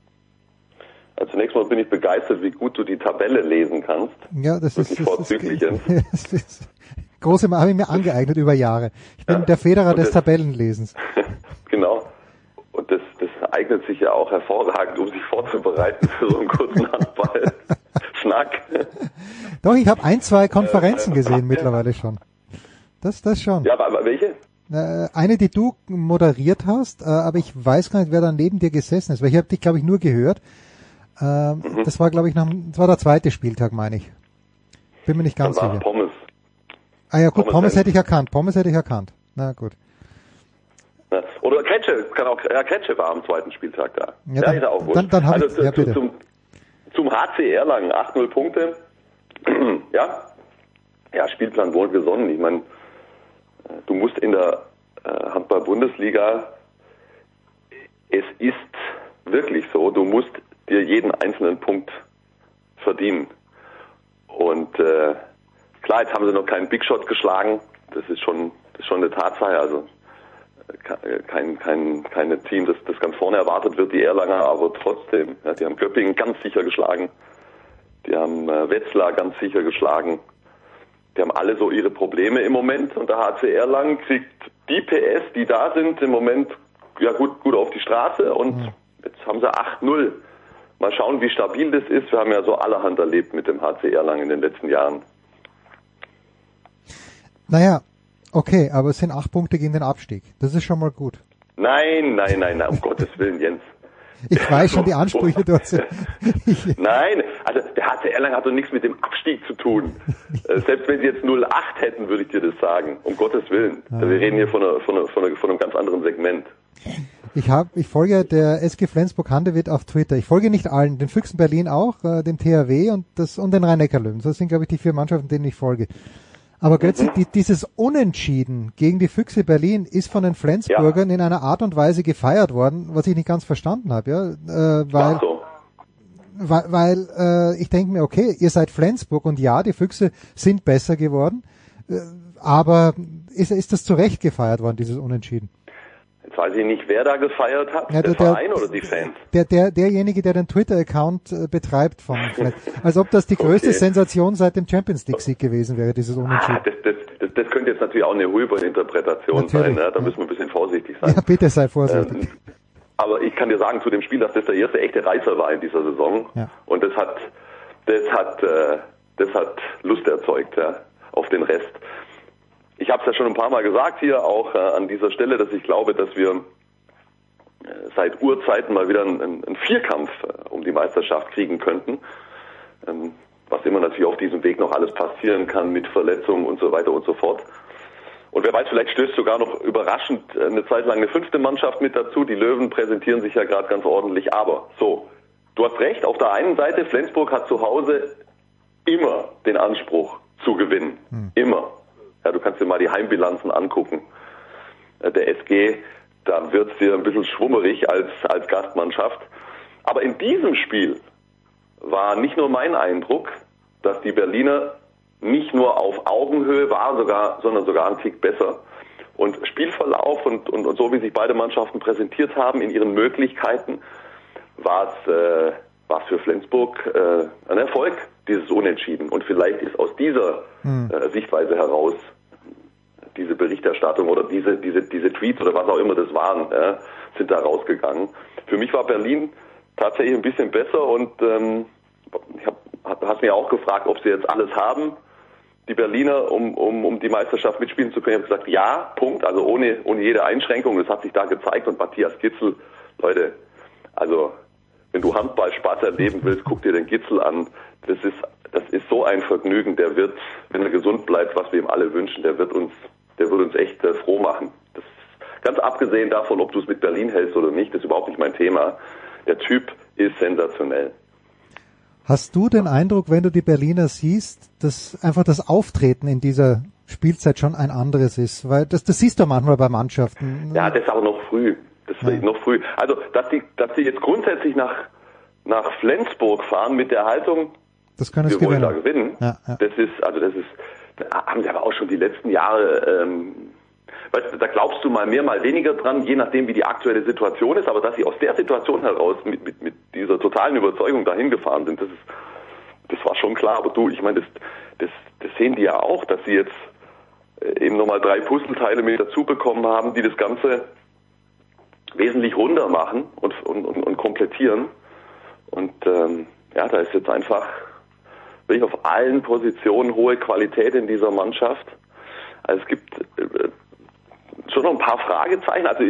Also zunächst mal bin ich begeistert, wie gut du die Tabelle lesen kannst. Ja, das Wirklich ist, vorzüglich. Das ist, das ist große, habe ich mir angeeignet über Jahre. Ich bin ja. der Federer des das, Tabellenlesens. Genau. Und das, das eignet sich ja auch hervorragend, um sich vorzubereiten für so einen kurzen Handball-Schnack. Doch, ich habe ein, zwei Konferenzen gesehen mittlerweile schon. Das, das schon. Ja, aber welche? Äh, eine, die du moderiert hast, äh, aber ich weiß gar nicht, wer da neben dir gesessen ist, weil ich habe dich, glaube ich, nur gehört. Äh, mhm. Das war, glaube ich, nach, das war der zweite Spieltag, meine ich. Bin mir nicht ganz Dann sicher. Pommes. Ah ja, gut, Pommes, Pommes hätte ich erkannt. Pommes hätte ich erkannt. Na gut. Ja. Oder Kretsche, kann auch, ja, Kretsche war am zweiten Spieltag da. Ja, dann, ist er auch wohl. Dann, dann also ich, ja, zu, zum, zum H C Erlangen, acht null Punkte. ja, ja, Spielplan wohlgesonnen. Ich meine, du musst in der äh, Handball-Bundesliga, es ist wirklich so, du musst dir jeden einzelnen Punkt verdienen. Und äh, klar, jetzt haben sie noch keinen Big Shot geschlagen. Das ist schon, das ist schon eine Tatsache. Also kein, kein, keine Team, das, das ganz vorne erwartet wird, die Erlanger, aber trotzdem. Ja, die haben Göppingen ganz sicher geschlagen. Die haben äh, Wetzlar ganz sicher geschlagen. Die haben alle so ihre Probleme im Moment. Und der H C Erlangen kriegt die P S, die da sind, im Moment ja gut, gut auf die Straße. Und mhm. jetzt haben sie acht null. Mal schauen, wie stabil das ist. Wir haben ja so allerhand erlebt mit dem H C Erlangen in den letzten Jahren. Naja, okay, aber es sind acht Punkte gegen den Abstieg. Das ist schon mal gut. Nein, nein, nein, nein, um Gottes Willen, Jens. Ich weiß schon die Ansprüche dort. Nein, also der H C Erlangen hat doch nichts mit dem Abstieg zu tun. Selbst wenn sie jetzt null acht hätten, würde ich dir das sagen. Um Gottes Willen. Ah. Wir reden hier von, einer, von, einer, von, einer, von einem ganz anderen Segment. Ich habe, ich folge der S G Flensburg-Handewitt auf Twitter. Ich folge nicht allen, den Füchsen Berlin auch, äh, dem T H W und das und den Rhein-Neckar-Löwen. Das sind, glaube ich, die vier Mannschaften, denen ich folge. Aber Götze, mhm. die, dieses Unentschieden gegen die Füchse Berlin ist von den Flensburgern ja. in einer Art und Weise gefeiert worden, was ich nicht ganz verstanden habe, ja, äh, weil, so. weil, weil äh, ich denke mir, okay, ihr seid Flensburg und ja, die Füchse sind besser geworden, äh, aber ist, ist das zu Recht gefeiert worden, dieses Unentschieden? Jetzt weiß ich nicht, wer da gefeiert hat, ja, der, der Verein oder die Fans? Der, der, derjenige, der den Twitter-Account äh, betreibt von Flens. Als ob das die größte okay. Sensation seit dem Champions-League-Sieg gewesen wäre, dieses Unentschieden. Ah, das, das, das, das könnte jetzt natürlich auch eine Rüberinterpretation natürlich. sein, ne? Da ja. müssen wir ein bisschen vorsichtig sein. Ja, bitte sei vorsichtig. Ähm, aber ich kann dir sagen zu dem Spiel, dass das der erste echte Reißer war in dieser Saison. Ja. Und das hat, das hat, äh, das hat Lust erzeugt, ja, auf den Rest. Ich habe es ja schon ein paar Mal gesagt hier auch äh, an dieser Stelle, dass ich glaube, dass wir äh, seit Urzeiten mal wieder einen, einen Vierkampf äh, um die Meisterschaft kriegen könnten. Ähm, was immer natürlich auf diesem Weg noch alles passieren kann mit Verletzungen und so weiter und so fort. Und wer weiß, vielleicht stößt sogar noch überraschend eine Zeit lang eine fünfte Mannschaft mit dazu. Die Löwen präsentieren sich ja gerade ganz ordentlich. Aber so, du hast recht, auf der einen Seite, Flensburg hat zu Hause immer den Anspruch zu gewinnen. Hm. Immer. Ja, du kannst dir mal die Heimbilanzen angucken. Der S G, da wird's dir ein bisschen schwummerig als, als Gastmannschaft. Aber in diesem Spiel war nicht nur mein Eindruck, dass die Berliner nicht nur auf Augenhöhe waren, sogar, sondern sogar einen Tick besser. Und Spielverlauf und, und, und so, wie sich beide Mannschaften präsentiert haben in ihren Möglichkeiten, war es äh, war es für Flensburg äh, ein Erfolg, dieses Unentschieden. Und vielleicht ist aus dieser hm. äh, Sichtweise heraus diese Berichterstattung oder diese diese diese Tweets oder was auch immer das waren, äh, sind da rausgegangen. Für mich war Berlin tatsächlich ein bisschen besser und ähm, ich hab, hast mir auch gefragt, ob sie jetzt alles haben, die Berliner, um um um die Meisterschaft mitspielen zu können. Ich habe gesagt, ja, Punkt, also ohne ohne jede Einschränkung. Das hat sich da gezeigt und Matthias Gitzel, Leute, also wenn du Handball-Spaß erleben willst, guck dir den Gitzel an. Das ist das ist so ein Vergnügen. Der wird, wenn er gesund bleibt, was wir ihm alle wünschen, der wird uns der wird uns echt äh, froh machen. Das ist, ganz abgesehen davon, ob du es mit Berlin hältst oder nicht, das ist überhaupt nicht mein Thema. Der Typ ist sensationell. Hast du den Eindruck, wenn du die Berliner siehst, dass einfach das Auftreten in dieser Spielzeit schon ein anderes ist? Weil das, das siehst du manchmal bei Mannschaften. Ja, das ist aber noch früh. Das ist ja. noch früh. Also, dass sie, dass sie jetzt grundsätzlich nach, nach Flensburg fahren mit der Haltung, das können wir wollen da gewinnen, ja, ja. das ist, also das ist, da haben sie aber auch schon die letzten Jahre, ähm, weißt du, da glaubst du mal mehr, mal weniger dran, je nachdem, wie die aktuelle Situation ist, aber dass sie aus der Situation heraus mit, mit, mit dieser totalen Überzeugung dahin gefahren sind, das ist, das war schon klar. Aber du, ich meine, das, das, das sehen die ja auch, dass sie jetzt eben nochmal drei Puzzleteile mit dazu bekommen haben, die das Ganze wesentlich runder machen und, und, und, und komplettieren. Und ähm, ja, da ist jetzt einfach wirklich auf allen Positionen hohe Qualität in dieser Mannschaft. Also es gibt äh, schon noch ein paar Fragezeichen. Also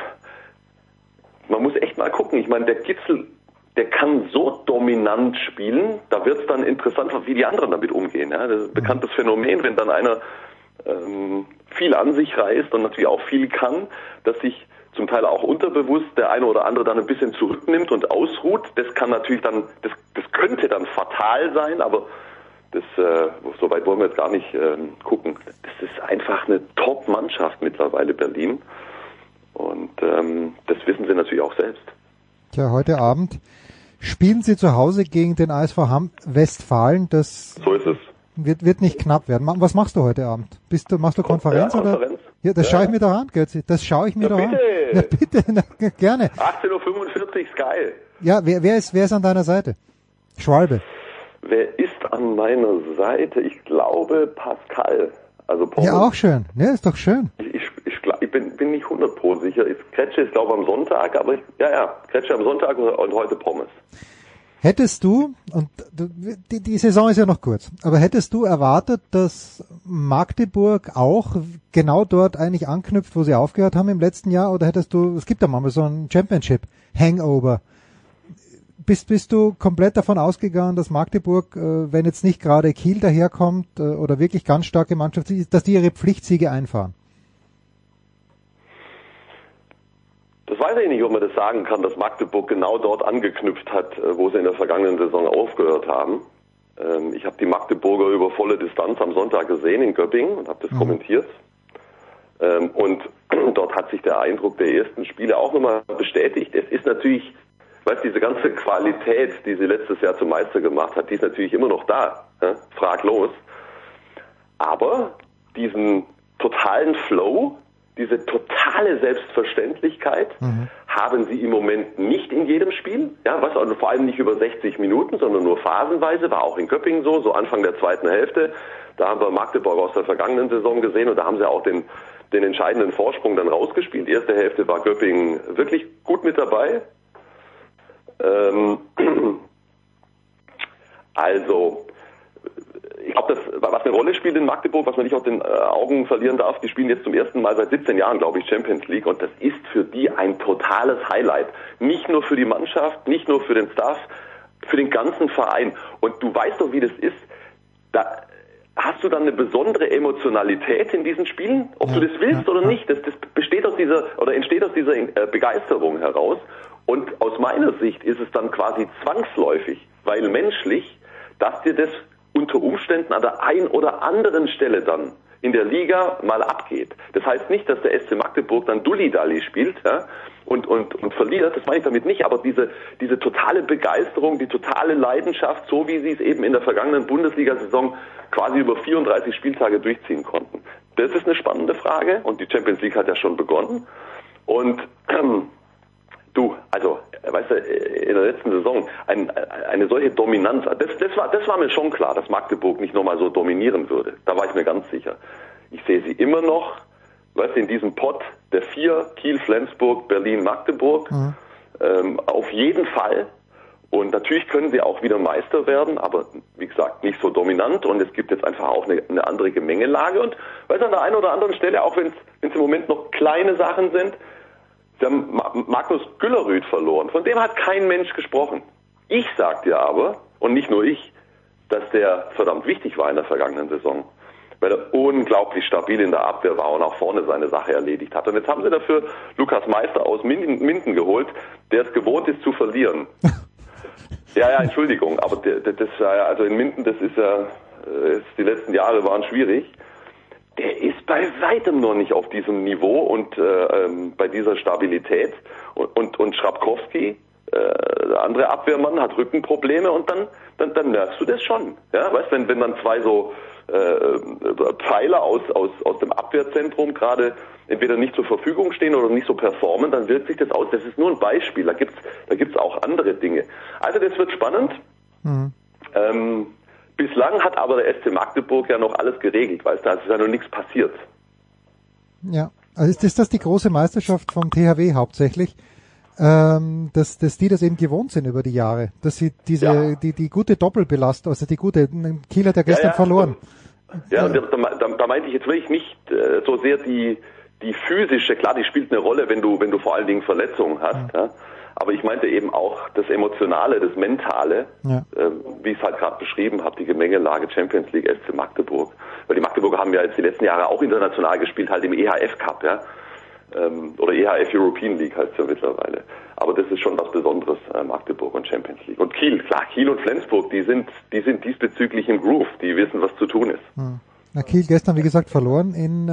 man muss echt mal gucken. Ich meine, der Gitzel, der kann so dominant spielen, da wird es dann interessant, wie die anderen damit umgehen. Ja? Das ist ein bekanntes Phänomen, wenn dann einer ähm, viel an sich reißt und natürlich auch viel kann, dass sich zum Teil auch unterbewusst der eine oder andere dann ein bisschen zurücknimmt und ausruht. Das kann natürlich dann, das, das könnte dann fatal sein, aber das, äh, so weit wollen wir jetzt gar nicht äh, gucken. Das ist einfach eine Top-Mannschaft mittlerweile, Berlin. Und ähm, das wissen sie natürlich auch selbst. Tja, heute Abend spielen sie zu Hause gegen den A S V Hamm Westfalen. Das so ist es. Wird, wird nicht knapp werden. Was machst du heute Abend? Bist du, machst du Konferenz? Ja, oder? Konferenz. Ja, das ja. schaue ich mir doch an, Götzi. Das schaue ich mir ja, doch bitte. an. Ja, bitte. Na, gerne. achtzehn Uhr fünfundvierzig, Sky. Ja, wer, wer ist, wer ist an deiner Seite? Schwalbe. Wer ist an meiner Seite? Ich glaube Pascal. Also Paul. Ja, auch schön. Ja, ist doch schön. Ich, ich, ich, ich bin, bin nicht hundert Pro sicher. Kretsche ist, glaube ich, am Sonntag, aber ich, ja, ja, Kretsche am Sonntag und heute Pommes. Hättest du, und die, die Saison ist ja noch kurz, aber hättest du erwartet, dass Magdeburg auch genau dort eigentlich anknüpft, wo sie aufgehört haben im letzten Jahr, oder hättest du, es gibt ja manchmal so ein Championship-Hangover, bist, bist du komplett davon ausgegangen, dass Magdeburg, wenn jetzt nicht gerade Kiel daherkommt oder wirklich ganz starke Mannschaft, dass die ihre Pflichtsiege einfahren? Das weiß ich nicht, ob man das sagen kann, dass Magdeburg genau dort angeknüpft hat, wo sie in der vergangenen Saison aufgehört haben. Ich habe die Magdeburger über volle Distanz am Sonntag gesehen in Göppingen und habe das mhm. kommentiert. Und dort hat sich der Eindruck der ersten Spiele auch nochmal bestätigt. Es ist natürlich, weißt, diese ganze Qualität, die sie letztes Jahr zum Meister gemacht hat, die ist natürlich immer noch da, ja? Fraglos. Aber diesen totalen Flow, diese totale Selbstverständlichkeit mhm. haben sie im Moment nicht in jedem Spiel. Ja, was also vor allem nicht über sechzig Minuten, sondern nur phasenweise, war auch in Göppingen so, so Anfang der zweiten Hälfte. Da haben wir Magdeburg aus der vergangenen Saison gesehen und da haben sie auch den, den entscheidenden Vorsprung dann rausgespielt. Die erste Hälfte war Göppingen wirklich gut mit dabei. Ähm, also, ich glaube, was eine Rolle spielt in Magdeburg, was man nicht aus den äh, Augen verlieren darf, die spielen jetzt zum ersten Mal seit siebzehn Jahren, glaube ich, Champions League und das ist für die ein totales Highlight. Nicht nur für die Mannschaft, nicht nur für den Staff, für den ganzen Verein. Und du weißt doch, wie das ist. Da hast du dann eine besondere Emotionalität in diesen Spielen, ob ja, du das willst ja, oder ja. nicht. Das, das besteht aus dieser oder entsteht aus dieser äh, Begeisterung heraus. Und aus meiner Sicht ist es dann quasi zwangsläufig, weil menschlich, dass dir das unter Umständen an der einen oder anderen Stelle dann in der Liga mal abgeht. Das heißt nicht, dass der S C Magdeburg dann Dulli-Dalli spielt, ja, und, und, und verliert, das meine ich damit nicht, aber diese, diese totale Begeisterung, die totale Leidenschaft, so wie sie es eben in der vergangenen Bundesliga-Saison quasi über vierunddreißig Spieltage durchziehen konnten. Das ist eine spannende Frage und die Champions League hat ja schon begonnen. Und ähm, du, also, weißt du, in der letzten Saison ein, eine solche Dominanz, das, das, war, das war mir schon klar, dass Magdeburg nicht nochmal so dominieren würde. Da war ich mir ganz sicher. Ich sehe sie immer noch, weißt du, in diesem Pott der vier, Kiel, Flensburg, Berlin, Magdeburg, mhm. ähm, auf jeden Fall. Und natürlich können sie auch wieder Meister werden, aber wie gesagt, nicht so dominant. Und es gibt jetzt einfach auch eine, eine andere Gemengelage. Und weißt du, an der einen oder anderen Stelle, auch wenn es im Moment noch kleine Sachen sind, sie haben Magnus Güllerüth verloren. Von dem hat kein Mensch gesprochen. Ich sag dir aber, und nicht nur ich, dass der verdammt wichtig war in der vergangenen Saison, weil er unglaublich stabil in der Abwehr war und auch vorne seine Sache erledigt hat. Und jetzt haben sie dafür Lukas Meister aus Minden, Minden geholt, der es gewohnt ist zu verlieren. ja, ja, Entschuldigung, aber der, der, das, also in Minden, das ist ja, die letzten Jahre waren schwierig. Der ist bei weitem noch nicht auf diesem Niveau und äh, ähm, bei dieser Stabilität. Und, und, und Schrabkowski, äh, der andere Abwehrmann, hat Rückenprobleme und dann, dann, dann merkst du das schon. Ja, weißt, wenn, wenn dann zwei so äh, Pfeiler aus, aus, aus dem Abwehrzentrum gerade entweder nicht zur Verfügung stehen oder nicht so performen, dann wirkt sich das aus. Das ist nur ein Beispiel. Da gibt's, da gibt's auch andere Dinge. Also das wird spannend. Mhm. Ähm, Bislang hat aber der S C Magdeburg ja noch alles geregelt, weil da ist ja noch nichts passiert. Ja, also ist das, das die große Meisterschaft vom T H W hauptsächlich, ähm, dass, dass die das eben gewohnt sind über die Jahre, dass sie diese ja. die die gute Doppelbelastung, also die gute, Kiel hat ja gestern ja, ja. verloren. Ja, da, da, da meinte ich jetzt wirklich nicht äh, so sehr die die physische, klar, die spielt eine Rolle, wenn du wenn du vor allen Dingen Verletzungen hast, ja. Ja. Aber ich meinte eben auch das Emotionale, das Mentale, ja. äh, wie ich es halt gerade beschrieben habe, die Gemengelage Champions League, S C Magdeburg. Weil die Magdeburger haben ja jetzt die letzten Jahre auch international gespielt, halt im E H F Cup, ja. Ähm, oder E H F European League heißt es ja mittlerweile. Aber das ist schon was Besonderes, äh, Magdeburg und Champions League. Und Kiel, klar, Kiel und Flensburg, die sind, die sind diesbezüglich im Groove, die wissen, was zu tun ist. Hm. Na, Kiel gestern, wie gesagt, verloren in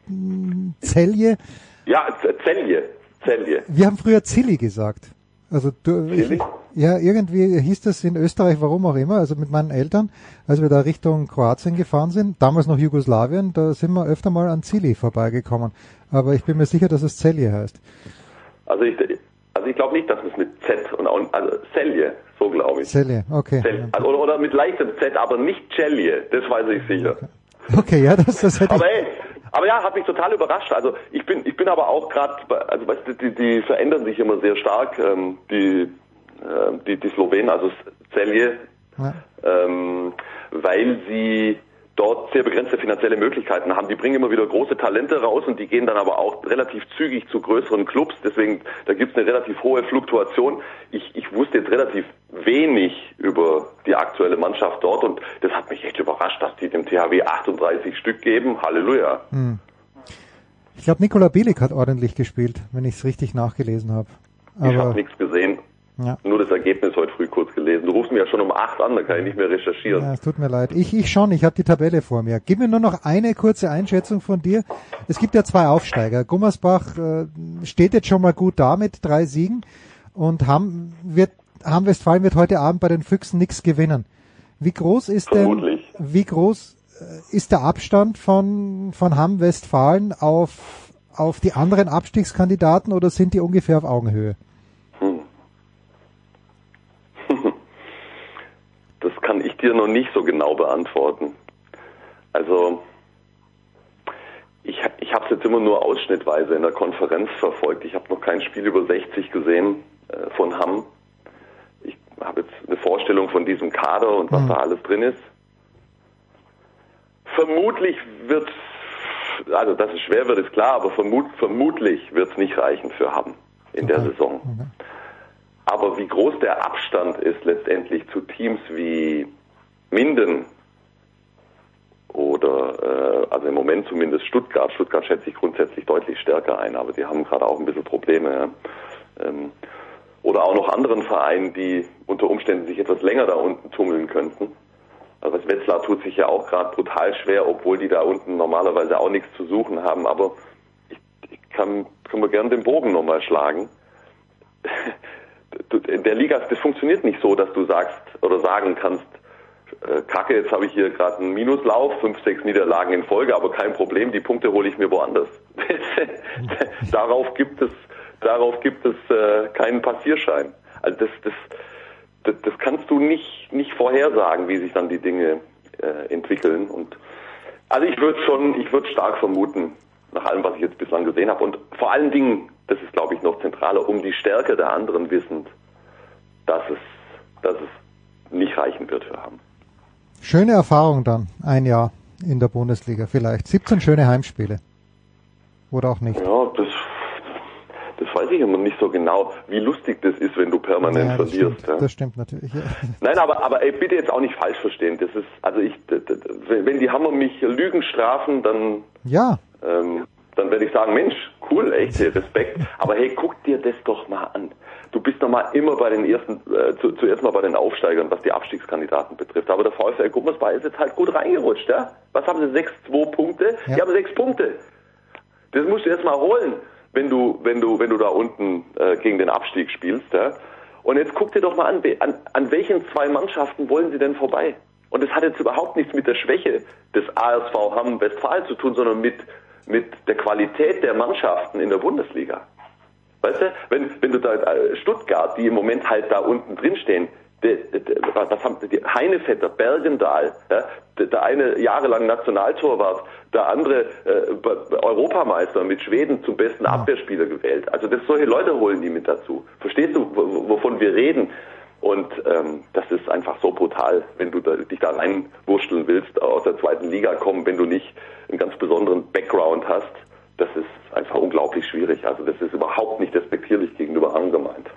äh, Celje. Ja, Celje. Celje. Wir haben früher Zilli gesagt. Also du, ich, ja, irgendwie hieß das in Österreich, warum auch immer, also mit meinen Eltern, als wir da Richtung Kroatien gefahren sind, damals noch Jugoslawien, da sind wir öfter mal an Zilli vorbeigekommen. Aber ich bin mir sicher, dass es Celje heißt. Also ich, also ich glaube nicht, dass es mit Z und auch, also Celje, so glaube ich. Celje, okay. Celje, also, oder, oder mit leichtem Z, aber nicht Celje, das weiß ich sicher. Okay, okay ja, das, das hätte aber ich... Ey, Aber ja, hat mich total überrascht. Also ich bin, ich bin aber auch gerade, also weißt du, die, die verändern sich immer sehr stark. Ähm, die, äh, die, die Slowenen, also Celje, ja. ähm, weil sie dort sehr begrenzte finanzielle Möglichkeiten haben. Die bringen immer wieder große Talente raus und die gehen dann aber auch relativ zügig zu größeren Clubs. Deswegen, da gibt es eine relativ hohe Fluktuation. Ich, ich wusste jetzt relativ wenig über die aktuelle Mannschaft dort und das hat mich echt überrascht, dass die dem T H W achtunddreißig Stück geben. Halleluja. Hm. Ich glaube, Nikola Bielik hat ordentlich gespielt, wenn ich es richtig nachgelesen habe. Ich habe nichts gesehen. Ja. Nur das Ergebnis heute früh kurz gelesen. Du rufst mir ja schon um acht an, da kann ich nicht mehr recherchieren. Ja, es tut mir leid. Ich, ich schon, ich habe die Tabelle vor mir. Gib mir nur noch eine kurze Einschätzung von dir. Es gibt ja zwei Aufsteiger. Gummersbach äh, steht jetzt schon mal gut da mit drei Siegen und Hamm wird, Hamm Westfalen wird heute Abend bei den Füchsen nichts gewinnen. Wie groß ist denn, wie groß äh, ist der Abstand von, von Hamm Westfalen auf, auf die anderen Abstiegskandidaten oder sind die ungefähr auf Augenhöhe? Das kann ich dir noch nicht so genau beantworten. Also ich, ich habe es jetzt immer nur ausschnittweise in der Konferenz verfolgt. Ich habe noch kein Spiel über sechzig gesehen äh, von Hamm. Ich habe jetzt eine Vorstellung von diesem Kader und was mhm. da alles drin ist. Vermutlich wird es, also dass es schwer wird, ist klar, aber vermut, vermutlich wird es nicht reichen für Hamm in okay. der Saison. Okay. Aber wie groß der Abstand ist letztendlich zu Teams wie Minden oder, äh, also im Moment zumindest Stuttgart. Stuttgart schätze ich grundsätzlich deutlich stärker ein, aber die haben gerade auch ein bisschen Probleme. Ja? Ähm, oder auch noch anderen Vereinen, die unter Umständen sich etwas länger da unten tummeln könnten. Also Wetzlar tut sich ja auch gerade brutal schwer, obwohl die da unten normalerweise auch nichts zu suchen haben. Aber ich, ich kann, können wir gerne den Bogen nochmal schlagen. In der Liga, das funktioniert nicht so, dass du sagst oder sagen kannst, äh, Kacke, jetzt habe ich hier gerade einen Minuslauf, fünf, sechs Niederlagen in Folge, aber kein Problem, die Punkte hole ich mir woanders. Darauf gibt es, darauf gibt es äh, keinen Passierschein. Also das, das, das, das kannst du nicht, nicht vorhersagen, wie sich dann die Dinge äh, entwickeln. Und also ich würde schon, ich würde stark vermuten, nach allem, was ich jetzt bislang gesehen habe, und vor allen Dingen, das ist, glaube ich, noch zentraler, um die Stärke der anderen wissend, dass es, dass es nicht reichen wird für Hamm. Schöne Erfahrung dann, ein Jahr in der Bundesliga vielleicht. siebzehn schöne Heimspiele. Oder auch nicht. Ja, das, das weiß ich immer nicht so genau, wie lustig das ist, wenn du permanent ja, das verlierst. Stimmt, ja. Das stimmt natürlich. Ja. Nein, aber, aber ey, bitte jetzt auch nicht falsch verstehen. Das ist, also ich, wenn die Hammer mich Lügen strafen, dann, ja. ähm, dann werde ich sagen, Mensch, cool, echt, Respekt. Aber hey, guck dir das doch mal an. Du bist doch mal immer bei den ersten, äh, zu, zuerst mal bei den Aufsteigern, was die Abstiegskandidaten betrifft. Aber der VfL Gummersbach ist jetzt halt gut reingerutscht, ja? Was haben sie? Sechs, zwei Punkte? Ja. Die haben sechs Punkte. Das musst du erst mal holen, wenn du, wenn du, wenn du da unten äh, gegen den Abstieg spielst, ja? Und jetzt guck dir doch mal an, an, an welchen zwei Mannschaften wollen sie denn vorbei? Und das hat jetzt überhaupt nichts mit der Schwäche des A S V Hamm-Westfalen zu tun, sondern mit, mit der Qualität der Mannschaften in der Bundesliga. Weißt du, wenn, wenn du da, Stuttgart, die im Moment halt da unten drin stehen, der, der, was haben die, Heinevetter, Bergendahl, ja, der, der eine jahrelang Nationaltorwart, der andere äh, Europameister mit Schweden zum besten Abwehrspieler gewählt. Also das, solche Leute holen die mit dazu. Verstehst du, wovon wir reden? Und ähm, das ist einfach so brutal, wenn du da, dich da reinwurschteln willst, aus der zweiten Liga kommen, wenn du nicht einen ganz besonderen Background hast. Das ist einfach unglaublich schwierig. Also das ist überhaupt nicht despektierlich gegenüber Hamm gemeint.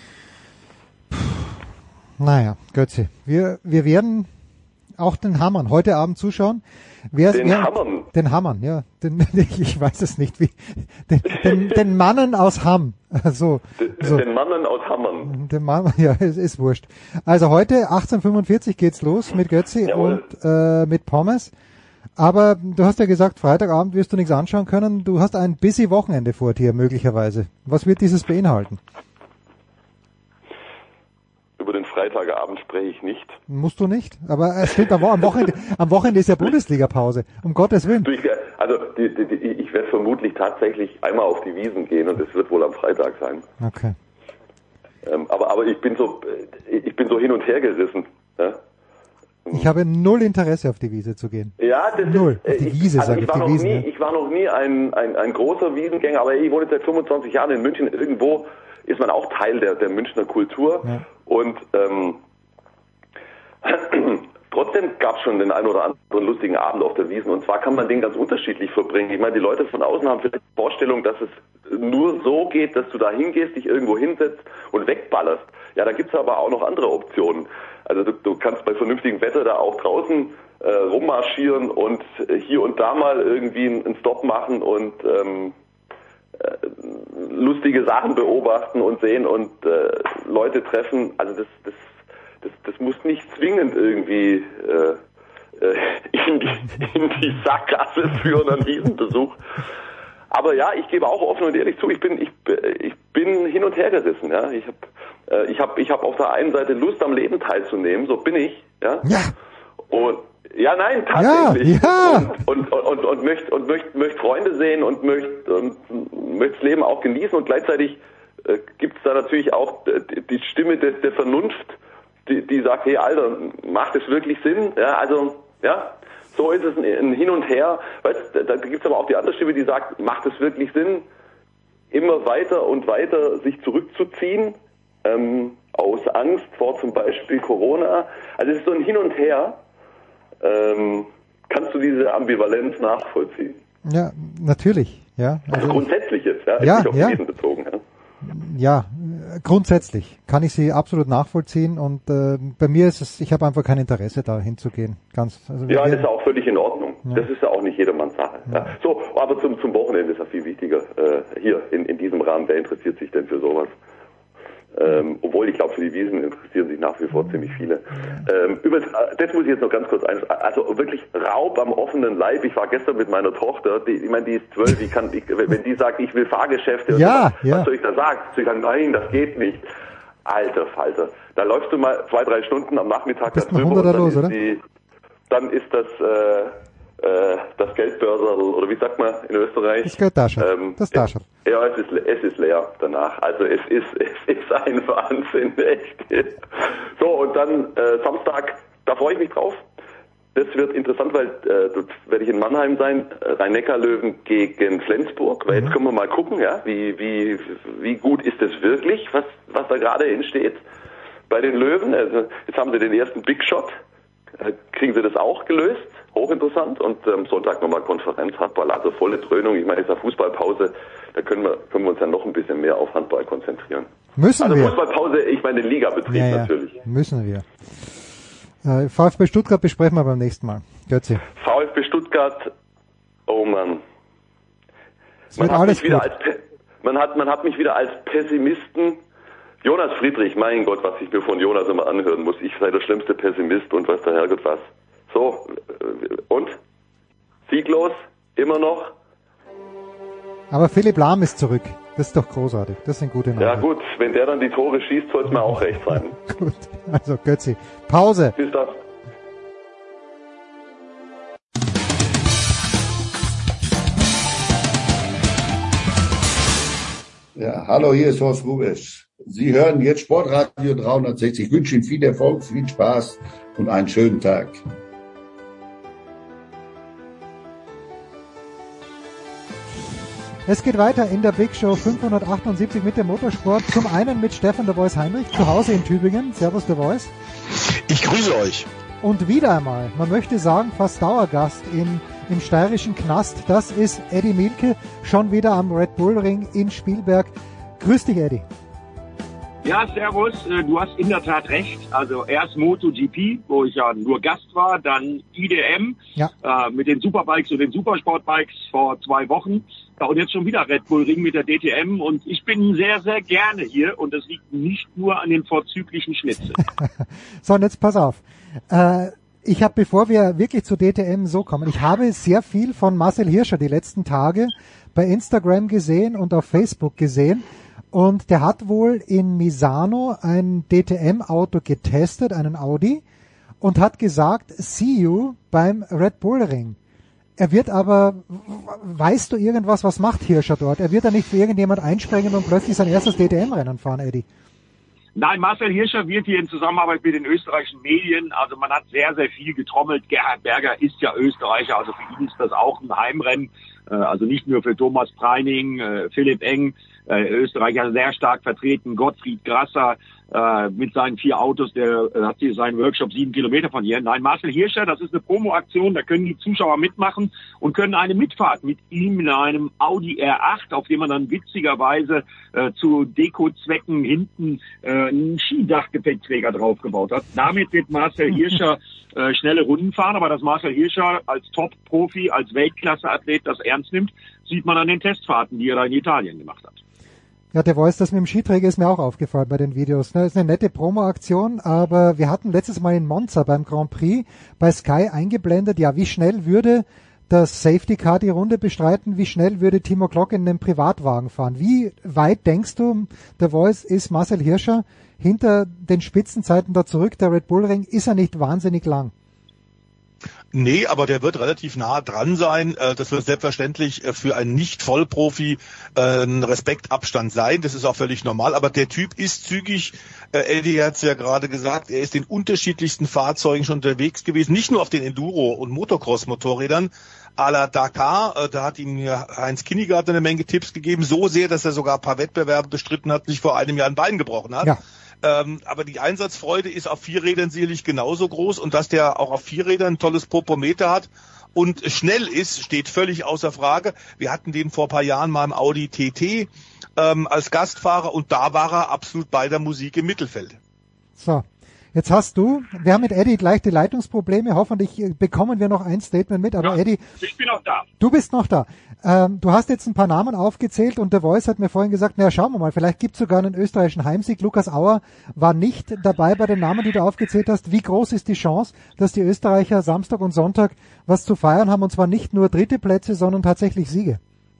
Naja, Götzi, wir, wir werden auch den Hammern heute Abend zuschauen. Wer, den wer, Hammern? Den Hammern, ja. Den, ich weiß es nicht, wie. Den, den, den Mannen aus Hamm. So, den, so. den Mannen aus Hammern. Den Mann, ja, es ist wurscht. Also heute achtzehn Uhr fünfundvierzig geht's los mit Götzi Jawohl. und äh, mit Pommes. Aber du hast ja gesagt, Freitagabend wirst du nichts anschauen können. Du hast ein busy Wochenende vor dir, möglicherweise. Was wird dieses beinhalten? Über den Freitagabend spreche ich nicht. Musst du nicht. Aber es stimmt, am Wochenende, am Wochenende ist ja Bundesliga-Pause. Um Gottes Willen. Du, ich, also die, die, die, ich werde vermutlich tatsächlich einmal auf die Wiesen gehen und es wird wohl am Freitag sein. Okay. Ähm, aber aber ich bin so ich bin so hin und her gerissen. Ja? Ich habe null Interesse, auf die Wiese zu gehen. Ja, das null. ist, Auf die ich, Wiese, also sage ich. ich, War die noch Wiesen. nie, Ja. ich war noch nie ein, ein, ein großer Wiesengänger, aber ich wohne seit fünfundzwanzig Jahren in München. Irgendwo ist man auch Teil der, der Münchner Kultur. Ja. Und ähm, trotzdem gab es schon den einen oder anderen lustigen Abend auf der Wiesn. Und zwar kann man den ganz unterschiedlich verbringen. Ich meine, die Leute von außen haben vielleicht die Vorstellung, dass es nur so geht, dass du da hingehst, dich irgendwo hinsetzt und wegballerst. Ja, da gibt's aber auch noch andere Optionen. Also du, du kannst bei vernünftigem Wetter da auch draußen äh, rummarschieren und äh, hier und da mal irgendwie einen Stopp machen und ähm, äh, lustige Sachen beobachten und sehen und äh, Leute treffen. Also das, das, das, das muss nicht zwingend irgendwie äh, äh, in, die, in die Sackgasse führen an diesem Besuch. Aber ja, ich gebe auch offen und ehrlich zu, ich bin, ich, ich bin hin und her gerissen. Ja, ich habe Ich habe ich hab auf der einen Seite Lust am Leben teilzunehmen, so bin ich, ja. Ja. Und ja, nein, tatsächlich. Ja, ja. Und, und, und, und möchte und möcht, möcht Freunde sehen und möchte und möcht das Leben auch genießen und gleichzeitig äh, gibt es da natürlich auch die, die Stimme der, der Vernunft, die, die sagt, hey Alter, macht es wirklich Sinn? Ja, also, ja, so ist es ein, ein Hin und Her. Weißt, da, da gibt es aber auch die andere Stimme, die sagt, macht es wirklich Sinn, immer weiter und weiter sich zurückzuziehen? Ähm, aus Angst vor zum Beispiel Corona. Also es ist so ein Hin und Her. Ähm, kannst du diese Ambivalenz nachvollziehen? Ja, natürlich. Ja, also, also grundsätzlich jetzt, ja, ja, nicht auf ja. Wesen bezogen. Ja. Ja, grundsätzlich kann ich sie absolut nachvollziehen und äh, bei mir ist es, ich habe einfach kein Interesse da hinzugehen. Ganz, also ja, das ist auch völlig in Ordnung. Ja. Das ist ja auch nicht jedermanns Sache. Ja. Ja. So, aber zum, zum Wochenende ist ja viel wichtiger. Äh, hier in, in diesem Rahmen, wer interessiert sich denn für sowas? Ähm, obwohl ich glaube, für die Wiesen interessieren sich nach wie vor ziemlich viele. Ähm, übrigens, das muss ich jetzt noch ganz kurz ein, also wirklich Raub am offenen Leib. Ich war gestern mit meiner Tochter, die, ich meine, die ist zwölf, ich kann, ich, wenn die sagt, ich will Fahrgeschäfte, ja, was, ja. was soll ich da sagen? Soll ich sagen, nein, das geht nicht. Alter Falter. Da läufst du mal zwei, drei Stunden am Nachmittag da drüber und dann, los, ist oder? Die, dann ist das äh, äh, das Geldbörserl, oder wie sagt man in Österreich? Das Geldtasche. Ähm, das Tasche. Ja, es ist, es ist leer danach. Also es ist, es ist ein Wahnsinn, echt. So, und dann äh, Samstag, da freue ich mich drauf. Das wird interessant, weil äh, dort werde ich in Mannheim sein, Rhein-Neckar-Löwen gegen Flensburg. Weil jetzt können wir mal gucken, ja, wie wie wie gut ist es wirklich, was was da gerade entsteht bei den Löwen. Also jetzt haben sie den ersten Big Shot, äh, kriegen sie das auch gelöst, hochinteressant. Und am ähm, Sonntag nochmal Konferenz, Handball, also volle Dröhnung. Ich meine, es ist eine Fußballpause, da können wir können wir uns ja noch ein bisschen mehr auf Handball konzentrieren. Müssen also wir. Also Fußballpause, ich meine den Ligabetrieb ja, ja. VfB Stuttgart, oh Mann. Es wird alles gut. Als, man hat, man hat mich wieder als Pessimisten. Jonas Friedrich, mein Gott, was ich mir von Jonas immer anhören muss. Ich sei der schlimmste Pessimist und weiß der Herrgott was. So, und? Sieglos? Immer noch? Aber Philipp Lahm ist zurück. Das ist doch großartig. Das sind gute Nachrichten. Ja gut, wenn der dann die Tore schießt, soll es mir auch recht sein. Gut, also Götzi. Pause. Bis dann. Ja, hallo, hier ist Horst Rubisch. Sie hören jetzt Sportradio dreihundertsechzig. Ich wünsche Ihnen viel Erfolg, viel Spaß und einen schönen Tag. Es geht weiter in der Big Show fünfhundertachtundsiebzig mit dem Motorsport. Zum einen mit Stefan der Voice Heinrich, zu Hause in Tübingen. Servus der Voice. Ich grüße euch. Und wieder einmal, man möchte sagen, fast Dauergast in, im steirischen Knast. Das ist Eddie Mielke, schon wieder am Red Bull Ring in Spielberg. Grüß dich, Eddie. Ja, servus. Du hast in der Tat recht. Also erst MotoGP, wo ich ja nur Gast war, dann I D M ja. äh, mit den Superbikes und den Supersportbikes vor zwei Wochen. Ja, und jetzt schon wieder Red Bull Ring mit der D T M. Und ich bin sehr, sehr gerne hier. Und das liegt nicht nur an den vorzüglichen Schnitzeln. So, und jetzt pass auf. Äh, ich habe, bevor wir wirklich zur D T M so kommen, ich habe sehr viel von Marcel Hirscher die letzten Tage bei Instagram gesehen und auf Facebook gesehen. Und der hat wohl in Misano ein D T M-Auto getestet, einen Audi, und hat gesagt, see you beim Red Bull Ring. Er wird aber, weißt du irgendwas, was macht Hirscher dort? Er wird da nicht für irgendjemand einspringen und plötzlich sein erstes D T M-Rennen fahren, Eddie. Nein, Marcel Hirscher wird hier in Zusammenarbeit mit den österreichischen Medien, also man hat sehr, sehr viel getrommelt. Gerhard Berger ist ja Österreicher, also für ihn ist das auch ein Heimrennen. Also nicht nur für Thomas Preining, Philipp Eng, Österreicher sehr stark vertreten, Gottfried Grasser äh, mit seinen vier Autos, der äh, hat hier seinen Workshop sieben Kilometer von hier. Nein, Marcel Hirscher, das ist eine Promo-Aktion, da können die Zuschauer mitmachen und können eine Mitfahrt mit ihm in einem Audi R acht, auf dem man dann witzigerweise äh, zu Deko-Zwecken hinten äh, einen Skidachgepäckträger draufgebaut hat. Damit wird Marcel Hirscher äh, schnelle Runden fahren, aber dass Marcel Hirscher als Top-Profi, als Weltklasse-Athlet das ernst nimmt, sieht man an den Testfahrten, die er da in Italien gemacht hat. Ja, der Voice, das mit dem Skiträger ist mir auch aufgefallen bei den Videos. Das ist eine nette Promo-Aktion, aber wir hatten letztes Mal in Monza beim Grand Prix bei Sky eingeblendet, ja, wie schnell würde das Safety Car die Runde bestreiten, wie schnell würde Timo Glock in einem Privatwagen fahren. Wie weit denkst du, der Voice, ist Marcel Hirscher hinter den Spitzenzeiten da zurück? Der Red Bull Ring ist ja nicht wahnsinnig lang. Nee, aber der wird relativ nah dran sein. Das wird selbstverständlich für einen Nicht-Vollprofi ein Respektabstand sein. Das ist auch völlig normal. Aber der Typ ist zügig. Eddie hat es ja gerade gesagt, er ist in unterschiedlichsten Fahrzeugen schon unterwegs gewesen. Nicht nur auf den Enduro- und Motocross-Motorrädern. À la Dakar, da hat ihm Heinz Kinnigarten eine Menge Tipps gegeben. So sehr, dass er sogar ein paar Wettbewerbe bestritten hat, sich vor einem Jahr ein Bein gebrochen hat. Ja. Ähm, aber die Einsatzfreude ist auf Vierrädern sicherlich genauso groß, und dass der auch auf Vierrädern ein tolles Popometer hat und schnell ist, steht völlig außer Frage. Wir hatten den vor ein paar Jahren mal im Audi T T ähm, als Gastfahrer und da war er absolut bei der Musik im Mittelfeld. So, jetzt hast du, wir haben mit Eddie gleich die Leitungsprobleme, hoffentlich bekommen wir noch ein Statement mit, aber ja, Eddie, ich bin auch da. Du bist noch da. Ähm, du hast jetzt ein paar Namen aufgezählt und der Voice hat mir vorhin gesagt, naja, schauen wir mal, vielleicht gibt's sogar einen österreichischen Heimsieg. Lukas Auer war nicht dabei bei den Namen, die du aufgezählt hast. Wie groß ist die Chance, dass die Österreicher Samstag und Sonntag was zu feiern haben und zwar nicht nur dritte Plätze, sondern tatsächlich Siege?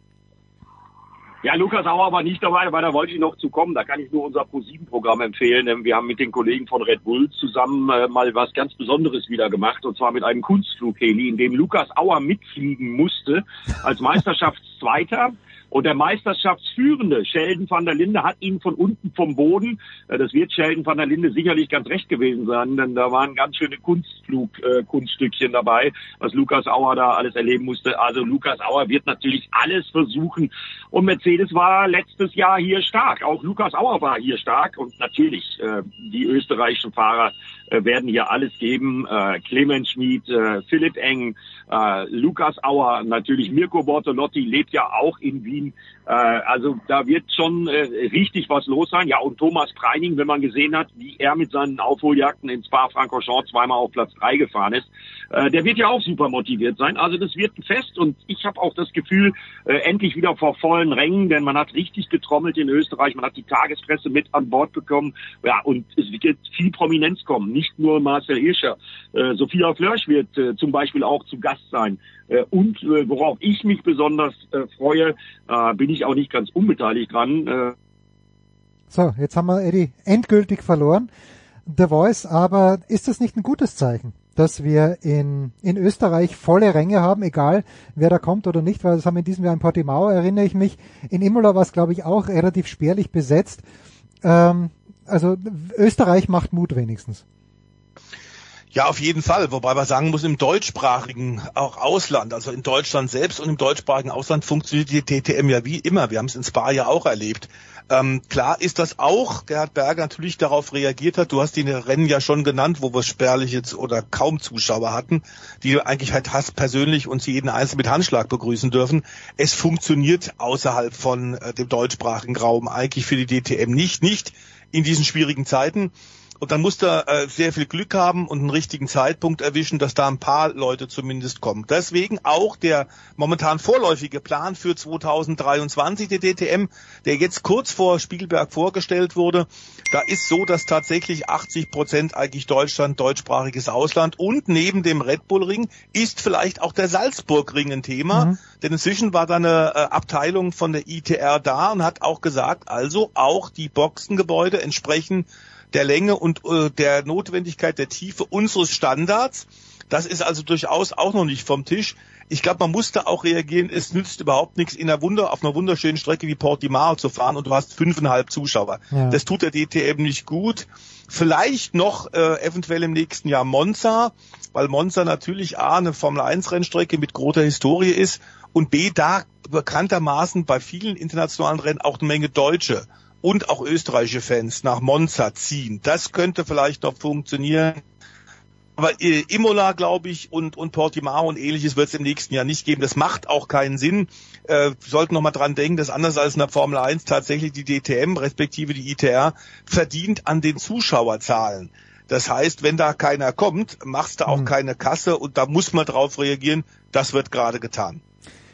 Ja, Lukas Auer war nicht dabei, weil da wollte ich noch zu kommen. Da kann ich nur unser Pro sieben Programm empfehlen. Wir haben mit den Kollegen von Red Bull zusammen äh, mal was ganz Besonderes wieder gemacht, und zwar mit einem Kunstflugheli, in dem Lukas Auer mitfliegen musste als Meisterschaftszweiter. Und der Meisterschaftsführende, Sheldon van der Linde, hat ihn von unten vom Boden, das wird Sheldon van der Linde sicherlich ganz recht gewesen sein, denn da waren ganz schöne Kunstflug, äh, Kunststückchen dabei, was Lukas Auer da alles erleben musste. Also Lukas Auer wird natürlich alles versuchen. Und Mercedes war letztes Jahr hier stark. Auch Lukas Auer war hier stark. Und natürlich, äh, die österreichischen Fahrer äh, werden hier alles geben. Äh, Clemens Schmid, äh, Philipp Eng, äh, Lukas Auer, natürlich Mirko Bortolotti lebt ja auch in Wien. Äh, also da wird schon äh, richtig was los sein. Ja, und Thomas Preining, wenn man gesehen hat, wie er mit seinen Aufholjagden in Spa-Francorchamps zweimal auf Platz drei gefahren ist, äh, der wird ja auch super motiviert sein. Also das wird ein Fest und ich habe auch das Gefühl, äh, endlich wieder vor vollen Rängen, denn man hat richtig getrommelt in Österreich, man hat die Tagespresse mit an Bord bekommen. Ja, und es wird viel Prominenz kommen, nicht nur Marcel Hirscher. Äh, Sophia Flörsch wird äh, zum Beispiel auch zu Gast sein. Äh, und äh, worauf ich mich besonders äh, freue, äh, bin ich auch nicht ganz unbeteiligt dran. Äh so, jetzt haben wir Eddie endgültig verloren. The Voice, aber ist das nicht ein gutes Zeichen, dass wir in, in Österreich volle Ränge haben, egal wer da kommt oder nicht, weil das haben wir in diesem Jahr in Portimao, erinnere ich mich. In Imola war es, glaube ich, auch relativ spärlich besetzt. Ähm, also Österreich macht Mut wenigstens. Ja, auf jeden Fall. Wobei man sagen muss, im deutschsprachigen auch Ausland, also in Deutschland selbst und im deutschsprachigen Ausland funktioniert die D T M ja wie immer. Wir haben es in Spa ja auch erlebt. Ähm, klar ist das auch, Gerhard Berger natürlich darauf reagiert hat. Du hast die Rennen ja schon genannt, wo wir spärlich jetzt oder kaum Zuschauer hatten, die eigentlich halt hast persönlich uns jeden Einzelnen mit Handschlag begrüßen dürfen. Es funktioniert außerhalb von äh, dem deutschsprachigen Raum eigentlich für die D T M nicht, nicht in diesen schwierigen Zeiten. Und dann musst du äh, sehr viel Glück haben und einen richtigen Zeitpunkt erwischen, dass da ein paar Leute zumindest kommen. Deswegen auch der momentan vorläufige Plan für zweitausenddreiundzwanzig der D T M, der jetzt kurz vor Spielberg vorgestellt wurde. Da ist so, dass tatsächlich achtzig Prozent eigentlich Deutschland, deutschsprachiges Ausland und neben dem Red Bull Ring ist vielleicht auch der Salzburg Ring ein Thema. Mhm. Denn inzwischen war da eine äh, Abteilung von der I T R da und hat auch gesagt, also auch die Boxengebäude entsprechen der Länge und äh, der Notwendigkeit der Tiefe unseres Standards. Das ist also durchaus auch noch nicht vom Tisch. Ich glaube, man muss da auch reagieren. Es nützt überhaupt nichts, in einer Wunder, auf einer wunderschönen Strecke wie Portimao zu fahren und du hast fünfeinhalb Zuschauer. Ja. Das tut der D T M nicht gut. Vielleicht noch äh, eventuell im nächsten Jahr Monza, weil Monza natürlich A, eine Formel eins Rennstrecke mit großer Historie ist und B, da bekanntermaßen bei vielen internationalen Rennen auch eine Menge Deutsche und auch österreichische Fans nach Monza ziehen. Das könnte vielleicht noch funktionieren. Aber äh, Imola, glaube ich, und, und Portimao und ähnliches wird es im nächsten Jahr nicht geben. Das macht auch keinen Sinn. Äh, wir sollten noch mal dran denken, dass anders als in der Formel eins tatsächlich die D T M, respektive die I T R, verdient an den Zuschauerzahlen. Das heißt, wenn da keiner kommt, machst du auch mhm. keine Kasse und da muss man drauf reagieren. Das wird gerade getan.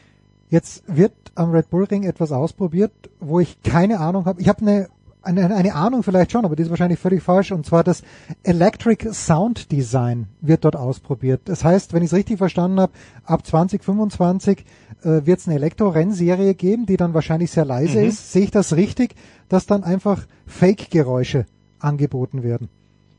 Jetzt wird am Red Bull Ring etwas ausprobiert, wo ich keine Ahnung habe. Ich habe eine, eine eine Ahnung vielleicht schon, aber die ist wahrscheinlich völlig falsch. Und zwar das Electric Sound Design wird dort ausprobiert. Das heißt, wenn ich es richtig verstanden habe, ab zwanzig fünfundzwanzig äh, wird es eine Elektro-Rennserie geben, die dann wahrscheinlich sehr leise mhm. ist. Sehe ich das richtig, dass dann einfach Fake-Geräusche angeboten werden?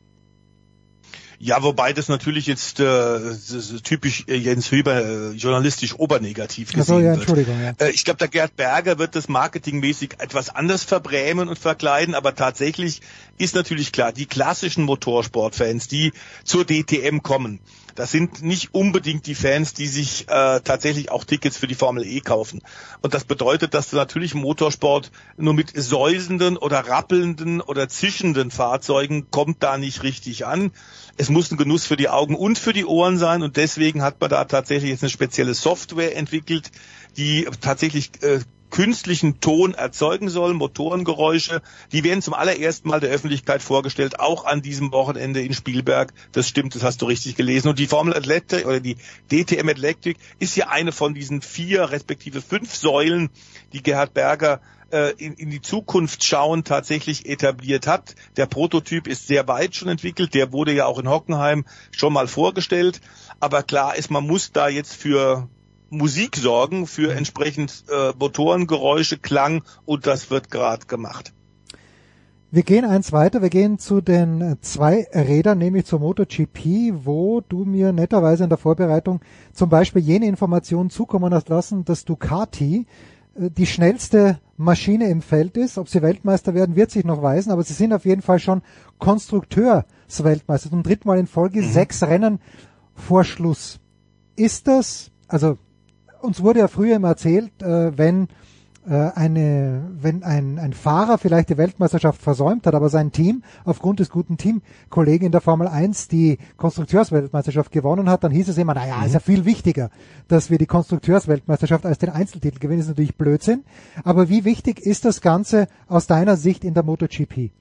Ja, wobei das natürlich jetzt äh, typisch äh, Jens Höber äh, journalistisch obernegativ gesehen Ach so, ja, Entschuldigung, wird. Ja. Äh, ich glaube, der Gerd Berger wird das marketingmäßig etwas anders verbrämen und verkleiden, aber tatsächlich ist natürlich klar, die klassischen Motorsportfans, die zur D T M kommen, das sind nicht unbedingt die Fans, die sich äh, tatsächlich auch Tickets für die Formel E kaufen. Und das bedeutet, dass du natürlich im Motorsport nur mit säusenden oder rappelnden oder zischenden Fahrzeugen kommt da nicht richtig an. Es muss ein Genuss für die Augen und für die Ohren sein und deswegen hat man da tatsächlich jetzt eine spezielle Software entwickelt, die tatsächlich äh, künstlichen Ton erzeugen sollen, Motorengeräusche. Die werden zum allerersten Mal der Öffentlichkeit vorgestellt, auch an diesem Wochenende in Spielberg. Das stimmt, das hast du richtig gelesen. Und die Formel Athletic oder die D T M Athletic ist ja eine von diesen vier respektive fünf Säulen, die Gerhard Berger äh, in, in die Zukunft schauen tatsächlich etabliert hat. Der Prototyp ist sehr weit schon entwickelt. Der wurde ja auch in Hockenheim schon mal vorgestellt. Aber klar ist, man muss da jetzt für Musik sorgen, für entsprechend äh, Motorengeräusche, Klang, und das wird gerade gemacht. Wir gehen eins weiter, wir gehen zu den zwei Rädern, nämlich zur MotoGP, wo du mir netterweise in der Vorbereitung zum Beispiel jene Informationen zukommen hast lassen, dass Ducati äh, die schnellste Maschine im Feld ist. Ob sie Weltmeister werden, wird sich noch weisen, aber sie sind auf jeden Fall schon Konstrukteursweltmeister. Zum dritten Mal in Folge, mhm. sechs Rennen vor Schluss. Ist das, also uns wurde ja früher immer erzählt, äh, wenn äh, eine, wenn ein, ein Fahrer vielleicht die Weltmeisterschaft versäumt hat, aber sein Team aufgrund des guten Teamkollegen in der Formel eins die Konstrukteursweltmeisterschaft gewonnen hat, dann hieß es immer, naja, mhm. ist ja viel wichtiger, dass wir die Konstrukteursweltmeisterschaft als den Einzeltitel gewinnen. Das ist natürlich Blödsinn. Aber wie wichtig ist das Ganze aus deiner Sicht in der MotoGP?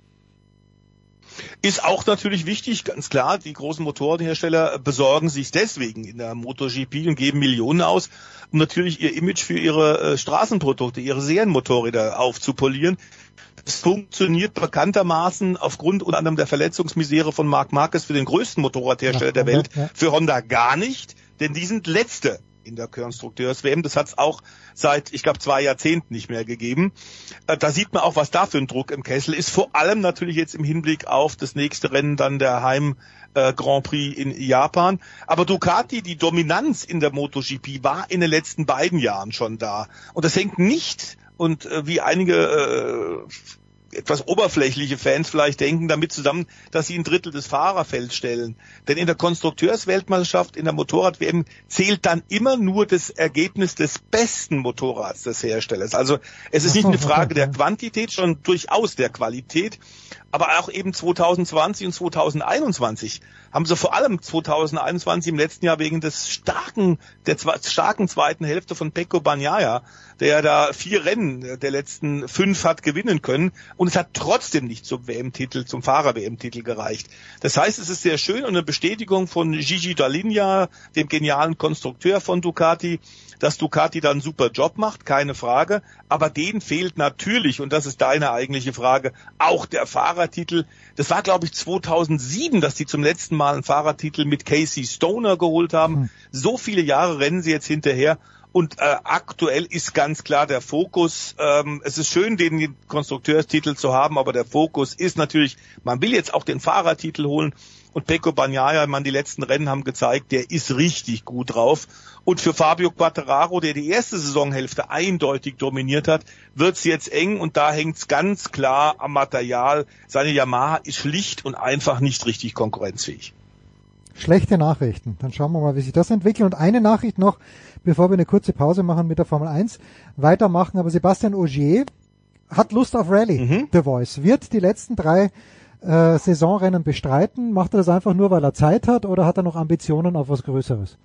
Ist auch natürlich wichtig, ganz klar. Die großen Motorenhersteller besorgen sich deswegen in der MotoGP und geben Millionen aus, um natürlich ihr Image für ihre äh, Straßenprodukte, ihre Serienmotorräder aufzupolieren. Das funktioniert bekanntermaßen aufgrund unter anderem der Verletzungsmisere von Marc Marquez für den größten Motorradhersteller ja, der Welt, ja. für Honda gar nicht, denn die sind Letzte in der Konstrukteurs-W M. Das hat es auch seit, ich glaube, zwei Jahrzehnten nicht mehr gegeben. Da sieht man auch, was da für ein Druck im Kessel ist. Vor allem natürlich jetzt im Hinblick auf das nächste Rennen, dann der Heim äh, Grand Prix in Japan. Aber Ducati, die Dominanz in der MotoGP war in den letzten beiden Jahren schon da. Und das hängt nicht, und äh, wie einige äh, etwas oberflächliche Fans vielleicht denken, damit zusammen, dass sie ein Drittel des Fahrerfelds stellen. Denn in der Konstrukteursweltmeisterschaft, in der Motorrad-W M, zählt dann immer nur das Ergebnis des besten Motorrads des Herstellers. Also es ist nicht eine Frage der Quantität, sondern durchaus der Qualität. Aber auch eben zwanzig zwanzig und zwanzig einundzwanzig haben sie vor allem zwanzig einundzwanzig im letzten Jahr wegen des starken, der starken zweiten Hälfte von Pecco Bagnaia, der da vier Rennen der letzten fünf hat gewinnen können, und es hat trotzdem nicht zum W M-Titel, zum Fahrer-W M-Titel gereicht. Das heißt, es ist sehr schön und eine Bestätigung von Gigi Dall'Igna, dem genialen Konstrukteur von Ducati, dass Ducati da einen super Job macht, keine Frage, aber denen fehlt natürlich, und das ist deine eigentliche Frage, auch der Fahrertitel. Das war, glaube ich, zweitausendsieben, dass die zum letzten Mal einen Fahrertitel mit Casey Stoner geholt haben. Hm. So viele Jahre rennen sie jetzt hinterher. Und äh, aktuell ist ganz klar der Fokus, ähm, es ist schön, den Konstrukteurstitel zu haben, aber der Fokus ist natürlich, man will jetzt auch den Fahrertitel holen. Und Pecco Bagnaia, man, die letzten Rennen haben gezeigt, der ist richtig gut drauf. Und für Fabio Quartararo, der die erste Saisonhälfte eindeutig dominiert hat, wird's jetzt eng, und da hängt's ganz klar am Material. Seine Yamaha ist schlicht und einfach nicht richtig konkurrenzfähig. Schlechte Nachrichten. Dann schauen wir mal, wie sich das entwickelt. Und eine Nachricht noch, bevor wir eine kurze Pause machen mit der Formel eins, weitermachen. Aber Sebastian Ogier hat Lust auf Rallye, mhm. The Voice. Wird die letzten drei äh, Saisonrennen bestreiten? Macht er das einfach nur, weil er Zeit hat, oder hat er noch Ambitionen auf was Größeres?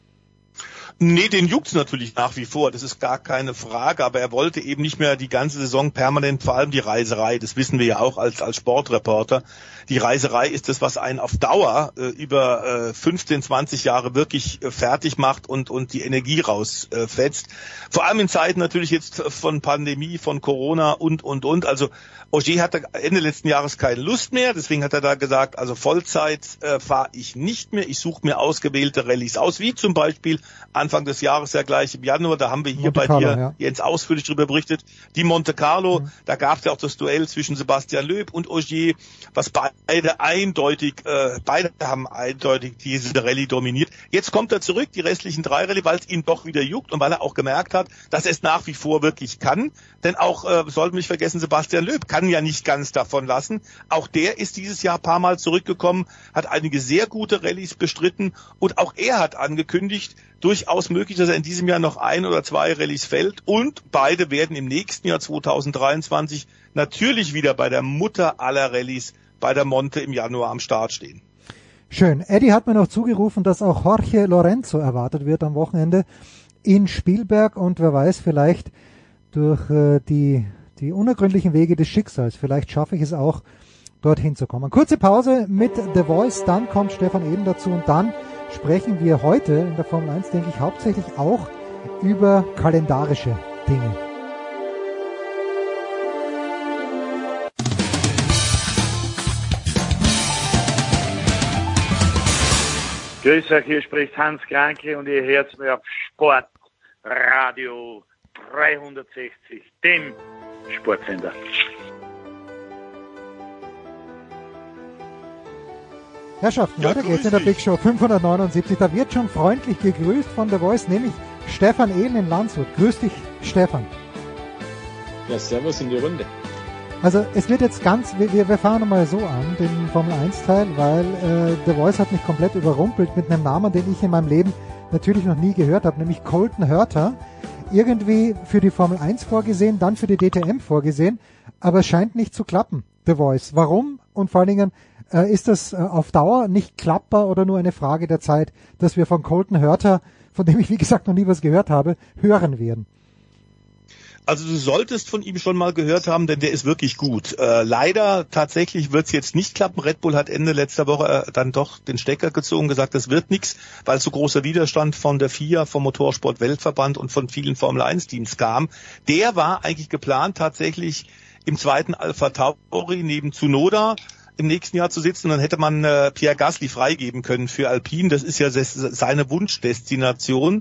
Nee, den juckt's natürlich nach wie vor, das ist gar keine Frage, aber er wollte eben nicht mehr die ganze Saison permanent, vor allem die Reiserei, das wissen wir ja auch als als Sportreporter. Die Reiserei ist das, was einen auf Dauer äh, über äh, fünfzehn, zwanzig Jahre wirklich äh, fertig macht und und die Energie rausfetzt. Äh, vor allem in Zeiten natürlich jetzt von Pandemie, von Corona und und und. Also Ogier hatte Ende letzten Jahres keine Lust mehr, deswegen hat er da gesagt, also Vollzeit äh, fahre ich nicht mehr, ich suche mir ausgewählte Rallyes aus, wie zum Beispiel Anfang des Jahres, ja gleich im Januar, da haben wir hier Monte bei Carlo, dir ja. Jens ausführlich drüber berichtet, die Monte Carlo, mhm. da gab es ja auch das Duell zwischen Sebastian Loeb und Ogier, was beide eindeutig, äh, beide haben eindeutig diese Rallye dominiert. Jetzt kommt er zurück, die restlichen drei Rallye, weil es ihn doch wieder juckt und weil er auch gemerkt hat, dass er es nach wie vor wirklich kann, denn auch, äh, sollten wir nicht vergessen, Sebastian Loeb kann ja nicht ganz davon lassen, auch der ist dieses Jahr ein paar Mal zurückgekommen, hat einige sehr gute Rallyes bestritten und auch er hat angekündigt, durchaus möglich, dass er in diesem Jahr noch ein oder zwei Rallyes fällt, und beide werden im nächsten Jahr zwanzig dreiundzwanzig natürlich wieder bei der Mutter aller Rallyes, bei der Monte im Januar am Start stehen. Schön. Eddie hat mir noch zugerufen, dass auch Jorge Lorenzo erwartet wird am Wochenende in Spielberg, und wer weiß, vielleicht durch äh, die, die unergründlichen Wege des Schicksals. Vielleicht schaffe ich es auch, dorthin zu kommen. Kurze Pause mit The Voice, dann kommt Stefan Ehlen dazu und dann sprechen wir heute in der Formel eins, denke ich, hauptsächlich auch über kalendarische Dinge. Grüß euch, hier spricht Hans Kranke und ihr hört mir auf Sportradio dreihundertsechzig, dem Sportsender. Herrschaften, Ja, weiter geht's in der dich. Big Show fünfhundertneunundsiebzig. Da wird schon freundlich gegrüßt von The Voice, nämlich Stefan Ehlen in Landshut. Grüß dich, Stefan. Ja, servus in die Runde. Also es wird jetzt ganz, wir, wir fahren mal so an, den Formel eins Teil, weil äh, The Voice hat mich komplett überrumpelt mit einem Namen, den ich in meinem Leben natürlich noch nie gehört habe, nämlich Colton Herta. Irgendwie für die Formel eins vorgesehen, dann für die D T M vorgesehen, aber es scheint nicht zu klappen, The Voice. Warum? Und vor allen Dingen, äh, ist das äh, auf Dauer nicht klappbar oder nur eine Frage der Zeit, dass wir von Colton Herta, von dem ich wie gesagt noch nie was gehört habe, hören werden? Also du solltest von ihm schon mal gehört haben, denn der ist wirklich gut. Äh, leider tatsächlich wird es jetzt nicht klappen. Red Bull hat Ende letzter Woche äh, dann doch den Stecker gezogen, gesagt, das wird nichts, weil so großer Widerstand von der F I A, vom Motorsport-Weltverband und von vielen Formel eins Teams kam. Der war eigentlich geplant, tatsächlich im zweiten Alpha Tauri neben Tsunoda im nächsten Jahr zu sitzen. Und dann hätte man äh, Pierre Gasly freigeben können für Alpine. Das ist ja seine Wunschdestination.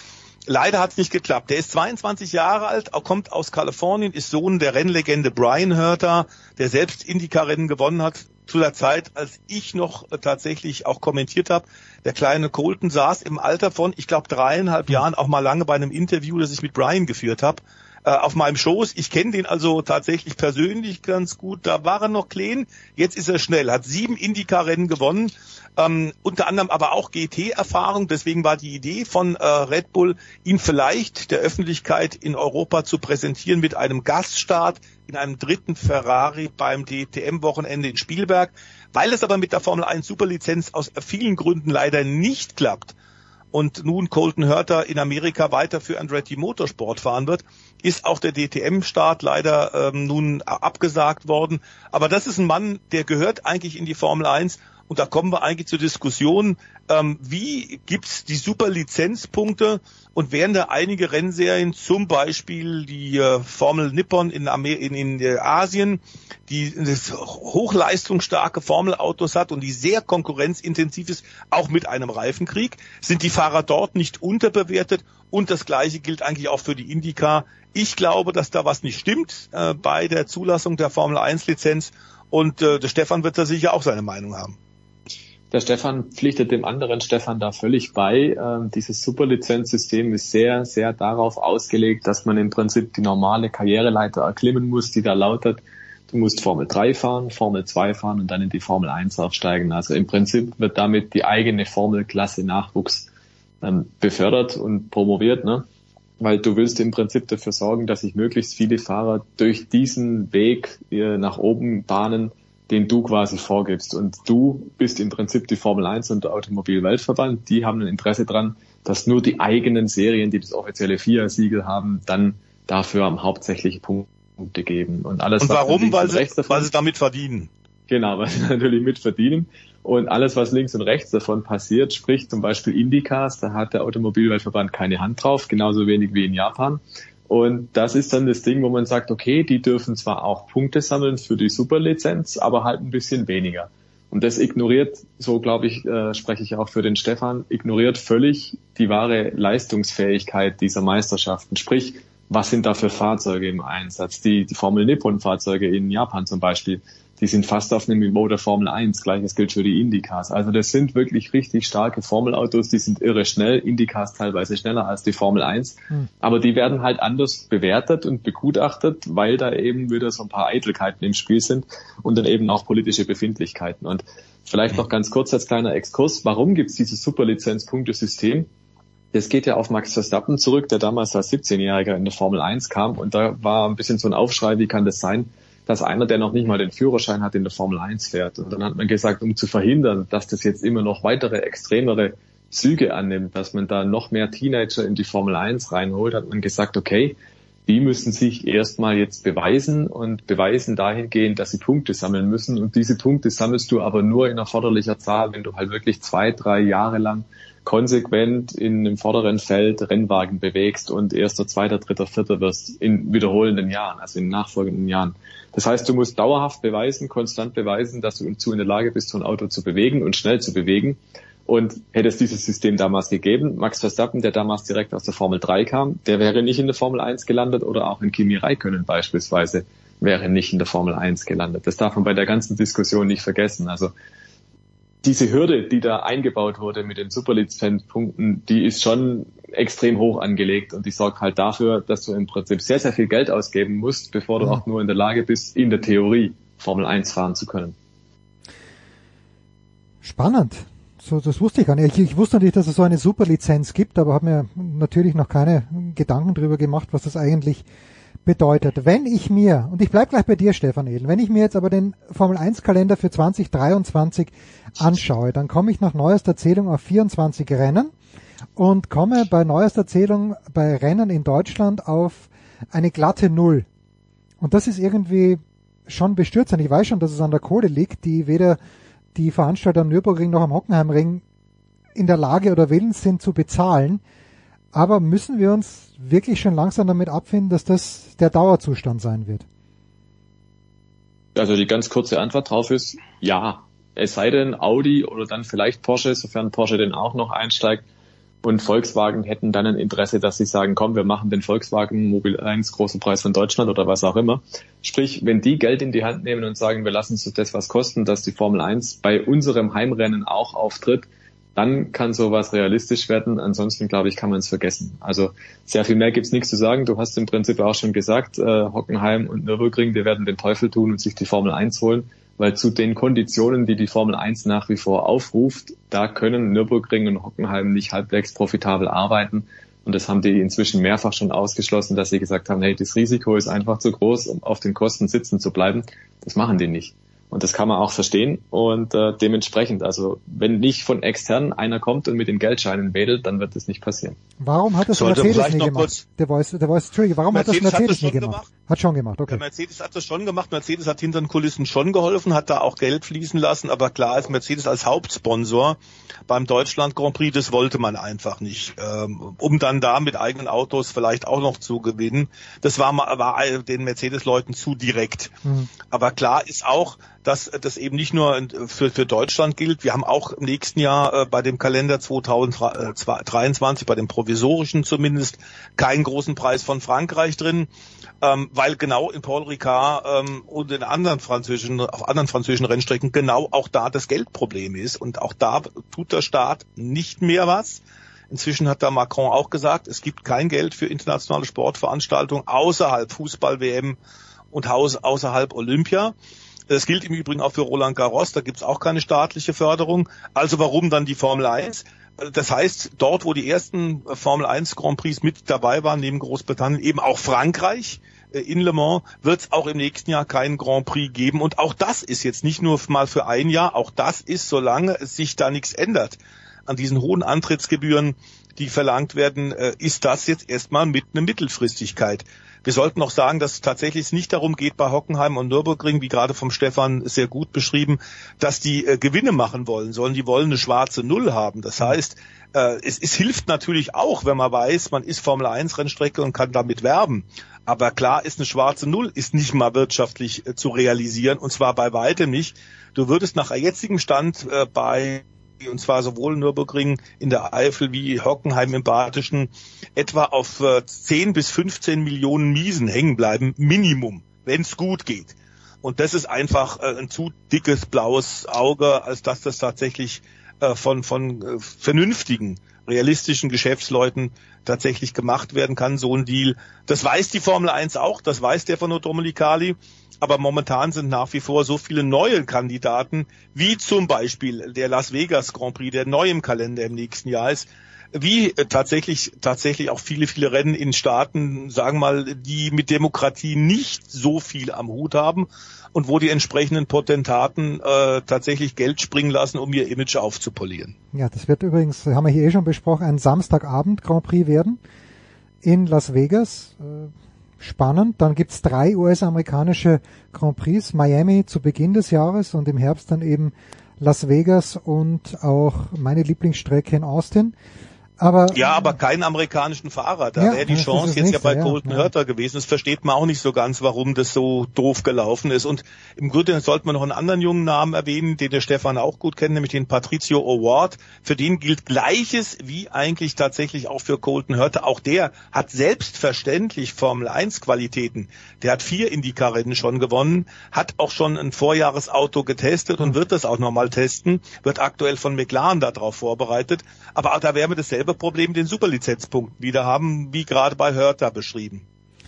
Leider hat es nicht geklappt. Der ist zweiundzwanzig Jahre alt, kommt aus Kalifornien, ist Sohn der Rennlegende Brian Herta, der selbst Indycar-Rennen gewonnen hat zu der Zeit, als ich noch äh, tatsächlich auch kommentiert habe. Der kleine Colton saß im Alter von, ich glaube, dreieinhalb Jahren auch mal lange bei einem Interview, das ich mit Brian geführt habe, äh, auf meinem Schoß. Ich kenne den also tatsächlich persönlich ganz gut. Da war er noch klein, jetzt ist er schnell, hat sieben Indycar-Rennen gewonnen. Ähm, unter anderem aber auch G T-Erfahrung. Deswegen war die Idee von äh, Red Bull, ihn vielleicht der Öffentlichkeit in Europa zu präsentieren mit einem Gaststart in einem dritten Ferrari beim D T M-Wochenende in Spielberg. Weil es aber mit der Formel eins Superlizenz aus vielen Gründen leider nicht klappt und nun Colton Herta in Amerika weiter für Andretti Motorsport fahren wird, ist auch der D T M-Start leider ähm, nun abgesagt worden. Aber das ist ein Mann, der gehört eigentlich in die Formel eins. Und da kommen wir eigentlich zur Diskussion, ähm, wie gibt's die Superlizenzpunkte und werden da einige Rennserien, zum Beispiel die äh, Formel Nippon in, Amer- in, in äh, Asien, die das hochleistungsstarke Formelautos hat und die sehr konkurrenzintensiv ist, auch mit einem Reifenkrieg, sind die Fahrer dort nicht unterbewertet und das Gleiche gilt eigentlich auch für die IndyCar. Ich glaube, dass da was nicht stimmt äh, bei der Zulassung der Formel eins Lizenz und äh, der Stefan wird da sicher auch seine Meinung haben. Der Stefan pflichtet dem anderen Stefan da völlig bei. Ähm, dieses Superlizenzsystem ist sehr, sehr darauf ausgelegt, dass man im Prinzip die normale Karriereleiter erklimmen muss, die da lautet, du musst Formel drei fahren, Formel zwei fahren und dann in die Formel eins aufsteigen. Also im Prinzip wird damit die eigene Formelklasse Nachwuchs ähm, befördert und promoviert, ne? Weil du willst im Prinzip dafür sorgen, dass sich möglichst viele Fahrer durch diesen Weg äh, nach oben bahnen, den du quasi vorgibst. Und du bist im Prinzip die Formel eins und der Automobil-Weltverband. Die haben ein Interesse dran, dass nur die eigenen Serien, die das offizielle F I A-Siegel haben, dann dafür am hauptsächliche Punkte geben. Und alles. Und warum? Weil sie, davon, weil sie damit verdienen. Genau, weil sie natürlich mit verdienen. Und alles, was links und rechts davon passiert, sprich zum Beispiel IndyCars, da hat der Automobilweltverband keine Hand drauf, genauso wenig wie in Japan. Und das ist dann das Ding, wo man sagt, okay, die dürfen zwar auch Punkte sammeln für die Superlizenz, aber halt ein bisschen weniger. Und das ignoriert, so glaube ich, äh, spreche ich auch für den Stefan, ignoriert völlig die wahre Leistungsfähigkeit dieser Meisterschaften. Sprich, was sind da für Fahrzeuge im Einsatz? Die, die Formel Nippon-Fahrzeuge in Japan zum Beispiel, die sind fast auf einem Niveau der Formel eins. Gleiches gilt für die IndyCars. Also das sind wirklich richtig starke Formelautos, die sind irre schnell. IndyCars teilweise schneller als die Formel eins. Hm. Aber die werden halt anders bewertet und begutachtet, weil da eben wieder so ein paar Eitelkeiten im Spiel sind und dann eben auch politische Befindlichkeiten. Und vielleicht noch ganz kurz als kleiner Exkurs. Warum gibt es dieses Superlizenzpunktesystem? Das geht ja auf Max Verstappen zurück, der damals als siebzehnjähriger in der Formel eins kam. Und da war ein bisschen so ein Aufschrei, wie kann das sein, dass einer, der noch nicht mal den Führerschein hat, in der Formel eins fährt. Und dann hat man gesagt, um zu verhindern, dass das jetzt immer noch weitere extremere Züge annimmt, dass man da noch mehr Teenager in die Formel eins reinholt, hat man gesagt, okay, die müssen sich erstmal jetzt beweisen und beweisen dahingehend, dass sie Punkte sammeln müssen. Und diese Punkte sammelst du aber nur in erforderlicher Zahl, wenn du halt wirklich zwei, drei Jahre lang konsequent in einem vorderen Feld Rennwagen bewegst und erster, zweiter, dritter, vierter wirst in wiederholenden Jahren, also in nachfolgenden Jahren. Das heißt, du musst dauerhaft beweisen, konstant beweisen, dass du dazu in der Lage bist, so ein Auto zu bewegen und schnell zu bewegen. Und hätte es dieses System damals gegeben, Max Verstappen, der damals direkt aus der Formel drei kam, der wäre nicht in der Formel eins gelandet, oder auch in Kimi Räikkönen beispielsweise wäre nicht in der Formel eins gelandet. Das darf man bei der ganzen Diskussion nicht vergessen. Also diese Hürde, die da eingebaut wurde mit den Superlizenzpunkten, die ist schon extrem hoch angelegt, und die sorgt halt dafür, dass du im Prinzip sehr, sehr viel Geld ausgeben musst, bevor du auch nur in der Lage bist, in der Theorie Formel eins fahren zu können. Spannend. So, das wusste ich gar nicht. Ich, ich wusste natürlich, dass es so eine Superlizenz gibt, aber habe mir natürlich noch keine Gedanken darüber gemacht, was das eigentlich bedeutet. Wenn ich mir, und ich bleib gleich bei dir, Stefan Ehlen, wenn ich mir jetzt aber den Formel eins Kalender für zwanzig dreiundzwanzig anschaue, dann komme ich nach neuester Zählung auf vierundzwanzig Rennen und komme bei neuester Zählung bei Rennen in Deutschland auf eine glatte Null. Und das ist irgendwie schon bestürzend. Ich weiß schon, dass es an der Kohle liegt, die weder die Veranstalter am Nürburgring noch am Hockenheimring in der Lage oder willens sind zu bezahlen. Aber müssen wir uns wirklich schon langsam damit abfinden, dass das der Dauerzustand sein wird? Also die ganz kurze Antwort drauf ist ja. Es sei denn, Audi oder dann vielleicht Porsche, sofern Porsche denn auch noch einsteigt, und Volkswagen hätten dann ein Interesse, dass sie sagen, komm, wir machen den Volkswagen Mobil eins großen Preis von Deutschland oder was auch immer. Sprich, wenn die Geld in die Hand nehmen und sagen, wir lassen uns das was kosten, dass die Formel eins bei unserem Heimrennen auch auftritt, dann kann sowas realistisch werden. Ansonsten, glaube ich, kann man es vergessen. Also sehr viel mehr gibt's nichts zu sagen. Du hast im Prinzip auch schon gesagt, äh, Hockenheim und Nürburgring, die werden den Teufel tun und sich die Formel eins holen, weil zu den Konditionen, die die Formel eins nach wie vor aufruft, da können Nürburgring und Hockenheim nicht halbwegs profitabel arbeiten. Und das haben die inzwischen mehrfach schon ausgeschlossen, dass sie gesagt haben, hey, das Risiko ist einfach zu groß, um auf den Kosten sitzen zu bleiben. Das machen die nicht. Und das kann man auch verstehen. Und äh, dementsprechend, also wenn nicht von extern einer kommt und mit den Geldscheinen wedelt, dann wird das nicht passieren. Warum hat das Sollte Mercedes nie gemacht? Der Voice, der Voice, Entschuldige, warum Mercedes hat das Mercedes hat das nie schon gemacht? gemacht. Hat schon gemacht, okay. Der Mercedes hat das schon gemacht. Mercedes hat hinter den Kulissen schon geholfen, hat da auch Geld fließen lassen. Aber klar ist, Mercedes als Hauptsponsor beim Deutschland Grand Prix, das wollte man einfach nicht. Ähm, um dann da mit eigenen Autos vielleicht auch noch zu gewinnen. Das war, war den Mercedes-Leuten zu direkt. Mhm. Aber klar ist auch, dass das eben nicht nur für, für Deutschland gilt. Wir haben auch im nächsten Jahr äh, bei dem Kalender zwanzig dreiundzwanzig, bei dem provisorischen zumindest, keinen großen Preis von Frankreich drin, ähm, weil genau in Paul Ricard ähm, und in anderen französischen, auf anderen französischen Rennstrecken genau auch da das Geldproblem ist. Und auch da tut der Staat nicht mehr was. Inzwischen hat da Macron auch gesagt, es gibt kein Geld für internationale Sportveranstaltungen außerhalb Fußball-W M und außerhalb Olympia. Das gilt im Übrigen auch für Roland Garros, da gibt's auch keine staatliche Förderung. Also warum dann die Formel eins? Das heißt, dort, wo die ersten Formel eins Grand Prix mit dabei waren, neben Großbritannien, eben auch Frankreich, in Le Mans, wird's auch im nächsten Jahr keinen Grand Prix geben. Und auch das ist jetzt nicht nur mal für ein Jahr, auch das ist, solange es sich da nichts ändert an diesen hohen Antrittsgebühren, die verlangt werden, ist das jetzt erstmal mit einer Mittelfristigkeit. Wir sollten auch sagen, dass tatsächlich es nicht darum geht, bei Hockenheim und Nürburgring, wie gerade vom Stefan sehr gut beschrieben, dass die äh, Gewinne machen wollen, sondern die wollen eine schwarze Null haben. Das heißt, äh, es, es hilft natürlich auch, wenn man weiß, man ist Formel eins Rennstrecke und kann damit werben. Aber klar ist, eine schwarze Null ist nicht mal wirtschaftlich äh, zu realisieren, und zwar bei weitem nicht. Du würdest nach jetzigem Stand äh, bei und zwar sowohl Nürburgring in der Eifel wie Hockenheim im Badischen, etwa auf äh, zehn bis fünfzehn Millionen Miesen hängen bleiben, Minimum, wenn es gut geht. Und das ist einfach äh, ein zu dickes blaues Auge, als dass das tatsächlich äh, von von äh, vernünftigen, realistischen Geschäftsleuten tatsächlich gemacht werden kann, so ein Deal. Das weiß die Formel eins auch, das weiß Stefano Domenicali. Aber momentan sind nach wie vor so viele neue Kandidaten, wie zum Beispiel der Las Vegas Grand Prix, der neu im Kalender im nächsten Jahr ist, wie äh, tatsächlich tatsächlich auch viele, viele Rennen in Staaten, sagen wir mal, die mit Demokratie nicht so viel am Hut haben und wo die entsprechenden Potentaten äh, tatsächlich Geld springen lassen, um ihr Image aufzupolieren. Ja, das wird übrigens, haben wir hier eh schon besprochen, ein Samstagabend Grand Prix werden in Las Vegas. Äh spannend. Dann gibt's drei U S-amerikanische Grand Prix, Miami zu Beginn des Jahres und im Herbst dann eben Las Vegas und auch meine Lieblingsstrecke in Austin. Aber, ja, aber keinen amerikanischen Fahrer. Da ja, wäre die Chance jetzt nächste, ja bei ja, Colton ja. Herta gewesen. Das versteht man auch nicht so ganz, warum das so doof gelaufen ist. Und im Grunde sollte man noch einen anderen jungen Namen erwähnen, den der Stefan auch gut kennt, nämlich den Patricio O'Ward. Für den gilt Gleiches wie eigentlich tatsächlich auch für Colton Herta. Auch der hat selbstverständlich Formel eins Qualitäten. Der hat vier IndyCar-Rennen schon gewonnen, hat auch schon ein Vorjahresauto getestet und wird das auch nochmal testen, wird aktuell von McLaren darauf vorbereitet. Aber auch da werden wir dasselbe Problem, den Superlizenzpunkten wieder haben, wie gerade bei Herta beschrieben.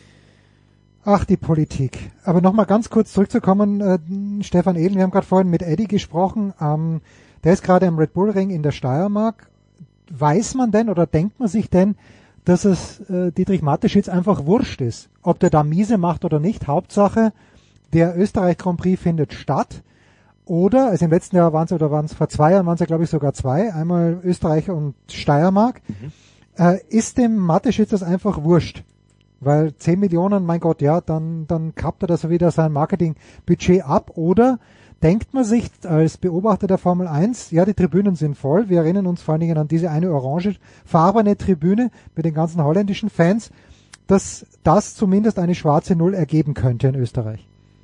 Ach, die Politik. Aber nochmal ganz kurz zurückzukommen, äh, Stefan Ehlen, wir haben gerade vorhin mit Eddie gesprochen, ähm, der ist gerade im Red Bull Ring in der Steiermark. Weiß man denn oder denkt man sich denn, dass es äh, Dietrich Mateschitz einfach wurscht ist, ob der da miese macht oder nicht? Hauptsache, der Österreich Grand Prix findet statt. Oder, also im letzten Jahr waren es, oder waren es vor zwei Jahren, waren es ja glaube ich sogar zwei, einmal Österreich und Steiermark. Mhm. Äh, ist dem Mateschitz das einfach wurscht? Weil zehn Millionen, mein Gott, ja, dann, dann kappt er das wieder sein Marketingbudget ab. Oder denkt man sich als Beobachter der Formel eins, ja, die Tribünen sind voll. Wir erinnern uns vor allen Dingen an diese eine orangefarbene Tribüne mit den ganzen holländischen Fans, dass das zumindest eine schwarze Null ergeben könnte in Österreich.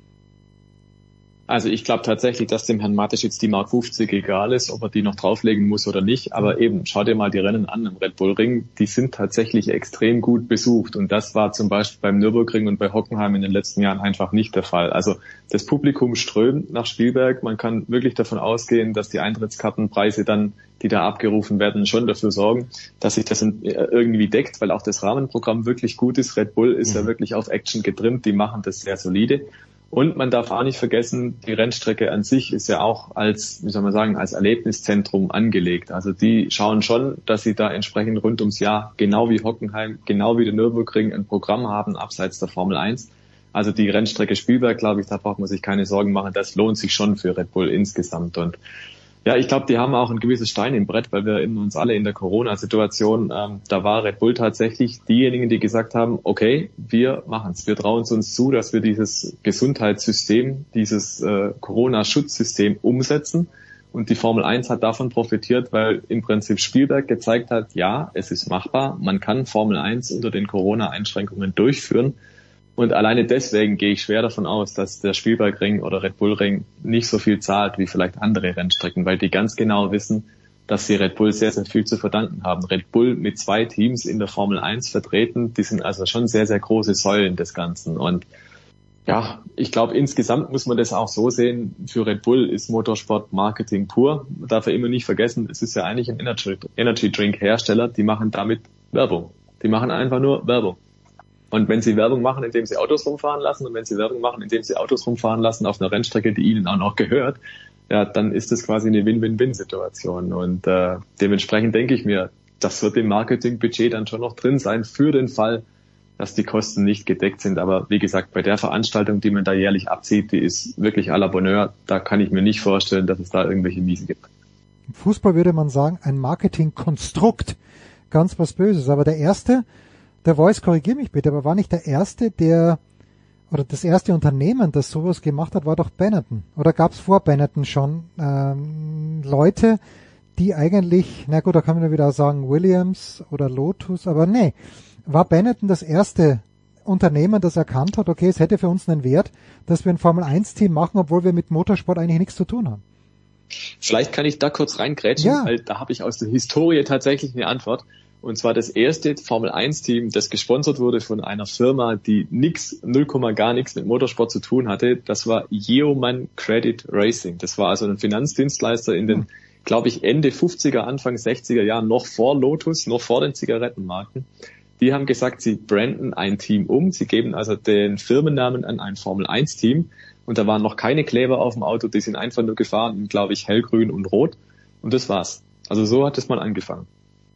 Also ich glaube tatsächlich, dass dem Herrn Mateschitz die Mark fünfzig egal ist, ob er die noch drauflegen muss oder nicht. Aber eben, schau dir mal die Rennen an im Red Bull Ring. Die sind tatsächlich extrem gut besucht. Und das war zum Beispiel beim Nürburgring und bei Hockenheim in den letzten Jahren einfach nicht der Fall. Also das Publikum strömt nach Spielberg. Man kann wirklich davon ausgehen, dass die Eintrittskartenpreise dann, die da abgerufen werden, schon dafür sorgen, dass sich das irgendwie deckt, weil auch das Rahmenprogramm wirklich gut ist. Red Bull ist mhm. ja wirklich auf Action getrimmt. Die machen das sehr solide. Und man darf auch nicht vergessen, die Rennstrecke an sich ist ja auch als, wie soll man sagen, als Erlebniszentrum angelegt. Also die schauen schon, dass sie da entsprechend rund ums Jahr, genau wie Hockenheim, genau wie der Nürburgring, ein Programm haben, abseits der Formel eins. Also die Rennstrecke Spielberg, glaube ich, da braucht man sich keine Sorgen machen. Das lohnt sich schon für Red Bull insgesamt. Und ja, ich glaube, die haben auch ein gewisses Stein im Brett, weil wir erinnern uns alle in der Corona-Situation, ähm, da war Red Bull tatsächlich diejenigen, die gesagt haben, okay, wir machen's, wir trauen es uns zu, dass wir dieses Gesundheitssystem, dieses äh, Corona-Schutzsystem umsetzen. Und die Formel eins hat davon profitiert, weil im Prinzip Spielberg gezeigt hat, ja, es ist machbar, man kann Formel eins unter den Corona-Einschränkungen durchführen. Und alleine deswegen gehe ich schwer davon aus, dass der Spielbergring oder Red Bull Ring nicht so viel zahlt wie vielleicht andere Rennstrecken, weil die ganz genau wissen, dass sie Red Bull sehr, sehr viel zu verdanken haben. Red Bull mit zwei Teams in der Formel eins vertreten, die sind also schon sehr, sehr große Säulen des Ganzen. Und ja, ich glaube, insgesamt muss man das auch so sehen. Für Red Bull ist Motorsport Marketing pur. Man darf ja immer nicht vergessen, es ist ja eigentlich ein Energy, Energy Drink Hersteller, die machen damit Werbung. Die machen einfach nur Werbung. Und wenn sie Werbung machen, indem sie Autos rumfahren lassen und wenn sie Werbung machen, indem sie Autos rumfahren lassen auf einer Rennstrecke, die ihnen auch noch gehört, ja, dann ist das quasi eine Win-Win-Win-Situation. Und äh, dementsprechend denke ich mir, das wird im Marketingbudget dann schon noch drin sein für den Fall, dass die Kosten nicht gedeckt sind. Aber wie gesagt, bei der Veranstaltung, die man da jährlich abzieht, die ist wirklich à la Bonheur. Da kann ich mir nicht vorstellen, dass es da irgendwelche Miese gibt. Im Fußball würde man sagen, ein Marketingkonstrukt. Ganz was Böses. Aber der erste... Der Voice, korrigier mich bitte, aber war nicht der erste, der, oder das erste Unternehmen, das sowas gemacht hat, war doch Benetton. Oder gab es vor Benetton schon ähm, Leute, die eigentlich, na gut, da kann man wieder sagen Williams oder Lotus, aber nee, war Benetton das erste Unternehmen, das erkannt hat, okay, es hätte für uns einen Wert, dass wir ein Formel eins Team machen, obwohl wir mit Motorsport eigentlich nichts zu tun haben. Vielleicht kann ich da kurz reingrätschen, ja. Weil da habe ich aus der Historie tatsächlich eine Antwort. Und zwar das erste Formel eins Team, das gesponsert wurde von einer Firma, die nix, null Komma gar nichts mit Motorsport zu tun hatte. Das war Yeoman Credit Racing. Das war also ein Finanzdienstleister in den, glaube ich, Ende fünfziger, Anfang sechziger Jahren, noch vor Lotus, noch vor den Zigarettenmarken. Die haben gesagt, sie branden ein Team um. Sie geben also den Firmennamen an ein Formel eins Team. Und da waren noch keine Kleber auf dem Auto. Die sind einfach nur gefahren in, glaube ich, hellgrün und rot. Und das war's. Also so hat es mal angefangen.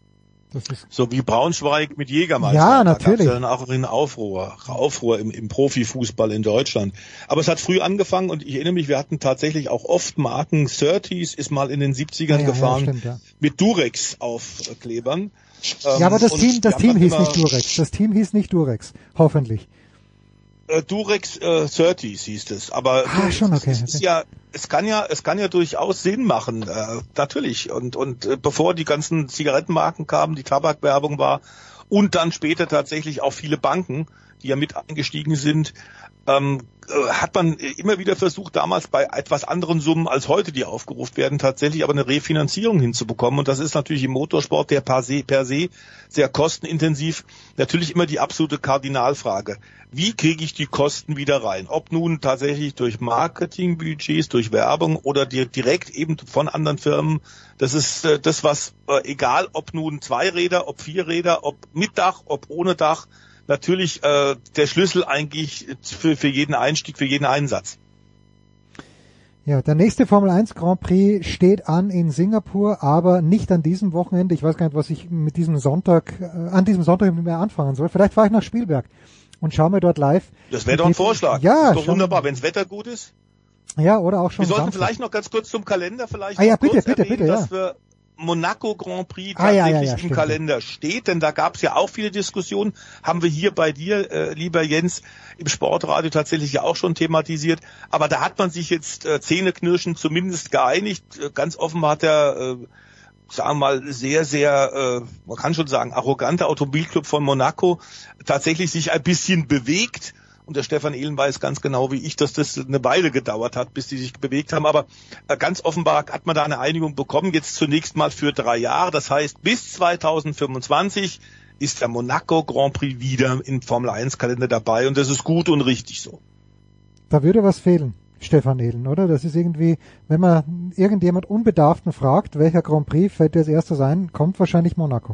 Das ist so wie Braunschweig mit Jägermeister. Ja, natürlich. Da gab's dann auch einen Aufruhr, Aufruhr im, im Profifußball in Deutschland. Aber es hat früh angefangen und ich erinnere mich, wir hatten tatsächlich auch oft Marken. Surtees ist mal in den siebzigern ja, gefahren ja, stimmt, ja. mit Durex-Aufklebern. Ja, aber das Team, das Team hieß nicht Durex. Das Team hieß nicht Durex. Hoffentlich. äh, Durex äh, dreißig hieß es, aber ah, du, schon, okay, es ist okay. ja, es kann ja, es kann ja durchaus Sinn machen, äh, natürlich. Und und äh, bevor die ganzen Zigarettenmarken kamen, die Tabakwerbung war und dann später tatsächlich auch viele Banken, die ja mit eingestiegen sind, ähm, hat man immer wieder versucht, damals bei etwas anderen Summen als heute, die aufgerufen werden, tatsächlich aber eine Refinanzierung hinzubekommen. Und das ist natürlich im Motorsport, der per se, per se sehr kostenintensiv, natürlich immer die absolute Kardinalfrage. Wie kriege ich die Kosten wieder rein? Ob nun tatsächlich durch Marketingbudgets, durch Werbung oder direkt eben von anderen Firmen. Das ist äh, das, was, äh, egal ob nun Zweiräder, ob Vierräder, ob mit Dach, ob ohne Dach, natürlich äh, der Schlüssel eigentlich für, für jeden Einstieg, für jeden Einsatz. Ja, der nächste Formel eins Grand Prix steht an in Singapur, aber nicht an diesem Wochenende. Ich weiß gar nicht, was ich mit diesem Sonntag, äh, an diesem Sonntag nicht mehr anfangen soll. Vielleicht fahre ich nach Spielberg und schaue mir dort live. Das wäre doch ein Vorschlag. Ja, das ist doch wunderbar, wenn das Wetter gut ist. Ja, oder auch schon. Wir sollten Samstag. Vielleicht noch ganz kurz zum Kalender vielleicht ah, ja, noch bitte, kurz bitte, erwähnen, bitte, dass ja. wir Monaco Grand Prix ah, tatsächlich ja, ja, ja, im stimmt. Kalender steht, denn da gab es ja auch viele Diskussionen, haben wir hier bei dir, äh, lieber Jens, im Sportradio tatsächlich ja auch schon thematisiert, aber da hat man sich jetzt äh, zähneknirschend zumindest geeinigt, äh, ganz offenbar hat der, äh, sagen wir mal, sehr, sehr, äh, man kann schon sagen, arrogante Automobilclub von Monaco tatsächlich sich ein bisschen bewegt. Und der Stefan Ehlen weiß ganz genau wie ich, dass das eine Weile gedauert hat, bis die sich bewegt haben. Aber ganz offenbar hat man da eine Einigung bekommen, jetzt zunächst mal für drei Jahre. Das heißt, bis zweitausendfünfundzwanzig ist der Monaco Grand Prix wieder im Formel eins Kalender dabei. Und das ist gut und richtig so. Da würde was fehlen, Stefan Ehlen, oder? Das ist irgendwie, wenn man irgendjemand Unbedarften fragt, welcher Grand Prix fällt dir als erstes ein, kommt wahrscheinlich Monaco.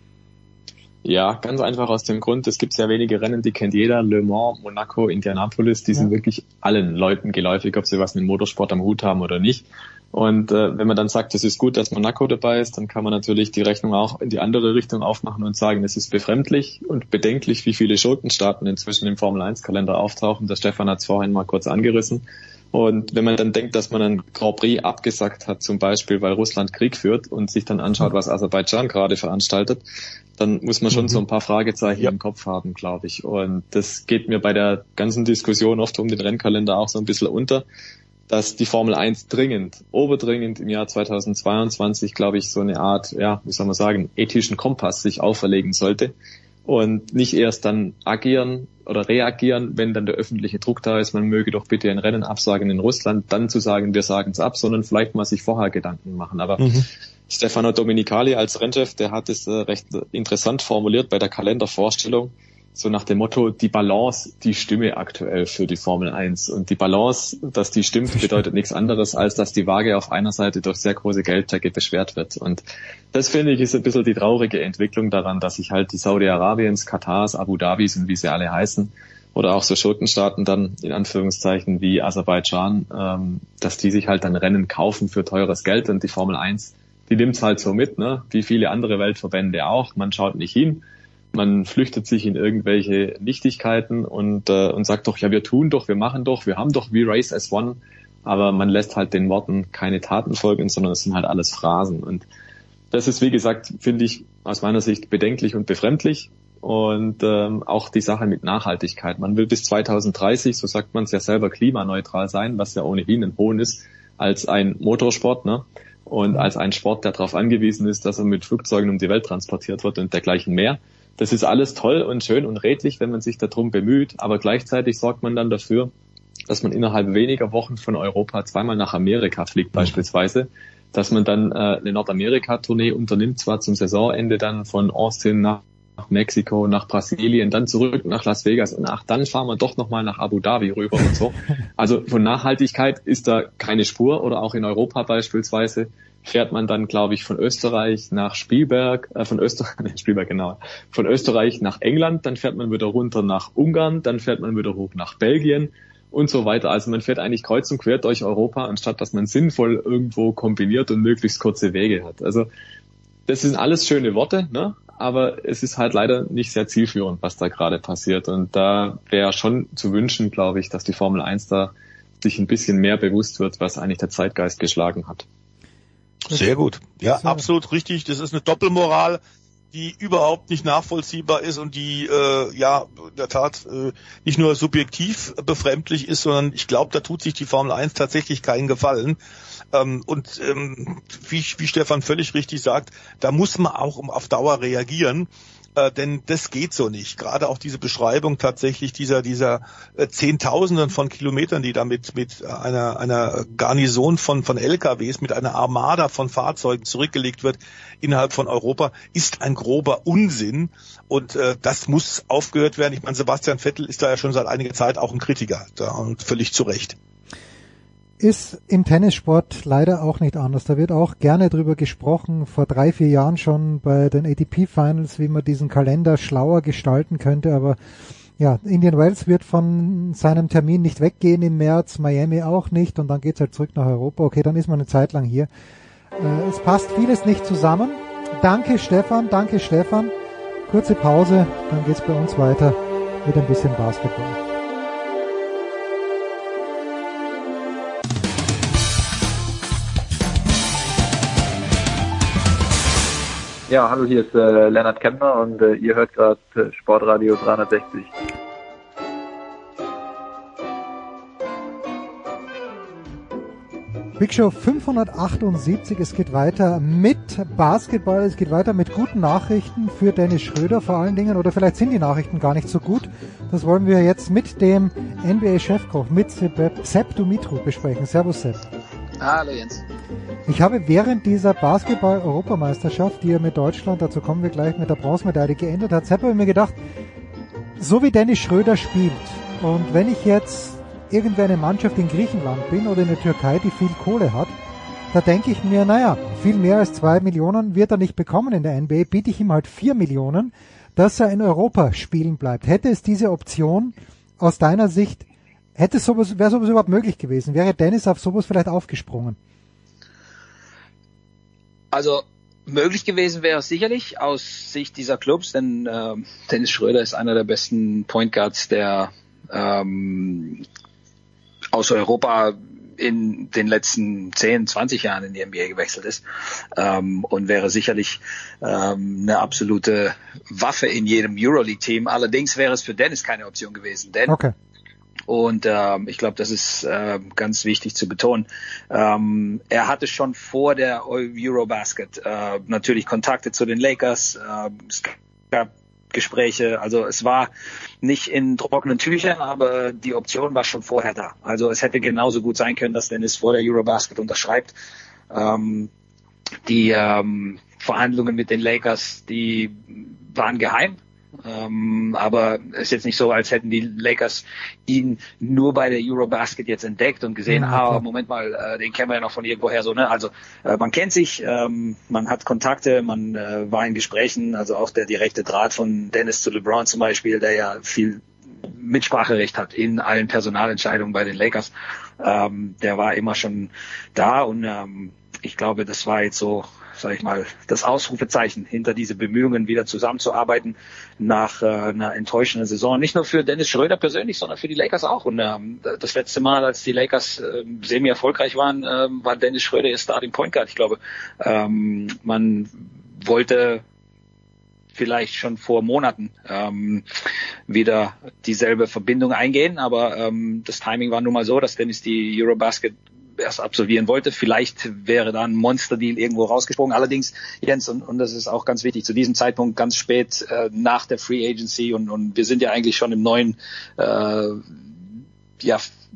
Ja, ganz einfach aus dem Grund, es gibt sehr wenige Rennen, die kennt jeder. Le Mans, Monaco, Indianapolis, die ja. sind wirklich allen Leuten geläufig, ob sie was mit Motorsport am Hut haben oder nicht. Und äh, wenn man dann sagt, es ist gut, dass Monaco dabei ist, dann kann man natürlich die Rechnung auch in die andere Richtung aufmachen und sagen, es ist befremdlich und bedenklich, wie viele Schurkenstaaten inzwischen im Formel eins Kalender auftauchen. Der Stefan hat es vorhin mal kurz angerissen. Und wenn man dann denkt, dass man einen Grand Prix abgesagt hat, zum Beispiel, weil Russland Krieg führt und sich dann anschaut, was Aserbaidschan gerade veranstaltet, dann muss man schon mhm. so ein paar Fragezeichen ja. im Kopf haben, glaube ich. Und das geht mir bei der ganzen Diskussion oft um den Rennkalender auch so ein bisschen unter, dass die Formel eins dringend, oberdringend im Jahr zweitausendzweiundzwanzig, glaube ich, so eine Art, ja, wie soll man sagen, ethischen Kompass sich auferlegen sollte. Und nicht erst dann agieren oder reagieren, wenn dann der öffentliche Druck da ist, man möge doch bitte ein Rennen absagen in Russland, dann zu sagen, wir sagen es ab, sondern vielleicht mal sich vorher Gedanken machen. Aber mhm. Stefano Domenicali als Rennchef, der hat es äh, recht interessant formuliert bei der Kalendervorstellung, so nach dem Motto, die Balance, die stimme aktuell für die Formel eins. Und die Balance, dass die stimmt, bedeutet nichts anderes, als dass die Waage auf einer Seite durch sehr große Geldsäcke beschwert wird. Und das, finde ich, ist ein bisschen die traurige Entwicklung daran, dass sich halt die Saudi-Arabiens, Katars, Abu Dhabis und wie sie alle heißen, oder auch so Schurkenstaaten dann in Anführungszeichen wie Aserbaidschan, ähm, dass die sich halt dann Rennen kaufen für teures Geld. Und die Formel eins, die nimmt's halt so mit, ne? Wie viele andere Weltverbände auch. Man schaut nicht hin. Man flüchtet sich in irgendwelche Nichtigkeiten und äh, und sagt doch, ja, wir tun doch, wir machen doch, wir haben doch We Race as One, aber man lässt halt den Worten keine Taten folgen, sondern es sind halt alles Phrasen. Und das ist, wie gesagt, finde ich aus meiner Sicht bedenklich und befremdlich. Und ähm, auch die Sache mit Nachhaltigkeit. Man will bis zweitausenddreißig, so sagt man es ja selber, klimaneutral sein, was ja ohnehin ein Hohn ist, als ein Motorsport, ne? Und als ein Sport, der darauf angewiesen ist, dass er mit Flugzeugen um die Welt transportiert wird und dergleichen mehr. Das ist alles toll und schön und redlich, wenn man sich darum bemüht, aber gleichzeitig sorgt man dann dafür, dass man innerhalb weniger Wochen von Europa zweimal nach Amerika fliegt, mhm. beispielsweise, dass man dann äh, eine Nordamerika-Tournee unternimmt, zwar zum Saisonende dann von Austin nach nach Mexiko, nach Brasilien, dann zurück nach Las Vegas und ach, dann fahren wir doch nochmal nach Abu Dhabi rüber und so. Also von Nachhaltigkeit ist da keine Spur, oder auch in Europa beispielsweise fährt man dann, glaube ich, von Österreich nach Spielberg, äh, von Österreich, nee, Spielberg genau, von Österreich nach England, dann fährt man wieder runter nach Ungarn, dann fährt man wieder hoch nach Belgien und so weiter. Also man fährt eigentlich kreuz und quer durch Europa, anstatt dass man sinnvoll irgendwo kombiniert und möglichst kurze Wege hat. Also das sind alles schöne Worte, ne? Aber es ist halt leider nicht sehr zielführend, was da gerade passiert. Und da wäre schon zu wünschen, glaube ich, dass die Formel eins da sich ein bisschen mehr bewusst wird, was eigentlich der Zeitgeist geschlagen hat. Sehr gut. Ja, absolut richtig. Das ist eine Doppelmoral. die überhaupt nicht nachvollziehbar ist und die äh, ja in der Tat äh, nicht nur subjektiv befremdlich ist, sondern ich glaube, da tut sich die Formel eins tatsächlich keinen Gefallen. Ähm, und ähm, wie, wie Stefan völlig richtig sagt, da muss man auch auf Dauer reagieren. Äh, denn das geht so nicht. Gerade auch diese Beschreibung tatsächlich dieser dieser äh, Zehntausenden von Kilometern, die da mit, mit einer einer Garnison von von L K Ws, mit einer Armada von Fahrzeugen zurückgelegt wird innerhalb von Europa, ist ein grober Unsinn. Und äh, das muss aufgehört werden. Ich meine, Sebastian Vettel ist da ja schon seit einiger Zeit auch ein Kritiker, da, und völlig zu Recht. Ist im Tennissport leider auch nicht anders. Da wird auch gerne drüber gesprochen, vor drei, vier Jahren schon bei den A T P Finals, wie man diesen Kalender schlauer gestalten könnte. Aber ja, Indian Wells wird von seinem Termin nicht weggehen im März, Miami auch nicht und dann geht's halt zurück nach Europa. Okay, dann ist man eine Zeit lang hier. Äh, es passt vieles nicht zusammen. Danke Stefan, danke Stefan. Kurze Pause, dann geht's bei uns weiter mit ein bisschen Basketball. Ja, hallo, hier ist äh, Lennart Kempner und äh, ihr hört gerade äh, Sportradio dreihundertsechzig. Big Show fünfhundertachtundsiebzig, es geht weiter mit Basketball, es geht weiter mit guten Nachrichten für Dennis Schröder vor allen Dingen, oder vielleicht sind die Nachrichten gar nicht so gut. Das wollen wir jetzt mit dem N B A-Chefkoch, mit Sepp Dumitru besprechen. Servus Sepp. Hallo Jens. Ich habe während dieser Basketball-Europameisterschaft, die er mit Deutschland, dazu kommen wir gleich, mit der Bronzemedaille geändert hat, habe ich mir gedacht, so wie Dennis Schröder spielt und wenn ich jetzt irgendeine Mannschaft in Griechenland bin oder in der Türkei, die viel Kohle hat, da denke ich mir, naja, viel mehr als zwei Millionen wird er nicht bekommen in der N B A, biete ich ihm halt vier Millionen, dass er in Europa spielen bleibt. Hätte es diese Option aus deiner Sicht, hätte sowas, wäre sowas überhaupt möglich gewesen? Wäre Dennis auf sowas vielleicht aufgesprungen? Also möglich gewesen wäre es sicherlich aus Sicht dieser Clubs, denn äh, Dennis Schröder ist einer der besten Point Guards, der ähm, aus Europa in den letzten zehn, zwanzig Jahren in die N B A gewechselt ist ähm, und wäre sicherlich ähm, eine absolute Waffe in jedem Euroleague-Team. Allerdings wäre es für Dennis keine Option gewesen, denn okay. Und ähm, ich glaube, das ist äh, ganz wichtig zu betonen. Ähm, er hatte schon vor der Eurobasket äh, natürlich Kontakte zu den Lakers. Äh, es gab Gespräche. Also es war nicht in trockenen Tüchern, aber die Option war schon vorher da. Also es hätte genauso gut sein können, dass Dennis vor der Eurobasket unterschreibt. Ähm, die ähm, Verhandlungen mit den Lakers, die waren geheim. Ähm, aber es ist jetzt nicht so, als hätten die Lakers ihn nur bei der Eurobasket jetzt entdeckt und gesehen, ja, ah, Moment mal, äh, den kennen wir ja noch von irgendwoher so, ne? Also äh, man kennt sich, ähm, man hat Kontakte, man äh, war in Gesprächen, also auch der direkte Draht von Dennis zu LeBron zum Beispiel, der ja viel Mitspracherecht hat in allen Personalentscheidungen bei den Lakers, ähm, der war immer schon da und ähm, ich glaube, das war jetzt so, sag ich mal, das Ausrufezeichen hinter diese Bemühungen, wieder zusammenzuarbeiten nach äh, einer enttäuschenden Saison. Nicht nur für Dennis Schröder persönlich, sondern für die Lakers auch. Und ähm, das letzte Mal, als die Lakers äh, semi-erfolgreich waren, äh, war Dennis Schröder ihr Starting Point Guard. Ich glaube, ähm, man wollte vielleicht schon vor Monaten ähm, wieder dieselbe Verbindung eingehen, aber ähm, das Timing war nun mal so, dass Dennis die Eurobasket erst absolvieren wollte. Vielleicht wäre da ein Monster-Deal irgendwo rausgesprungen. Allerdings, Jens, und, und das ist auch ganz wichtig, zu diesem Zeitpunkt ganz spät äh, nach der Free Agency und, und wir sind ja eigentlich schon im neuen äh, ja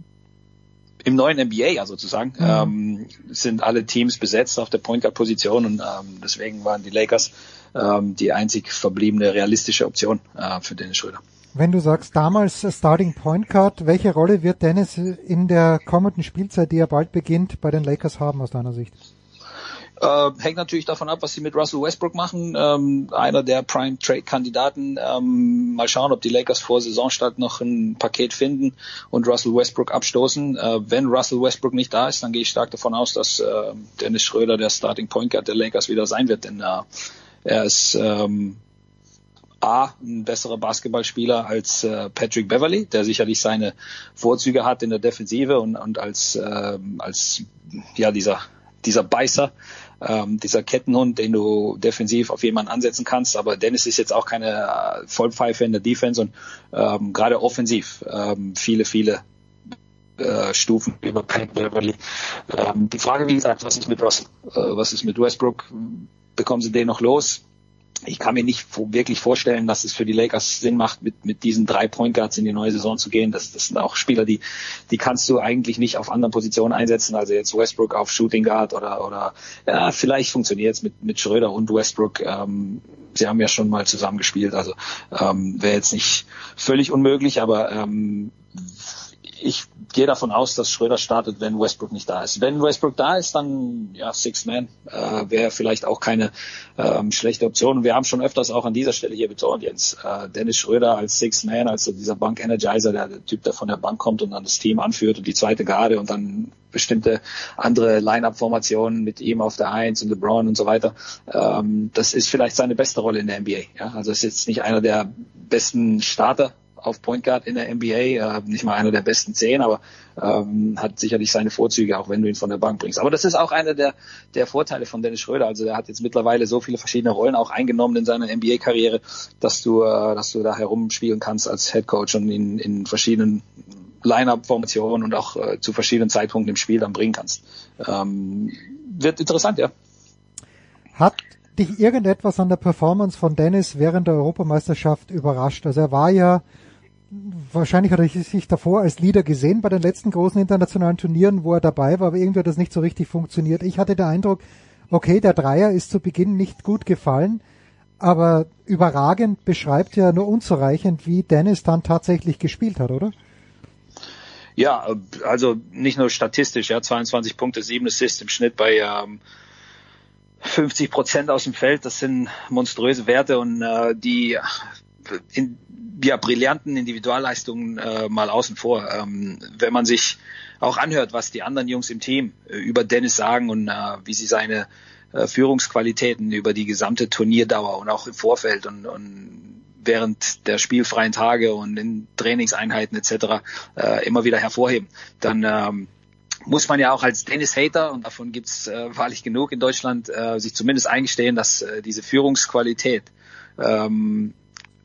im neuen N B A, also sozusagen, mhm. ähm, sind alle Teams besetzt auf der Point Guard Position und ähm, deswegen waren die Lakers ähm, die einzig verbliebene realistische Option äh, für Dennis Schröder. Wenn du sagst, damals Starting Point Guard, welche Rolle wird Dennis in der kommenden Spielzeit, die ja bald beginnt, bei den Lakers haben aus deiner Sicht? Äh, hängt natürlich davon ab, was sie mit Russell Westbrook machen. Ähm, einer der Prime-Trade-Kandidaten. Ähm, mal schauen, ob die Lakers vor Saisonstart noch ein Paket finden und Russell Westbrook abstoßen. Äh, wenn Russell Westbrook nicht da ist, dann gehe ich stark davon aus, dass äh, Dennis Schröder der Starting Point Guard der Lakers wieder sein wird. Denn äh, er ist ähm, A, ein besserer Basketballspieler als äh, Patrick Beverley, der sicherlich seine Vorzüge hat in der Defensive und, und als, äh, als ja dieser dieser Beißer ähm, dieser Kettenhund, den du defensiv auf jemanden ansetzen kannst. Aber Dennis ist jetzt auch keine äh, Vollpfeife in der Defense und ähm, gerade offensiv ähm, viele, viele äh, Stufen über Pat Beverly. Ähm, die Frage, wie gesagt, was ist mit Russell? Äh, was ist mit Westbrook? Bekommen sie den noch los? Ich kann mir nicht wirklich vorstellen, dass es für die Lakers Sinn macht, mit, mit diesen drei Point Guards in die neue Saison zu gehen. Das, das sind auch Spieler, die, die kannst du eigentlich nicht auf anderen Positionen einsetzen. Also jetzt Westbrook auf Shooting Guard oder, oder, ja, vielleicht funktioniert es mit, mit Schröder und Westbrook. Ähm, sie haben ja schon mal zusammen gespielt. Also, ähm, wäre jetzt nicht völlig unmöglich, aber, ähm, ich gehe davon aus, dass Schröder startet, wenn Westbrook nicht da ist. Wenn Westbrook da ist, dann ja Six Man äh, wäre vielleicht auch keine ähm, schlechte Option. Wir haben schon öfters auch an dieser Stelle hier betont, Jens, äh, Dennis Schröder als Six Man, als dieser Bank Energizer, der, der Typ, der von der Bank kommt und dann das Team anführt und die zweite Garde und dann bestimmte andere Line-Up-Formationen mit ihm auf der Eins und LeBron und so weiter. Ähm, das ist vielleicht seine beste Rolle in der N B A. Ja? Also ist jetzt nicht einer der besten Starter auf Point Guard in der N B A, äh, nicht mal einer der besten zehn, aber ähm, hat sicherlich seine Vorzüge, auch wenn du ihn von der Bank bringst. Aber das ist auch einer der, der Vorteile von Dennis Schröder. Also er hat jetzt mittlerweile so viele verschiedene Rollen auch eingenommen in seiner N B A-Karriere, dass du, äh, dass du da herumspielen kannst als Head Coach und ihn in verschiedenen Line-Up-Formationen und auch äh, zu verschiedenen Zeitpunkten im Spiel dann bringen kannst. Ähm, wird interessant, ja. Hat dich irgendetwas an der Performance von Dennis während der Europameisterschaft überrascht? Also er war ja, wahrscheinlich hat er sich davor als Leader gesehen bei den letzten großen internationalen Turnieren, wo er dabei war, aber irgendwie hat das nicht so richtig funktioniert. Ich hatte den Eindruck, okay, der Dreier ist zu Beginn nicht gut gefallen, aber überragend beschreibt ja nur unzureichend, wie Dennis dann tatsächlich gespielt hat, oder? Ja, also nicht nur statistisch, ja, zweiundzwanzig Punkte, sieben Assists im Schnitt bei ähm, fünfzig Prozent aus dem Feld, das sind monströse Werte und äh, die in, ja, brillanten Individualleistungen äh, mal außen vor. Ähm, wenn man sich auch anhört, was die anderen Jungs im Team äh, über Dennis sagen und äh, wie sie seine äh, Führungsqualitäten über die gesamte Turnierdauer und auch im Vorfeld und, und während der spielfreien Tage und in Trainingseinheiten et cetera äh, immer wieder hervorheben, dann ähm, muss man ja auch als Dennis-Hater, und davon gibt's äh, wahrlich genug in Deutschland, äh, sich zumindest eingestehen, dass äh, diese Führungsqualität ähm,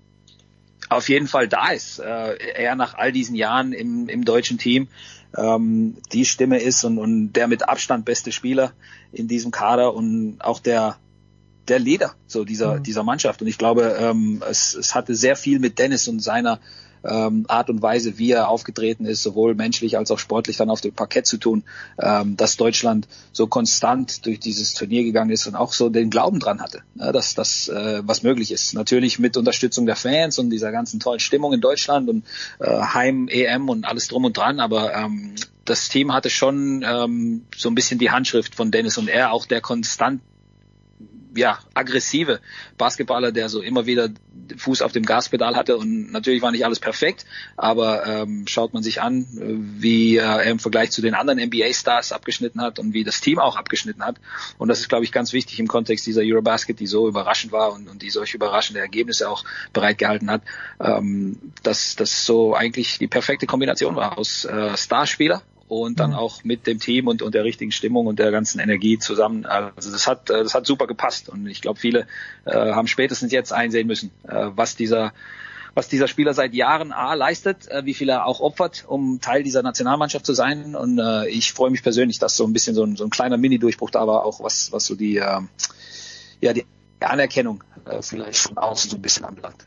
auf jeden Fall da ist. Äh, er nach all diesen Jahren im, im deutschen Team ähm, die Stimme ist und, und der mit Abstand beste Spieler in diesem Kader und auch der der Leader so dieser mhm. dieser Mannschaft. Und ich glaube, ähm, es, es hatte sehr viel mit Dennis und seiner ähm, Art und Weise, wie er aufgetreten ist, sowohl menschlich als auch sportlich dann auf dem Parkett zu tun, ähm, dass Deutschland so konstant durch dieses Turnier gegangen ist und auch so den Glauben dran hatte, ja, dass das äh, was möglich ist. Natürlich mit Unterstützung der Fans und dieser ganzen tollen Stimmung in Deutschland und äh, Heim-E M und alles drum und dran, aber ähm, das Team hatte schon ähm, so ein bisschen die Handschrift von Dennis und er auch der konstant ja, aggressive Basketballer, der so immer wieder Fuß auf dem Gaspedal hatte und natürlich war nicht alles perfekt, aber ähm, schaut man sich an, wie äh, er im Vergleich zu den anderen N B A-Stars abgeschnitten hat und wie das Team auch abgeschnitten hat und das ist, glaube ich, ganz wichtig im Kontext dieser Eurobasket, die so überraschend war und, und die solche überraschende Ergebnisse auch bereitgehalten hat, ähm, dass das so eigentlich die perfekte Kombination war aus äh, Starspieler und dann auch mit dem Team und, und der richtigen Stimmung und der ganzen Energie zusammen. Also das hat das hat super gepasst und ich glaube, viele äh, haben spätestens jetzt einsehen müssen, äh, was dieser was dieser Spieler seit Jahren A leistet, äh, wie viel er auch opfert, um Teil dieser Nationalmannschaft zu sein. Und äh, ich freue mich persönlich, dass so ein bisschen so ein, so ein kleiner Mini-Durchbruch da war, auch was was so die äh, ja die Anerkennung äh, vielleicht von außen so ein bisschen anbelangt.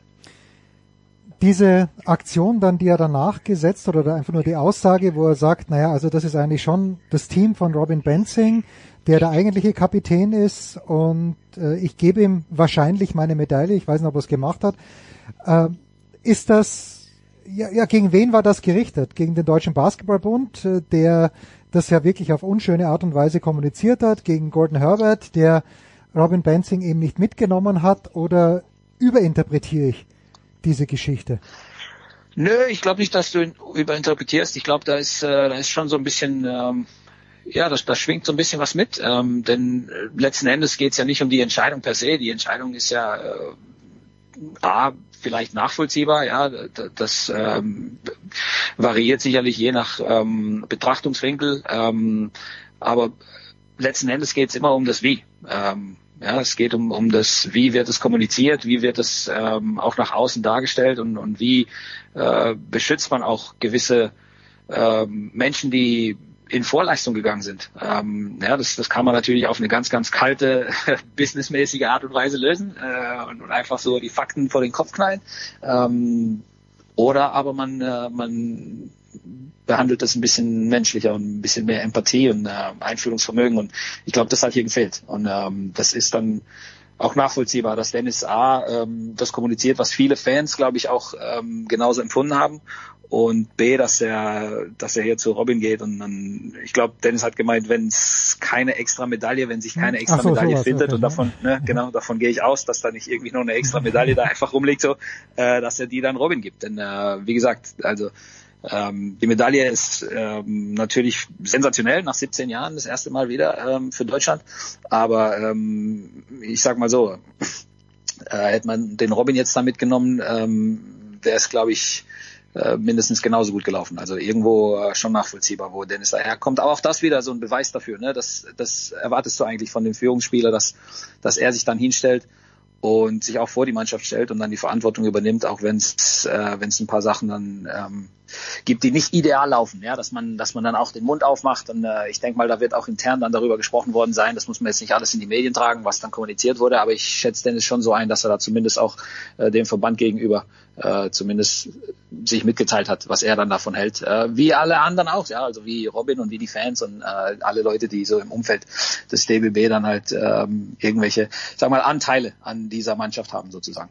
Diese Aktion dann, die er danach gesetzt hat, oder einfach nur die Aussage, wo er sagt, naja, also das ist eigentlich schon das Team von Robin Benzing, der der eigentliche Kapitän ist und äh, ich gebe ihm wahrscheinlich meine Medaille, ich weiß nicht, ob er es gemacht hat. Äh, ist das, ja, ja, gegen wen war das gerichtet? Gegen den Deutschen Basketballbund, äh, der das ja wirklich auf unschöne Art und Weise kommuniziert hat, gegen Gordon Herbert, der Robin Benzing eben nicht mitgenommen hat, oder überinterpretiere ich diese Geschichte? Nö, ich glaube nicht, dass du ihn überinterpretierst. Ich glaube, da ist, äh, da ist schon so ein bisschen, ähm, ja, das, da schwingt so ein bisschen was mit. Ähm, denn äh, letzten Endes geht es ja nicht um die Entscheidung per se. Die Entscheidung ist ja äh, A, vielleicht nachvollziehbar, ja, das ähm, variiert sicherlich je nach ähm, Betrachtungswinkel, ähm, aber letzten Endes geht es immer um das Wie. Ähm, ja, es geht um, um das, wie wird es kommuniziert, wie wird es ähm, auch nach außen dargestellt und, und wie äh, beschützt man auch gewisse ähm, Menschen, die in Vorleistung gegangen sind. Ähm, ja, das, das kann man natürlich auf eine ganz, ganz kalte, businessmäßige Art und Weise lösen äh, und, und einfach so die Fakten vor den Kopf knallen. Ähm, oder aber man, äh, man behandelt das ein bisschen menschlicher und ein bisschen mehr Empathie und äh, Einfühlungsvermögen, und ich glaube, das hat hier gefehlt, und ähm, das ist dann auch nachvollziehbar, dass Dennis A. Ähm, das kommuniziert, was viele Fans, glaube ich, auch ähm, genauso empfunden haben, und B. dass er dass er hier zu Robin geht, und dann, ich glaube, Dennis hat gemeint, wenn es keine extra Medaille, wenn sich keine extra so, Medaille sowas, findet, okay. und davon, ne, genau, davon gehe ich aus, dass da nicht irgendwie noch eine extra Medaille da einfach rumliegt, so, äh, dass er die dann Robin gibt, denn äh, wie gesagt, also Ähm, die Medaille ist ähm, natürlich sensationell, nach siebzehn Jahren das erste Mal wieder ähm, für Deutschland. Aber ähm, ich sag mal so, äh, hätte man den Robin jetzt da mitgenommen, ähm, wäre es, glaube ich, äh, mindestens genauso gut gelaufen. Also irgendwo äh, schon nachvollziehbar, wo Dennis daherkommt. Aber auch das wieder so ein Beweis dafür, ne? Das, das erwartest du eigentlich von dem Führungsspieler, dass, dass er sich dann hinstellt und sich auch vor die Mannschaft stellt und dann die Verantwortung übernimmt, auch wenn es äh, wenn es ein paar Sachen dann ähm, gibt, die nicht ideal laufen, ja, dass man dass man dann auch den Mund aufmacht, und äh, ich denke mal, da wird auch intern dann darüber gesprochen worden sein. Das muss man jetzt nicht alles in die Medien tragen, was dann kommuniziert wurde, aber ich schätze Dennis schon so ein, dass er da zumindest auch äh, dem Verband gegenüber äh, zumindest sich mitgeteilt hat, was er dann davon hält, äh, wie alle anderen auch, ja, also wie Robin und wie die Fans und äh, alle Leute, die so im Umfeld des D B B dann halt ähm, irgendwelche, sag mal, Anteile an dieser Mannschaft haben sozusagen.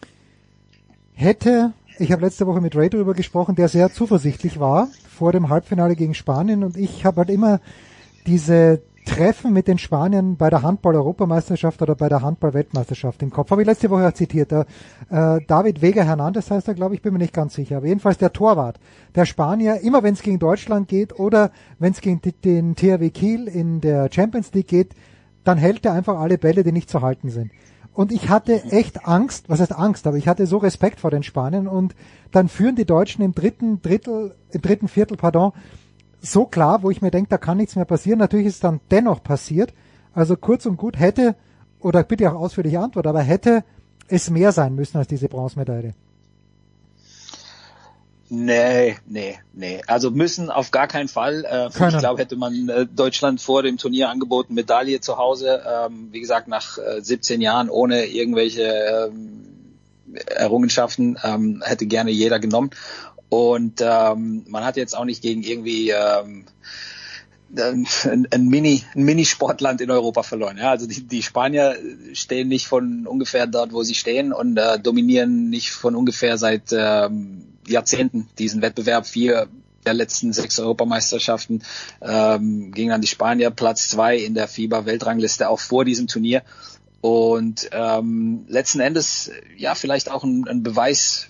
Hätte, ich habe letzte Woche mit Ray darüber gesprochen, der sehr zuversichtlich war vor dem Halbfinale gegen Spanien, und ich habe halt immer diese Treffen mit den Spaniern bei der Handball-Europameisterschaft oder bei der Handball-Weltmeisterschaft im Kopf. Habe ich letzte Woche auch zitiert. Der, äh, David Vega Hernandez heißt er, glaube ich, bin mir nicht ganz sicher. Aber jedenfalls der Torwart, der Spanier, immer wenn es gegen Deutschland geht oder wenn es gegen den T H W Kiel in der Champions League geht, dann hält er einfach alle Bälle, die nicht zu halten sind. Und ich hatte echt Angst, was heißt Angst, aber ich hatte so Respekt vor den Spaniern, und dann führen die Deutschen im dritten Drittel, im dritten Viertel, pardon, so klar, wo ich mir denke, da kann nichts mehr passieren. Natürlich ist es dann dennoch passiert. Also kurz und gut, hätte, oder bitte auch ausführliche Antwort, aber hätte es mehr sein müssen als diese Bronzemedaille? Nee, nee, nee. Also müssen auf gar keinen Fall. Äh, ich glaube, hätte man äh, Deutschland vor dem Turnier angeboten, Medaille zu Hause. Ähm, wie gesagt, nach äh, siebzehn Jahren ohne irgendwelche ähm, Errungenschaften ähm, hätte gerne jeder genommen. Und ähm, man hat jetzt auch nicht gegen irgendwie ähm, ein, ein Mini, ein Mini-Sportland in Europa verloren. Ja, also die, die Spanier stehen nicht von ungefähr dort, wo sie stehen, und äh, dominieren nicht von ungefähr seit ähm, Jahrzehnten diesen Wettbewerb. Vier der letzten sechs Europameisterschaften ähm, gingen an die Spanier, Platz zwei in der FIBA-Weltrangliste auch vor diesem Turnier. Und ähm, letzten Endes ja vielleicht auch ein, ein Beweis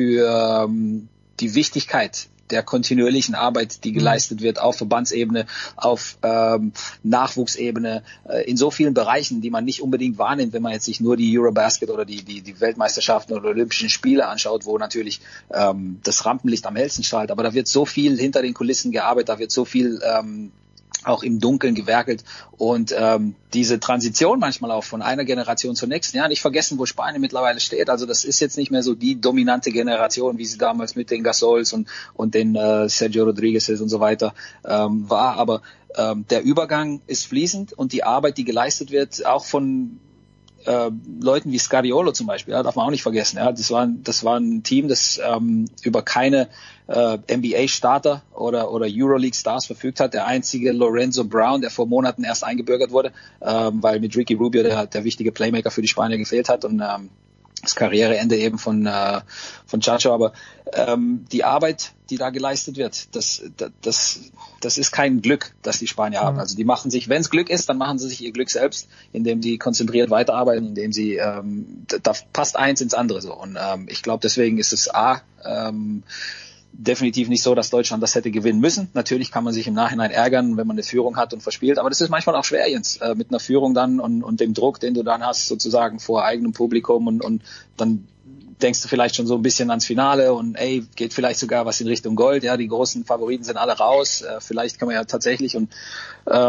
für ähm, die Wichtigkeit der kontinuierlichen Arbeit, die geleistet wird auf Verbandsebene, auf ähm, Nachwuchsebene, äh, in so vielen Bereichen, die man nicht unbedingt wahrnimmt, wenn man jetzt sich nur die Eurobasket oder die die die Weltmeisterschaften oder Olympischen Spiele anschaut, wo natürlich ähm, das Rampenlicht am hellsten strahlt. Aber da wird so viel hinter den Kulissen gearbeitet, da wird so viel ähm, auch im Dunkeln gewerkelt, und ähm, diese Transition manchmal auch von einer Generation zur nächsten, ja, nicht vergessen, wo Spanien mittlerweile steht. Also das ist jetzt nicht mehr so die dominante Generation, wie sie damals mit den Gasols und und den äh, Sergio Rodriguezes und so weiter ähm, war, aber ähm, der Übergang ist fließend, und die Arbeit, die geleistet wird, auch von äh, Leuten wie Scariolo zum Beispiel, ja, darf man auch nicht vergessen. Ja, das war das war ein Team, das ähm, über keine äh, N B A-Starter oder oder Euroleague-Stars verfügt hat. Der einzige Lorenzo Brown, der vor Monaten erst eingebürgert wurde, ähm, weil mit Ricky Rubio der, der wichtige Playmaker für die Spanier gefehlt hat, und ähm, das Karriereende eben von äh, von Chacho. Aber ähm, die Arbeit, die da geleistet wird, das das das ist kein Glück, das die Spanier haben. Also die machen sich, wenn es Glück ist, dann machen sie sich ihr Glück selbst, indem sie konzentriert weiterarbeiten, indem sie ähm, da passt eins ins andere so. Und ähm, ich glaube, deswegen ist es A ähm, definitiv nicht so, dass Deutschland das hätte gewinnen müssen. Natürlich kann man sich im Nachhinein ärgern, wenn man eine Führung hat und verspielt, aber das ist manchmal auch schwer, Jens, äh, mit einer Führung dann und, und dem Druck, den du dann hast, sozusagen vor eigenem Publikum, und, und dann denkst du vielleicht schon so ein bisschen ans Finale und ey, geht vielleicht sogar was in Richtung Gold, ja, die großen Favoriten sind alle raus, äh, vielleicht kann man ja tatsächlich, und ähm,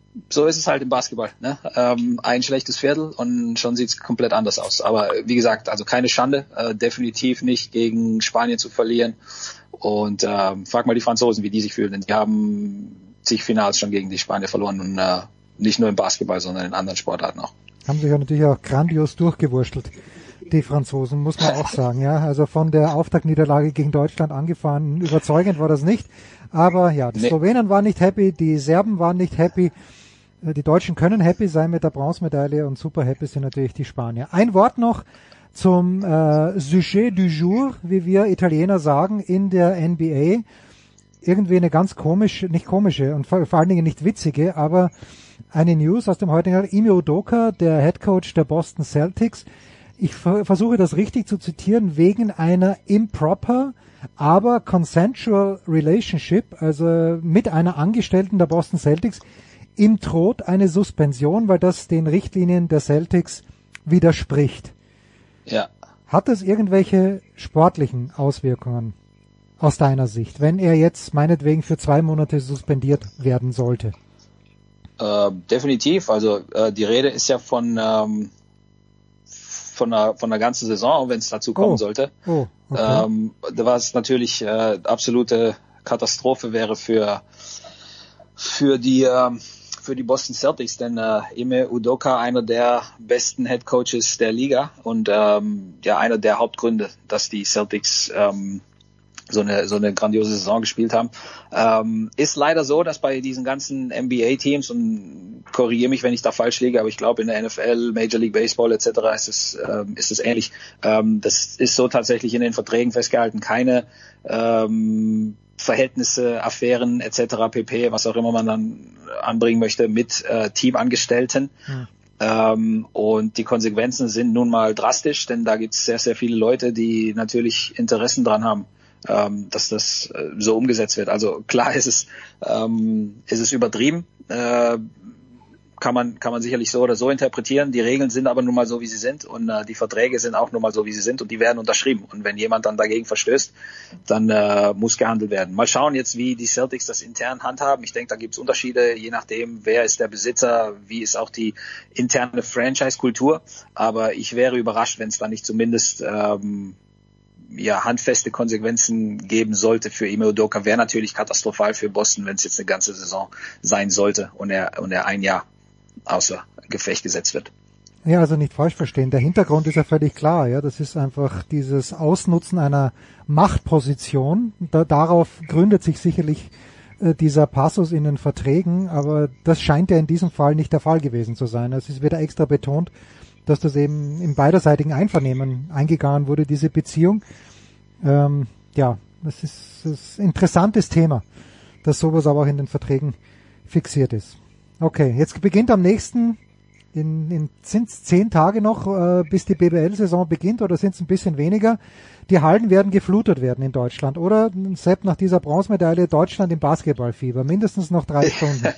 so ist es halt im Basketball. Ne? Ähm, ein schlechtes Viertel und schon sieht es komplett anders aus. Aber wie gesagt, also keine Schande, äh, definitiv nicht gegen Spanien zu verlieren. Und äh, frag mal die Franzosen, wie die sich fühlen. Denn die haben zig Finals schon gegen die Spanier verloren und äh, nicht nur im Basketball, sondern in anderen Sportarten auch. Haben sich ja natürlich auch grandios durchgewurstelt, die Franzosen, muss man auch sagen. Ja, also von der Auftaktniederlage gegen Deutschland angefahren, überzeugend war das nicht. Aber ja, die nee. Slowenen waren nicht happy, die Serben waren nicht happy. Die Deutschen können happy sein mit der Bronzemedaille und super happy sind natürlich die Spanier. Ein Wort noch zum äh, Sujet du jour, wie wir Italiener sagen, in der N B A. Irgendwie eine ganz komische, nicht komische und vor, vor allen Dingen nicht witzige, aber eine News aus dem heutigen Tag. Ime Udoka, der Headcoach der Boston Celtics. Ich ver- versuche das richtig zu zitieren, wegen einer improper, aber consensual relationship, also mit einer Angestellten der Boston Celtics, ihm droht eine Suspension, weil das den Richtlinien der Celtics widerspricht. Ja. Hat das irgendwelche sportlichen Auswirkungen aus deiner Sicht, wenn er jetzt meinetwegen für zwei Monate suspendiert werden sollte? Äh, definitiv. Also äh, die Rede ist ja von ähm, von der von der ganzen Saison, wenn es dazu kommen oh. sollte. Oh, okay. ähm, was natürlich äh, absolute Katastrophe wäre für für die äh, für die Boston Celtics, denn äh, Ime Udoka, einer der besten Head Coaches der Liga und ähm, ja einer der Hauptgründe, dass die Celtics ähm, so eine so eine grandiose Saison gespielt haben. Ähm, ist leider so, dass bei diesen ganzen N B A-Teams, und korrigiere mich, wenn ich da falsch liege, aber ich glaube in der N F L, Major League Baseball et cetera ist es ähm, ist es ähnlich. Ähm, das ist so tatsächlich in den Verträgen festgehalten. Keine ähm, Verhältnisse, Affären et cetera pp, was auch immer man dann anbringen möchte, mit äh, Teamangestellten. Hm. Ähm, und die Konsequenzen sind nun mal drastisch, denn da gibt es sehr, sehr viele Leute, die natürlich Interessen dran haben, ähm, dass das äh, so umgesetzt wird. Also klar ist es, ähm, ist es übertrieben, äh, kann man kann man sicherlich so oder so interpretieren. Die Regeln sind aber nun mal so, wie sie sind und äh, die Verträge sind auch nun mal so, wie sie sind und die werden unterschrieben. Und wenn jemand dann dagegen verstößt, dann äh, muss gehandelt werden. Mal schauen jetzt, wie die Celtics das intern handhaben. Ich denke, da gibt es Unterschiede, je nachdem, wer ist der Besitzer, wie ist auch die interne Franchise-Kultur. Aber ich wäre überrascht, wenn es da nicht zumindest ähm, ja handfeste Konsequenzen geben sollte für Ime Udoka. Wäre natürlich katastrophal für Boston, wenn es jetzt eine ganze Saison sein sollte und er und er ein Jahr außer Gefecht gesetzt wird. Ja, also nicht falsch verstehen. Der Hintergrund ist ja völlig klar. Ja, das ist einfach dieses Ausnutzen einer Machtposition. Da, darauf gründet sich sicherlich äh, dieser Passus in den Verträgen, aber das scheint ja in diesem Fall nicht der Fall gewesen zu sein. Es ist wieder extra betont, dass das eben im beiderseitigen Einvernehmen eingegangen wurde, diese Beziehung. Ähm, ja, das ist, das ist ein interessantes Thema, dass sowas aber auch in den Verträgen fixiert ist. Okay, jetzt beginnt am nächsten, in, in sind es zehn Tage noch, äh, bis die B B L-Saison beginnt, oder sind es ein bisschen weniger? Die Hallen werden geflutet werden in Deutschland, oder? Sepp, nach dieser Bronzemedaille Deutschland im Basketballfieber, mindestens noch drei Stunden.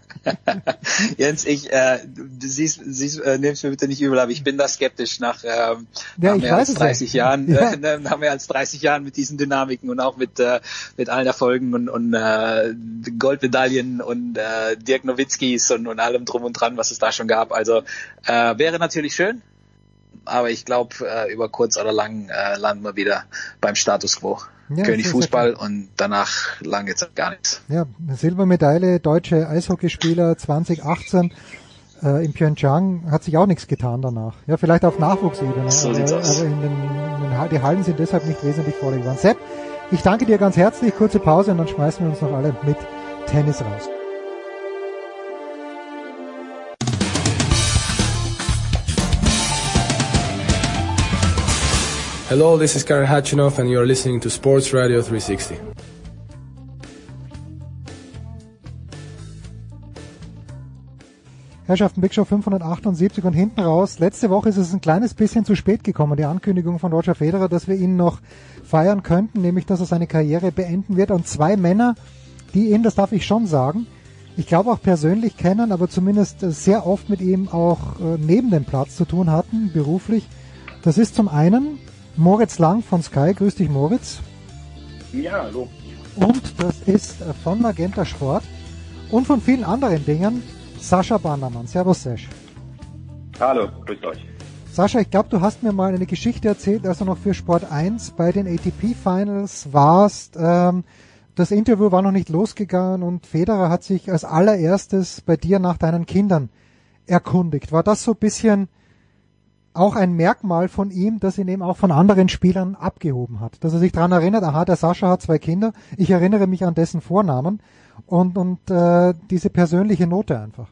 Jens, ich, äh, du siehst, siehst äh, nimmst mir bitte nicht übel, aber ich bin da skeptisch nach, ähm, ja, nach mehr als dreißig ja. Jahren, ja. äh, nach mehr als dreißig Jahren mit diesen Dynamiken und auch mit äh, mit allen Erfolgen und, und äh, Goldmedaillen und äh, Dirk Nowitzkis und, und allem drum und dran, was es da schon gab. Also äh, wäre natürlich schön, aber ich glaube, äh, über kurz oder lang äh, landen wir wieder beim Status quo. Ja, König Fußball und danach lange Zeit gar nichts. Ja, Silbermedaille, deutsche Eishockeyspieler zwanzig achtzehn äh, in Pyeongchang, hat sich auch nichts getan danach. Ja, vielleicht auf Nachwuchsebene, so aber, sieht's aus. aber in den, in den, die Hallen sind deshalb nicht wesentlich voller geworden. Sepp, ich danke dir ganz herzlich, kurze Pause und dann schmeißen wir uns noch alle mit Tennis raus. Hello, this is Karen Hatchinoff and you're listening to Sports Radio three sixty. Herrschaften, Big Show fünfhundertachtundsiebzig und hinten raus. Letzte Woche ist es ein kleines bisschen zu spät gekommen, die Ankündigung von Roger Federer, dass wir ihn noch feiern könnten, nämlich dass er seine Karriere beenden wird. Und zwei Männer, die ihn, das darf ich schon sagen, ich glaube auch persönlich kennen, aber zumindest sehr oft mit ihm auch neben dem Platz zu tun hatten, beruflich. Das ist zum einen Moritz Lang von Sky. Grüß dich, Moritz. Ja, hallo. Und das ist von Magenta Sport und von vielen anderen Dingen Sascha Bannermann. Servus, Sash. Hallo, grüßt euch. Sascha, ich glaube, du hast mir mal eine Geschichte erzählt, als du noch für Sport eins bei den A T P Finals warst. Ähm, das Interview war noch nicht losgegangen und Federer hat sich als allererstes bei dir nach deinen Kindern erkundigt. War das so ein bisschen auch ein Merkmal von ihm, das ihn eben auch von anderen Spielern abgehoben hat? Dass er sich daran erinnert, aha, der Sascha hat zwei Kinder, ich erinnere mich an dessen Vornamen und, und äh, diese persönliche Note einfach.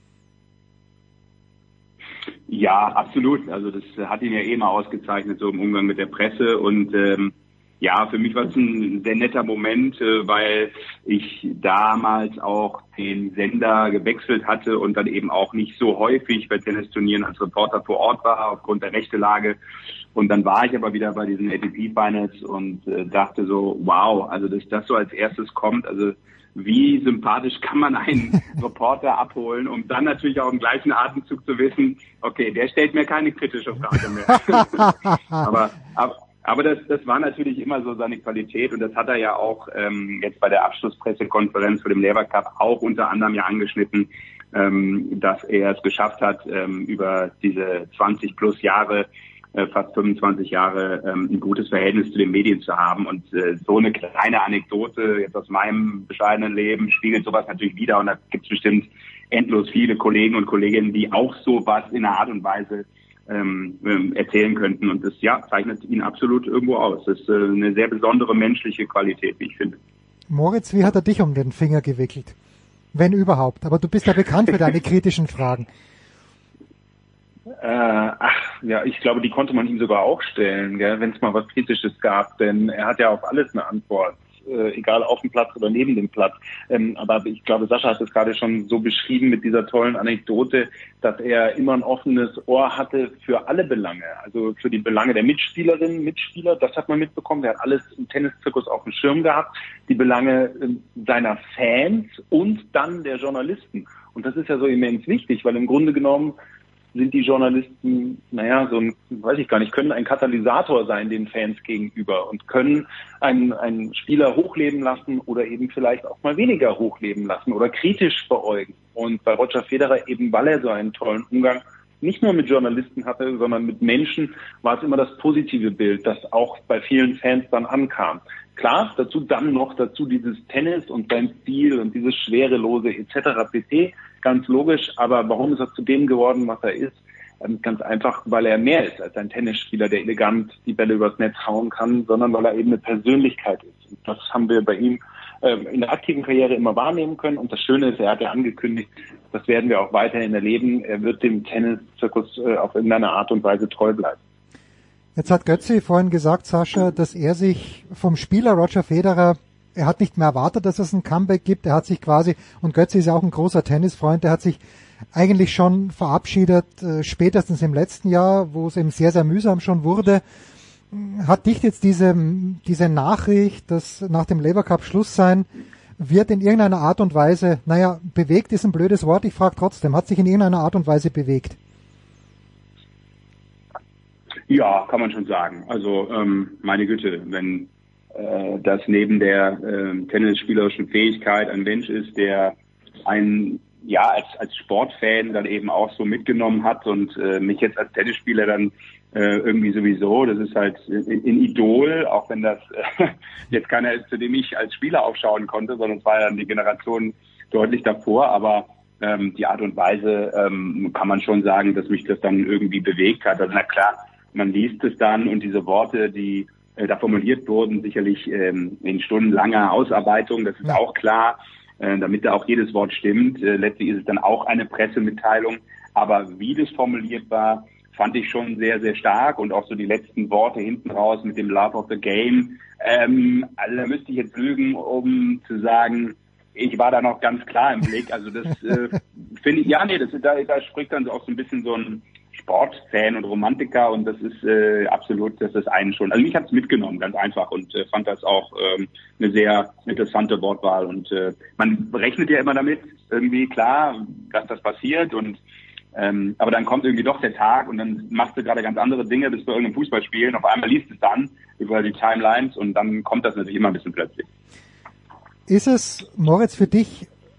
Ja, absolut. Also das hat ihn ja eh mal ausgezeichnet, so im Umgang mit der Presse. Und ähm, ja, für mich war es ein sehr netter Moment, äh, weil ich damals auch den Sender gewechselt hatte und dann eben auch nicht so häufig bei Tennisturnieren als Reporter vor Ort war, aufgrund der Rechtelage. Und dann war ich aber wieder bei diesen A T P Finals und äh, dachte so, wow, also dass das so als erstes kommt, also wie sympathisch kann man einen Reporter abholen, um dann natürlich auch im gleichen Atemzug zu wissen, okay, der stellt mir keine kritische Frage mehr. aber, aber, aber das, das war natürlich immer so seine Qualität und das hat er ja auch ähm, jetzt bei der Abschlusspressekonferenz für den Labour Cup auch unter anderem ja angeschnitten, ähm, dass er es geschafft hat, ähm, über diese zwanzig plus Jahre fast fünfundzwanzig Jahre ähm, ein gutes Verhältnis zu den Medien zu haben. Und äh, so eine kleine Anekdote jetzt aus meinem bescheidenen Leben spiegelt sowas natürlich wider. Und da gibt es bestimmt endlos viele Kollegen und Kolleginnen, die auch sowas in einer Art und Weise ähm, ähm, erzählen könnten. Und das ja zeichnet ihn absolut irgendwo aus. Das ist äh, eine sehr besondere menschliche Qualität, wie ich finde. Moritz, wie hat er dich um den Finger gewickelt? Wenn überhaupt. Aber du bist ja bekannt für deine kritischen Fragen. Äh, ach, ja, ich glaube, die konnte man ihm sogar auch stellen, gell, wenn es mal was Kritisches gab, denn er hat ja auf alles eine Antwort, äh, egal auf dem Platz oder neben dem Platz. Ähm, aber ich glaube, Sascha hat es gerade schon so beschrieben mit dieser tollen Anekdote, dass er immer ein offenes Ohr hatte für alle Belange, also für die Belange der Mitspielerinnen, Mitspieler, das hat man mitbekommen, er hat alles im Tenniszirkus auf dem Schirm gehabt, die Belange äh, seiner Fans und dann der Journalisten. Und das ist ja so immens wichtig, weil im Grunde genommen sind die Journalisten, naja, so ein, weiß ich gar nicht, können ein Katalysator sein den Fans gegenüber und können einen, einen Spieler hochleben lassen oder eben vielleicht auch mal weniger hochleben lassen oder kritisch beäugen. Und bei Roger Federer, eben weil er so einen tollen Umgang nicht nur mit Journalisten hatte, sondern mit Menschen, war es immer das positive Bild, das auch bei vielen Fans dann ankam. Klar, dazu dann noch dazu dieses Tennis und sein Stil und dieses Schwerelose et cetera pp. Ganz logisch, aber warum ist er zu dem geworden, was er ist? Ganz einfach, weil er mehr ist als ein Tennisspieler, der elegant die Bälle übers Netz hauen kann, sondern weil er eben eine Persönlichkeit ist. Und das haben wir bei ihm ähm, in der aktiven Karriere immer wahrnehmen können. Und das Schöne ist, er hat ja angekündigt, das werden wir auch weiterhin erleben. Er wird dem Tenniszirkus äh, auf irgendeine Art und Weise treu bleiben. Jetzt hat Götze vorhin gesagt, Sascha, dass er sich vom Spieler Roger Federer, er hat nicht mehr erwartet, dass es ein Comeback gibt. Er hat sich quasi, und Götze ist ja auch ein großer Tennisfreund, er hat sich eigentlich schon verabschiedet, äh, spätestens im letzten Jahr, wo es eben sehr, sehr mühsam schon wurde. Hat dich jetzt diese, diese Nachricht, dass nach dem Labour Cup Schluss sein wird, in irgendeiner Art und Weise, naja, bewegt ist ein blödes Wort, ich frage trotzdem, hat sich in irgendeiner Art und Weise bewegt? Ja, kann man schon sagen. Also ähm, meine Güte, wenn äh, das neben der äh, tennisspielerischen Fähigkeit ein Mensch ist, der einen ja als als Sportfan dann eben auch so mitgenommen hat und äh, mich jetzt als Tennisspieler dann äh, irgendwie sowieso, das ist halt ein Idol, auch wenn das äh, jetzt keiner ist, zu dem ich als Spieler aufschauen konnte, sondern es war ja dann die Generation deutlich davor, aber ähm, die Art und Weise ähm, kann man schon sagen, dass mich das dann irgendwie bewegt hat. Also na klar, man liest es dann und diese Worte, die äh, da formuliert wurden, sicherlich ähm, in stundenlanger Ausarbeitung, das ist ja auch klar, äh, damit da auch jedes Wort stimmt. Äh, letztlich ist es dann auch eine Pressemitteilung, aber wie das formuliert war, fand ich schon sehr, sehr stark und auch so die letzten Worte hinten raus mit dem Love of the Game. Ähm, also da müsste ich jetzt lügen, um zu sagen, ich war da noch ganz klar im Blick. Also das äh, finde ich, ja nee, das, da, da spricht dann auch so ein bisschen so ein Sportfan und Romantiker und das ist äh, absolut, das ist einen schon. Also mich hat's mitgenommen, ganz einfach und äh, fand das auch ähm, eine sehr interessante Wortwahl und äh, man rechnet ja immer damit, irgendwie klar, dass das passiert und ähm, aber dann kommt irgendwie doch der Tag und dann machst du gerade ganz andere Dinge, bist du irgendeinem Fußballspiel und auf einmal liest es dann über die Timelines und dann kommt das natürlich immer ein bisschen plötzlich. Ist es, Moritz, für dich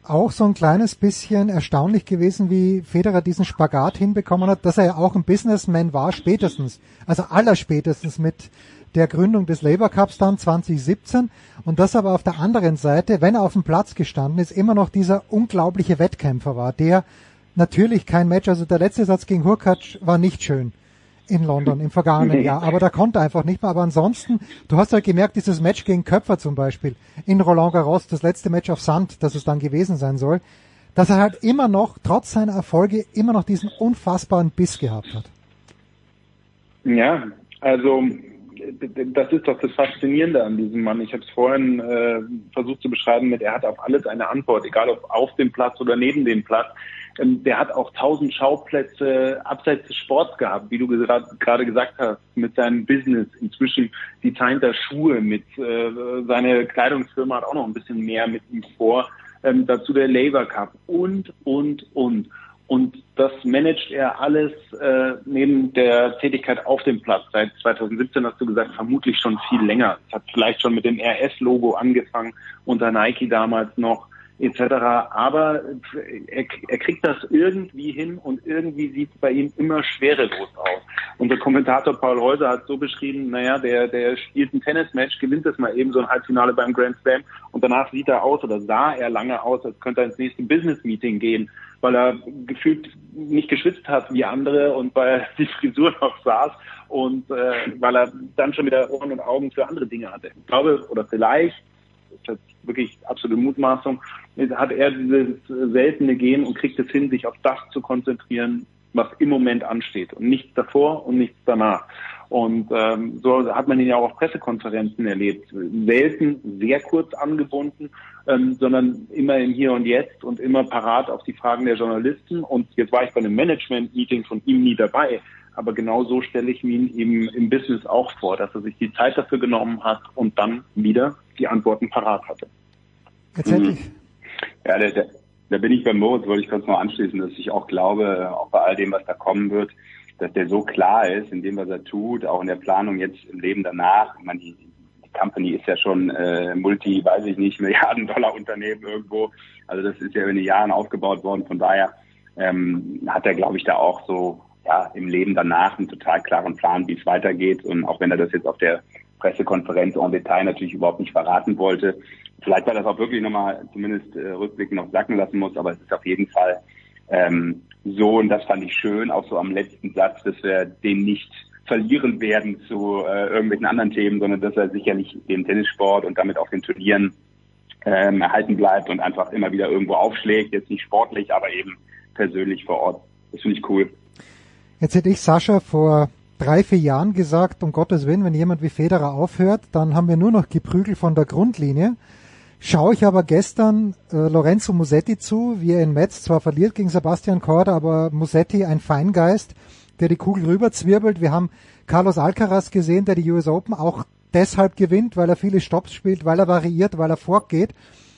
auch so ein kleines bisschen erstaunlich gewesen, wie Federer diesen Spagat hinbekommen hat, dass er ja auch ein Businessman war, spätestens, also allerspätestens mit der Gründung des Labour Cups dann zwanzig siebzehn und dass aber auf der anderen Seite, wenn er auf dem Platz gestanden ist, immer noch dieser unglaubliche Wettkämpfer war, der natürlich kein Match, also der letzte Satz gegen Hurkacz war nicht schön in London im vergangenen Jahr, aber da konnte er einfach nicht mehr. Aber ansonsten, du hast halt gemerkt, dieses Match gegen Köpfer zum Beispiel in Roland Garros, das letzte Match auf Sand, das es dann gewesen sein soll, dass er halt immer noch, trotz seiner Erfolge, immer noch diesen unfassbaren Biss gehabt hat. Ja, also das ist doch das Faszinierende an diesem Mann. Ich habe es vorhin äh, versucht zu beschreiben mit, er hat auf alles eine Antwort, egal ob auf dem Platz oder neben dem Platz. Der hat auch tausend Schauplätze abseits des Sports gehabt, wie du gerade gesagt hast, mit seinem Business, inzwischen designter Schuhe, mit äh, seine Kleidungsfirma hat auch noch ein bisschen mehr mit ihm vor, ähm, dazu der Labour Cup und, und, und. Und das managt er alles äh, neben der Tätigkeit auf dem Platz. Seit zwanzig siebzehn hast du gesagt, vermutlich schon viel länger. Es hat vielleicht schon mit dem R S-Logo angefangen, unter Nike damals noch, et cetera. Aber er, er kriegt das irgendwie hin und irgendwie sieht es bei ihm immer schwerelos aus. Unser Kommentator Paul Häuser hat so beschrieben, naja, der, der spielt ein Tennismatch, gewinnt das mal eben so ein Halbfinale beim Grand Slam und danach sieht er aus oder sah er lange aus, als könnte er ins nächste Business-Meeting gehen, weil er gefühlt nicht geschwitzt hat wie andere und weil die Frisur noch saß und äh, weil er dann schon wieder Ohren und Augen für andere Dinge hatte. Ich glaube, oder vielleicht, das ist jetzt wirklich absolute Mutmaßung, hat er dieses seltene Gen und kriegt es hin, sich auf das zu konzentrieren, was im Moment ansteht und nichts davor und nichts danach. Und ähm, so hat man ihn ja auch auf Pressekonferenzen erlebt. Selten sehr kurz angebunden, ähm, sondern immer im Hier und Jetzt und immer parat auf die Fragen der Journalisten. Und jetzt war ich bei einem Management-Meeting von ihm nie dabei. Aber genau so stelle ich ihn im, im Business auch vor, dass er sich die Zeit dafür genommen hat und dann wieder die Antworten parat hatte. Tatsächlich. Mhm. Ja, da, da, da bin ich bei Moritz, wollte ich kurz noch anschließen, dass ich auch glaube, auch bei all dem, was da kommen wird, dass der so klar ist in dem, was er tut, auch in der Planung jetzt im Leben danach. Ich meine, die, die Company ist ja schon äh, multi, weiß ich nicht, Milliarden-Dollar-Unternehmen irgendwo. Also das ist ja in den Jahren aufgebaut worden. Von daher ähm, hat er, glaube ich, da auch so ja im Leben danach einen total klaren Plan, wie es weitergeht. Und auch wenn er das jetzt auf der Pressekonferenz en Detail natürlich überhaupt nicht verraten wollte, vielleicht weil das auch wirklich nochmal zumindest äh, rückblickend noch sacken lassen muss, aber es ist auf jeden Fall ähm, so, und das fand ich schön, auch so am letzten Satz, dass wir den nicht verlieren werden zu äh, irgendwelchen anderen Themen, sondern dass er sicherlich den Tennissport und damit auch den Turnieren ähm, erhalten bleibt und einfach immer wieder irgendwo aufschlägt, jetzt nicht sportlich, aber eben persönlich vor Ort. Das finde ich cool. Jetzt hätte ich Sascha vor drei, vier Jahren gesagt, um Gottes Willen, wenn jemand wie Federer aufhört, dann haben wir nur noch Geprügel von der Grundlinie. Schaue ich aber gestern äh, Lorenzo Musetti zu, wie er in Metz zwar verliert gegen Sebastian Korda, aber Musetti ein Feingeist, der die Kugel rüberzwirbelt. Wir haben Carlos Alcaraz gesehen, der die U S Open auch deshalb gewinnt, weil er viele Stops spielt, weil er variiert, weil er fortgeht.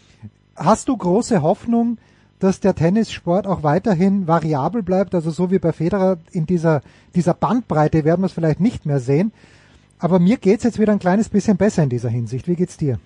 Hast du große Hoffnung, dass der Tennissport auch weiterhin variabel bleibt, also so wie bei Federer in dieser, dieser Bandbreite werden wir es vielleicht nicht mehr sehen. Aber mir geht's jetzt wieder ein kleines bisschen besser in dieser Hinsicht. Wie geht's dir?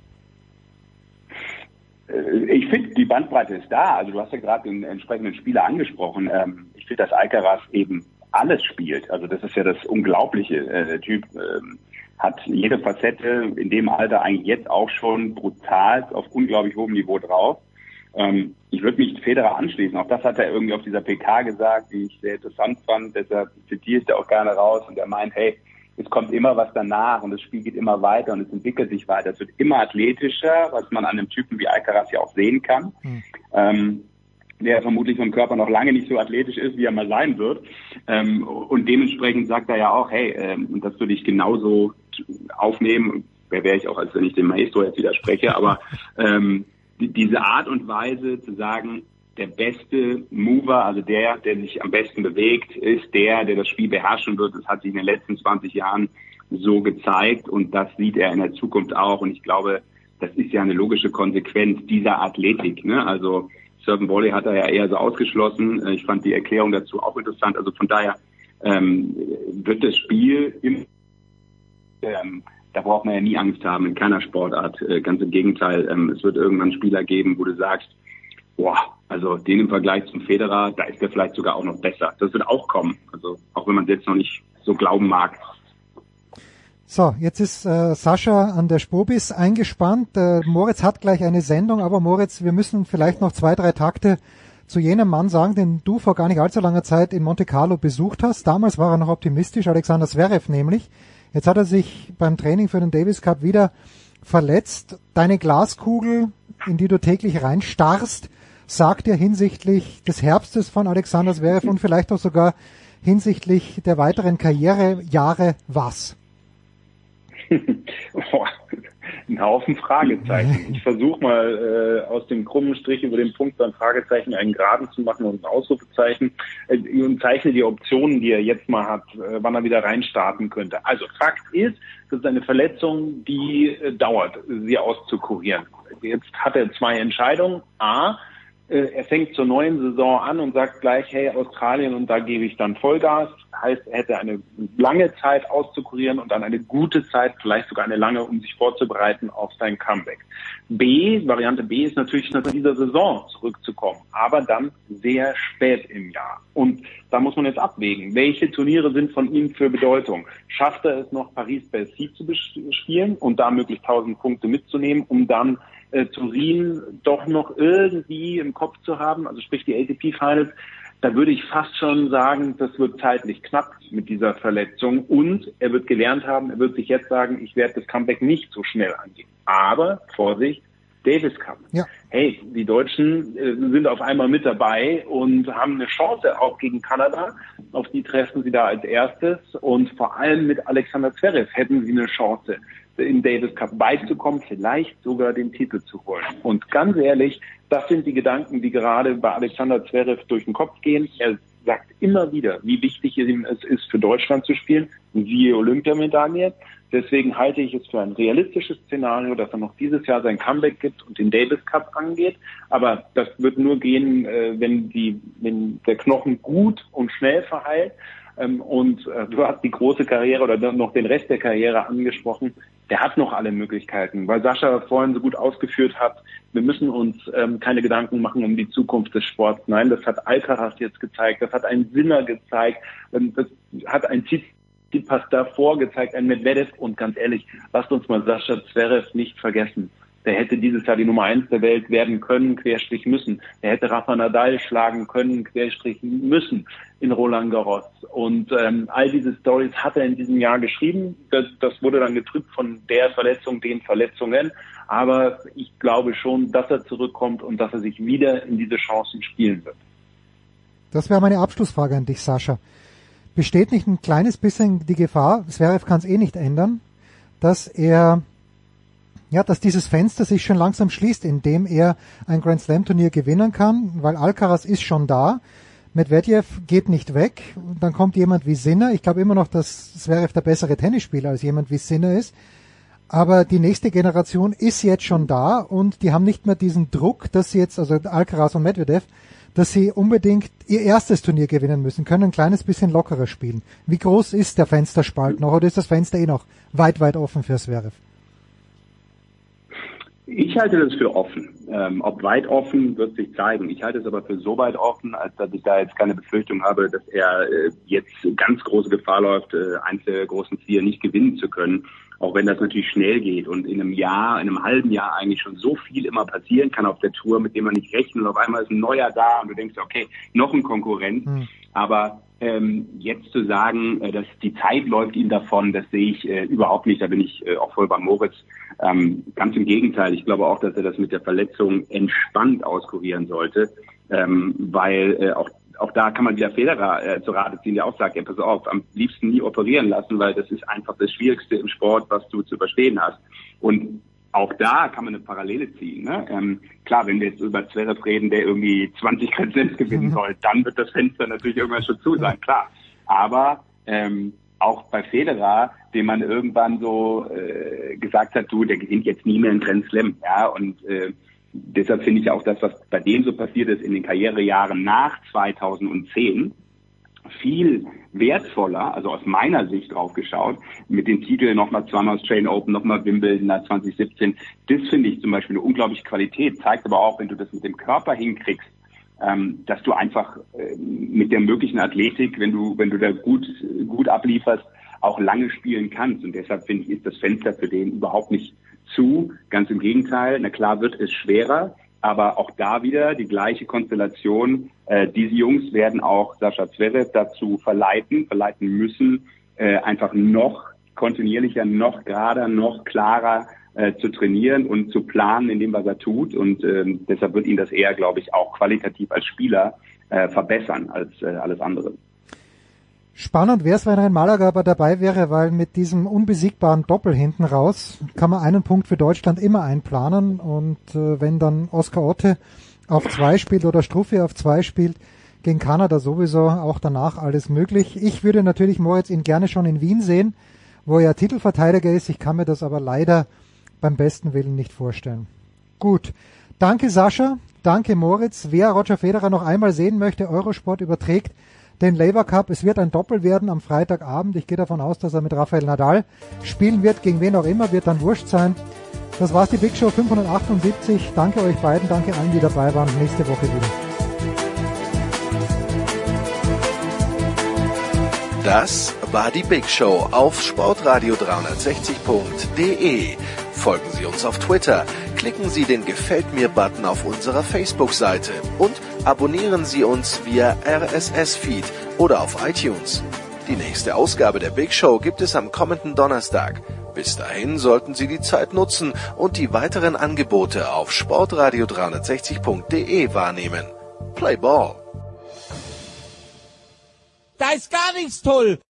Ich finde, die Bandbreite ist da. Also du hast ja gerade den entsprechenden Spieler angesprochen. Ähm, ich finde, dass Alcaraz eben alles spielt. Also das ist ja das Unglaubliche. Äh, der Typ ähm, hat jede Facette in dem Alter eigentlich jetzt auch schon brutal auf unglaublich hohem Niveau drauf. Ähm, ich würde mich Federer anschließen. Auch das hat er irgendwie auf dieser P K gesagt, die ich sehr interessant fand. Deshalb zitiere ich da auch gerne raus. Und er meint, hey, es kommt immer was danach und das Spiel geht immer weiter und es entwickelt sich weiter. Es wird immer athletischer, was man an einem Typen wie Alcaraz ja auch sehen kann. Mhm. Ähm, der vermutlich vom Körper noch lange nicht so athletisch ist, wie er mal sein wird. Ähm, und dementsprechend sagt er ja auch, hey, ähm, und das würde ich genauso aufnehmen. Wer wäre ich auch, als wenn ich dem Maestro jetzt widerspreche, aber ähm, die, diese Art und Weise zu sagen, der beste Mover, also der, der sich am besten bewegt, ist der, der das Spiel beherrschen wird. Das hat sich in den letzten zwanzig Jahren so gezeigt und das sieht er in der Zukunft auch. Und ich glaube, das ist ja eine logische Konsequenz dieser Athletik, ne? Also Serve and Volley hat er ja eher so ausgeschlossen. Ich fand die Erklärung dazu auch interessant. Also von daher ähm, wird das Spiel im, ähm, da braucht man ja nie Angst haben in keiner Sportart. Äh, ganz im Gegenteil, ähm, es wird irgendwann Spieler geben, wo du sagst, boah, also den im Vergleich zum Federer, da ist der vielleicht sogar auch noch besser. Das wird auch kommen, also auch wenn man es jetzt noch nicht so glauben mag. So, jetzt ist äh, Sascha an der Spobis eingespannt. Äh, Moritz hat gleich eine Sendung, aber Moritz, wir müssen vielleicht noch zwei, drei Takte zu jenem Mann sagen, den du vor gar nicht allzu langer Zeit in Monte Carlo besucht hast. Damals war er noch optimistisch, Alexander Zverev nämlich. Jetzt hat er sich beim Training für den Davis Cup wieder verletzt. Deine Glaskugel, in die du täglich reinstarrst, sagt dir hinsichtlich des Herbstes von Alexander Zverev und vielleicht auch sogar hinsichtlich der weiteren Karrierejahre was? Boah, ein Haufen Fragezeichen. Ich versuche mal äh, aus dem krummen Strich über den Punkt beim Fragezeichen einen Geraden zu machen und ein Ausrufezeichen äh, und zeichne die Optionen, die er jetzt mal hat, äh, wann er wieder reinstarten könnte. Also Fakt ist, das ist eine Verletzung, die äh, dauert, sie auszukurieren. Jetzt hat er zwei Entscheidungen. A, er fängt zur neuen Saison an und sagt gleich, hey, Australien, und da gebe ich dann Vollgas. Heißt, er hätte eine lange Zeit auszukurieren und dann eine gute Zeit, vielleicht sogar eine lange, um sich vorzubereiten auf sein Comeback. B, Variante B ist natürlich nach dieser Saison zurückzukommen, aber dann sehr spät im Jahr. Und da muss man jetzt abwägen, welche Turniere sind von ihm für Bedeutung. Schafft er es noch, Paris-Bercy zu bespielen und da möglichst tausend Punkte mitzunehmen, um dann Äh, Turin doch noch irgendwie im Kopf zu haben, also sprich die A T P Finals, da würde ich fast schon sagen, das wird zeitlich knapp mit dieser Verletzung und er wird gelernt haben, er wird sich jetzt sagen, ich werde das Comeback nicht so schnell angehen. Aber, Vorsicht, Davis Cup. Ja. Hey, die Deutschen äh, sind auf einmal mit dabei und haben eine Chance auch gegen Kanada. Auf die treffen sie da als erstes und vor allem mit Alexander Zverev hätten sie eine Chance, im Davis Cup beizukommen, vielleicht sogar den Titel zu holen. Und ganz ehrlich, das sind die Gedanken, die gerade bei Alexander Zverev durch den Kopf gehen. Er sagt immer wieder, wie wichtig es ist, für Deutschland zu spielen, siehe Olympiamedaille. Deswegen halte ich es für ein realistisches Szenario, dass er noch dieses Jahr sein Comeback gibt und den Davis Cup angeht. Aber das wird nur gehen, wenn die, wenn der Knochen gut und schnell verheilt. Und du hast die große Karriere oder noch den Rest der Karriere angesprochen. Der hat noch alle Möglichkeiten, weil Sascha vorhin so gut ausgeführt hat, wir müssen uns ähm, keine Gedanken machen um die Zukunft des Sports. Nein, das hat Alcaraz jetzt gezeigt, das hat ein Sinner gezeigt, ähm, das hat ein Tsitsipas davor gezeigt, ein Medvedev. Und ganz ehrlich, lasst uns mal Sascha Zverev nicht vergessen. Der hätte dieses Jahr die Nummer eins der Welt werden können, Querstrich müssen. Der hätte Rafa Nadal schlagen können, Querstrich müssen in Roland Garros. Und ähm, all diese Stories hat er in diesem Jahr geschrieben. Das, das wurde dann getrübt von der Verletzung, den Verletzungen. Aber ich glaube schon, dass er zurückkommt und dass er sich wieder in diese Chancen spielen wird. Das wäre meine Abschlussfrage an dich, Sascha. Besteht nicht ein kleines bisschen die Gefahr, Zverev kann es eh nicht ändern, dass er Ja, dass dieses Fenster sich schon langsam schließt, indem er ein Grand Slam Turnier gewinnen kann, weil Alcaraz ist schon da, Medvedev geht nicht weg, dann kommt jemand wie Sinner. Ich glaube immer noch, dass Zverev der bessere Tennisspieler als jemand wie Sinner ist, aber die nächste Generation ist jetzt schon da und die haben nicht mehr diesen Druck, dass sie jetzt, also Alcaraz und Medvedev, dass sie unbedingt ihr erstes Turnier gewinnen müssen, können ein kleines bisschen lockerer spielen. Wie groß ist der Fensterspalt noch oder ist das Fenster eh noch weit, weit offen für Zverev? Ich halte das für offen. Ähm, ob weit offen, wird sich zeigen. Ich halte es aber für so weit offen, als dass ich da jetzt keine Befürchtung habe, dass er äh, jetzt ganz große Gefahr läuft, äh, eins der großen vier nicht gewinnen zu können. Auch wenn das natürlich schnell geht und in einem Jahr, in einem halben Jahr eigentlich schon so viel immer passieren kann auf der Tour, mit dem man nicht rechnet. Und auf einmal ist ein neuer da und du denkst, okay, noch ein Konkurrent. Mhm. Aber ähm, jetzt zu sagen, äh, dass die Zeit läuft ihm davon, das sehe ich äh, überhaupt nicht. Da bin ich äh, auch voll bei Moritz. Ähm, ganz im Gegenteil. Ich glaube auch, dass er das mit der Verletzung entspannt auskurieren sollte, ähm, weil äh, auch auch da kann man wieder Federer äh, zu Rate ziehen, der auch sagt, ja, pass auf, am liebsten nie operieren lassen, weil das ist einfach das Schwierigste im Sport, was du zu überstehen hast. Und auch da kann man eine Parallele ziehen. Ne? Ähm, klar, wenn wir jetzt über Zverev reden, der irgendwie zwanzig Grand Slams gewinnen soll, dann wird das Fenster natürlich irgendwann schon zu sein, klar. Aber ähm, auch bei Federer, dem man irgendwann so äh, gesagt hat, du, der gewinnt jetzt nie mehr einen Grand Slam, ja, und äh, deshalb finde ich auch das, was bei dem so passiert ist in den Karrierejahren nach zweitausendzehn, viel wertvoller, also aus meiner Sicht drauf geschaut, mit den Titeln nochmal zweimal Australian Open, nochmal Wimbledon zwanzig siebzehn. Das finde ich zum Beispiel eine unglaubliche Qualität, zeigt aber auch, wenn du das mit dem Körper hinkriegst, ähm, dass du einfach äh, mit der möglichen Athletik, wenn du, wenn du da gut, gut ablieferst, auch lange spielen kannst. Und deshalb finde ich, ist das Fenster für den überhaupt nicht zu. Ganz im Gegenteil. Na klar wird es schwerer, aber auch da wieder die gleiche Konstellation. Äh, diese Jungs werden auch Sascha Zverev dazu verleiten, verleiten müssen, äh, einfach noch kontinuierlicher, noch gerader, noch klarer äh, zu trainieren und zu planen in dem, was er tut. Und äh, deshalb wird ihn das eher, glaube ich, auch qualitativ als Spieler äh, verbessern als äh, alles andere. Spannend wäre es, wenn er in Malaga aber dabei wäre, weil mit diesem unbesiegbaren Doppel hinten raus kann man einen Punkt für Deutschland immer einplanen. Und äh, wenn dann Oskar Otte auf zwei spielt oder Struffi auf zwei spielt, gegen Kanada sowieso auch danach alles möglich. Ich würde natürlich Moritz ihn gerne schon in Wien sehen, wo er Titelverteidiger ist. Ich kann mir das aber leider beim besten Willen nicht vorstellen. Gut, danke Sascha, danke Moritz. Wer Roger Federer noch einmal sehen möchte, Eurosport überträgt den Laver Cup. Es wird ein Doppel werden am Freitagabend. Ich gehe davon aus, dass er mit Rafael Nadal spielen wird, gegen wen auch immer, wird dann wurscht sein. Das war's, die Big Show fünfhundertachtundsiebzig. Danke euch beiden, danke allen, die dabei waren. Nächste Woche wieder. Das war die Big Show auf sportradio dreihundertsechzig punkt de. Folgen Sie uns auf Twitter, klicken Sie den Gefällt mir-Button auf unserer Facebook-Seite und abonnieren Sie uns via R S S-Feed oder auf iTunes. Die nächste Ausgabe der Big Show gibt es am kommenden Donnerstag. Bis dahin sollten Sie die Zeit nutzen und die weiteren Angebote auf sportradio dreihundertsechzig punkt de wahrnehmen. Play Ball! Da ist gar nichts toll!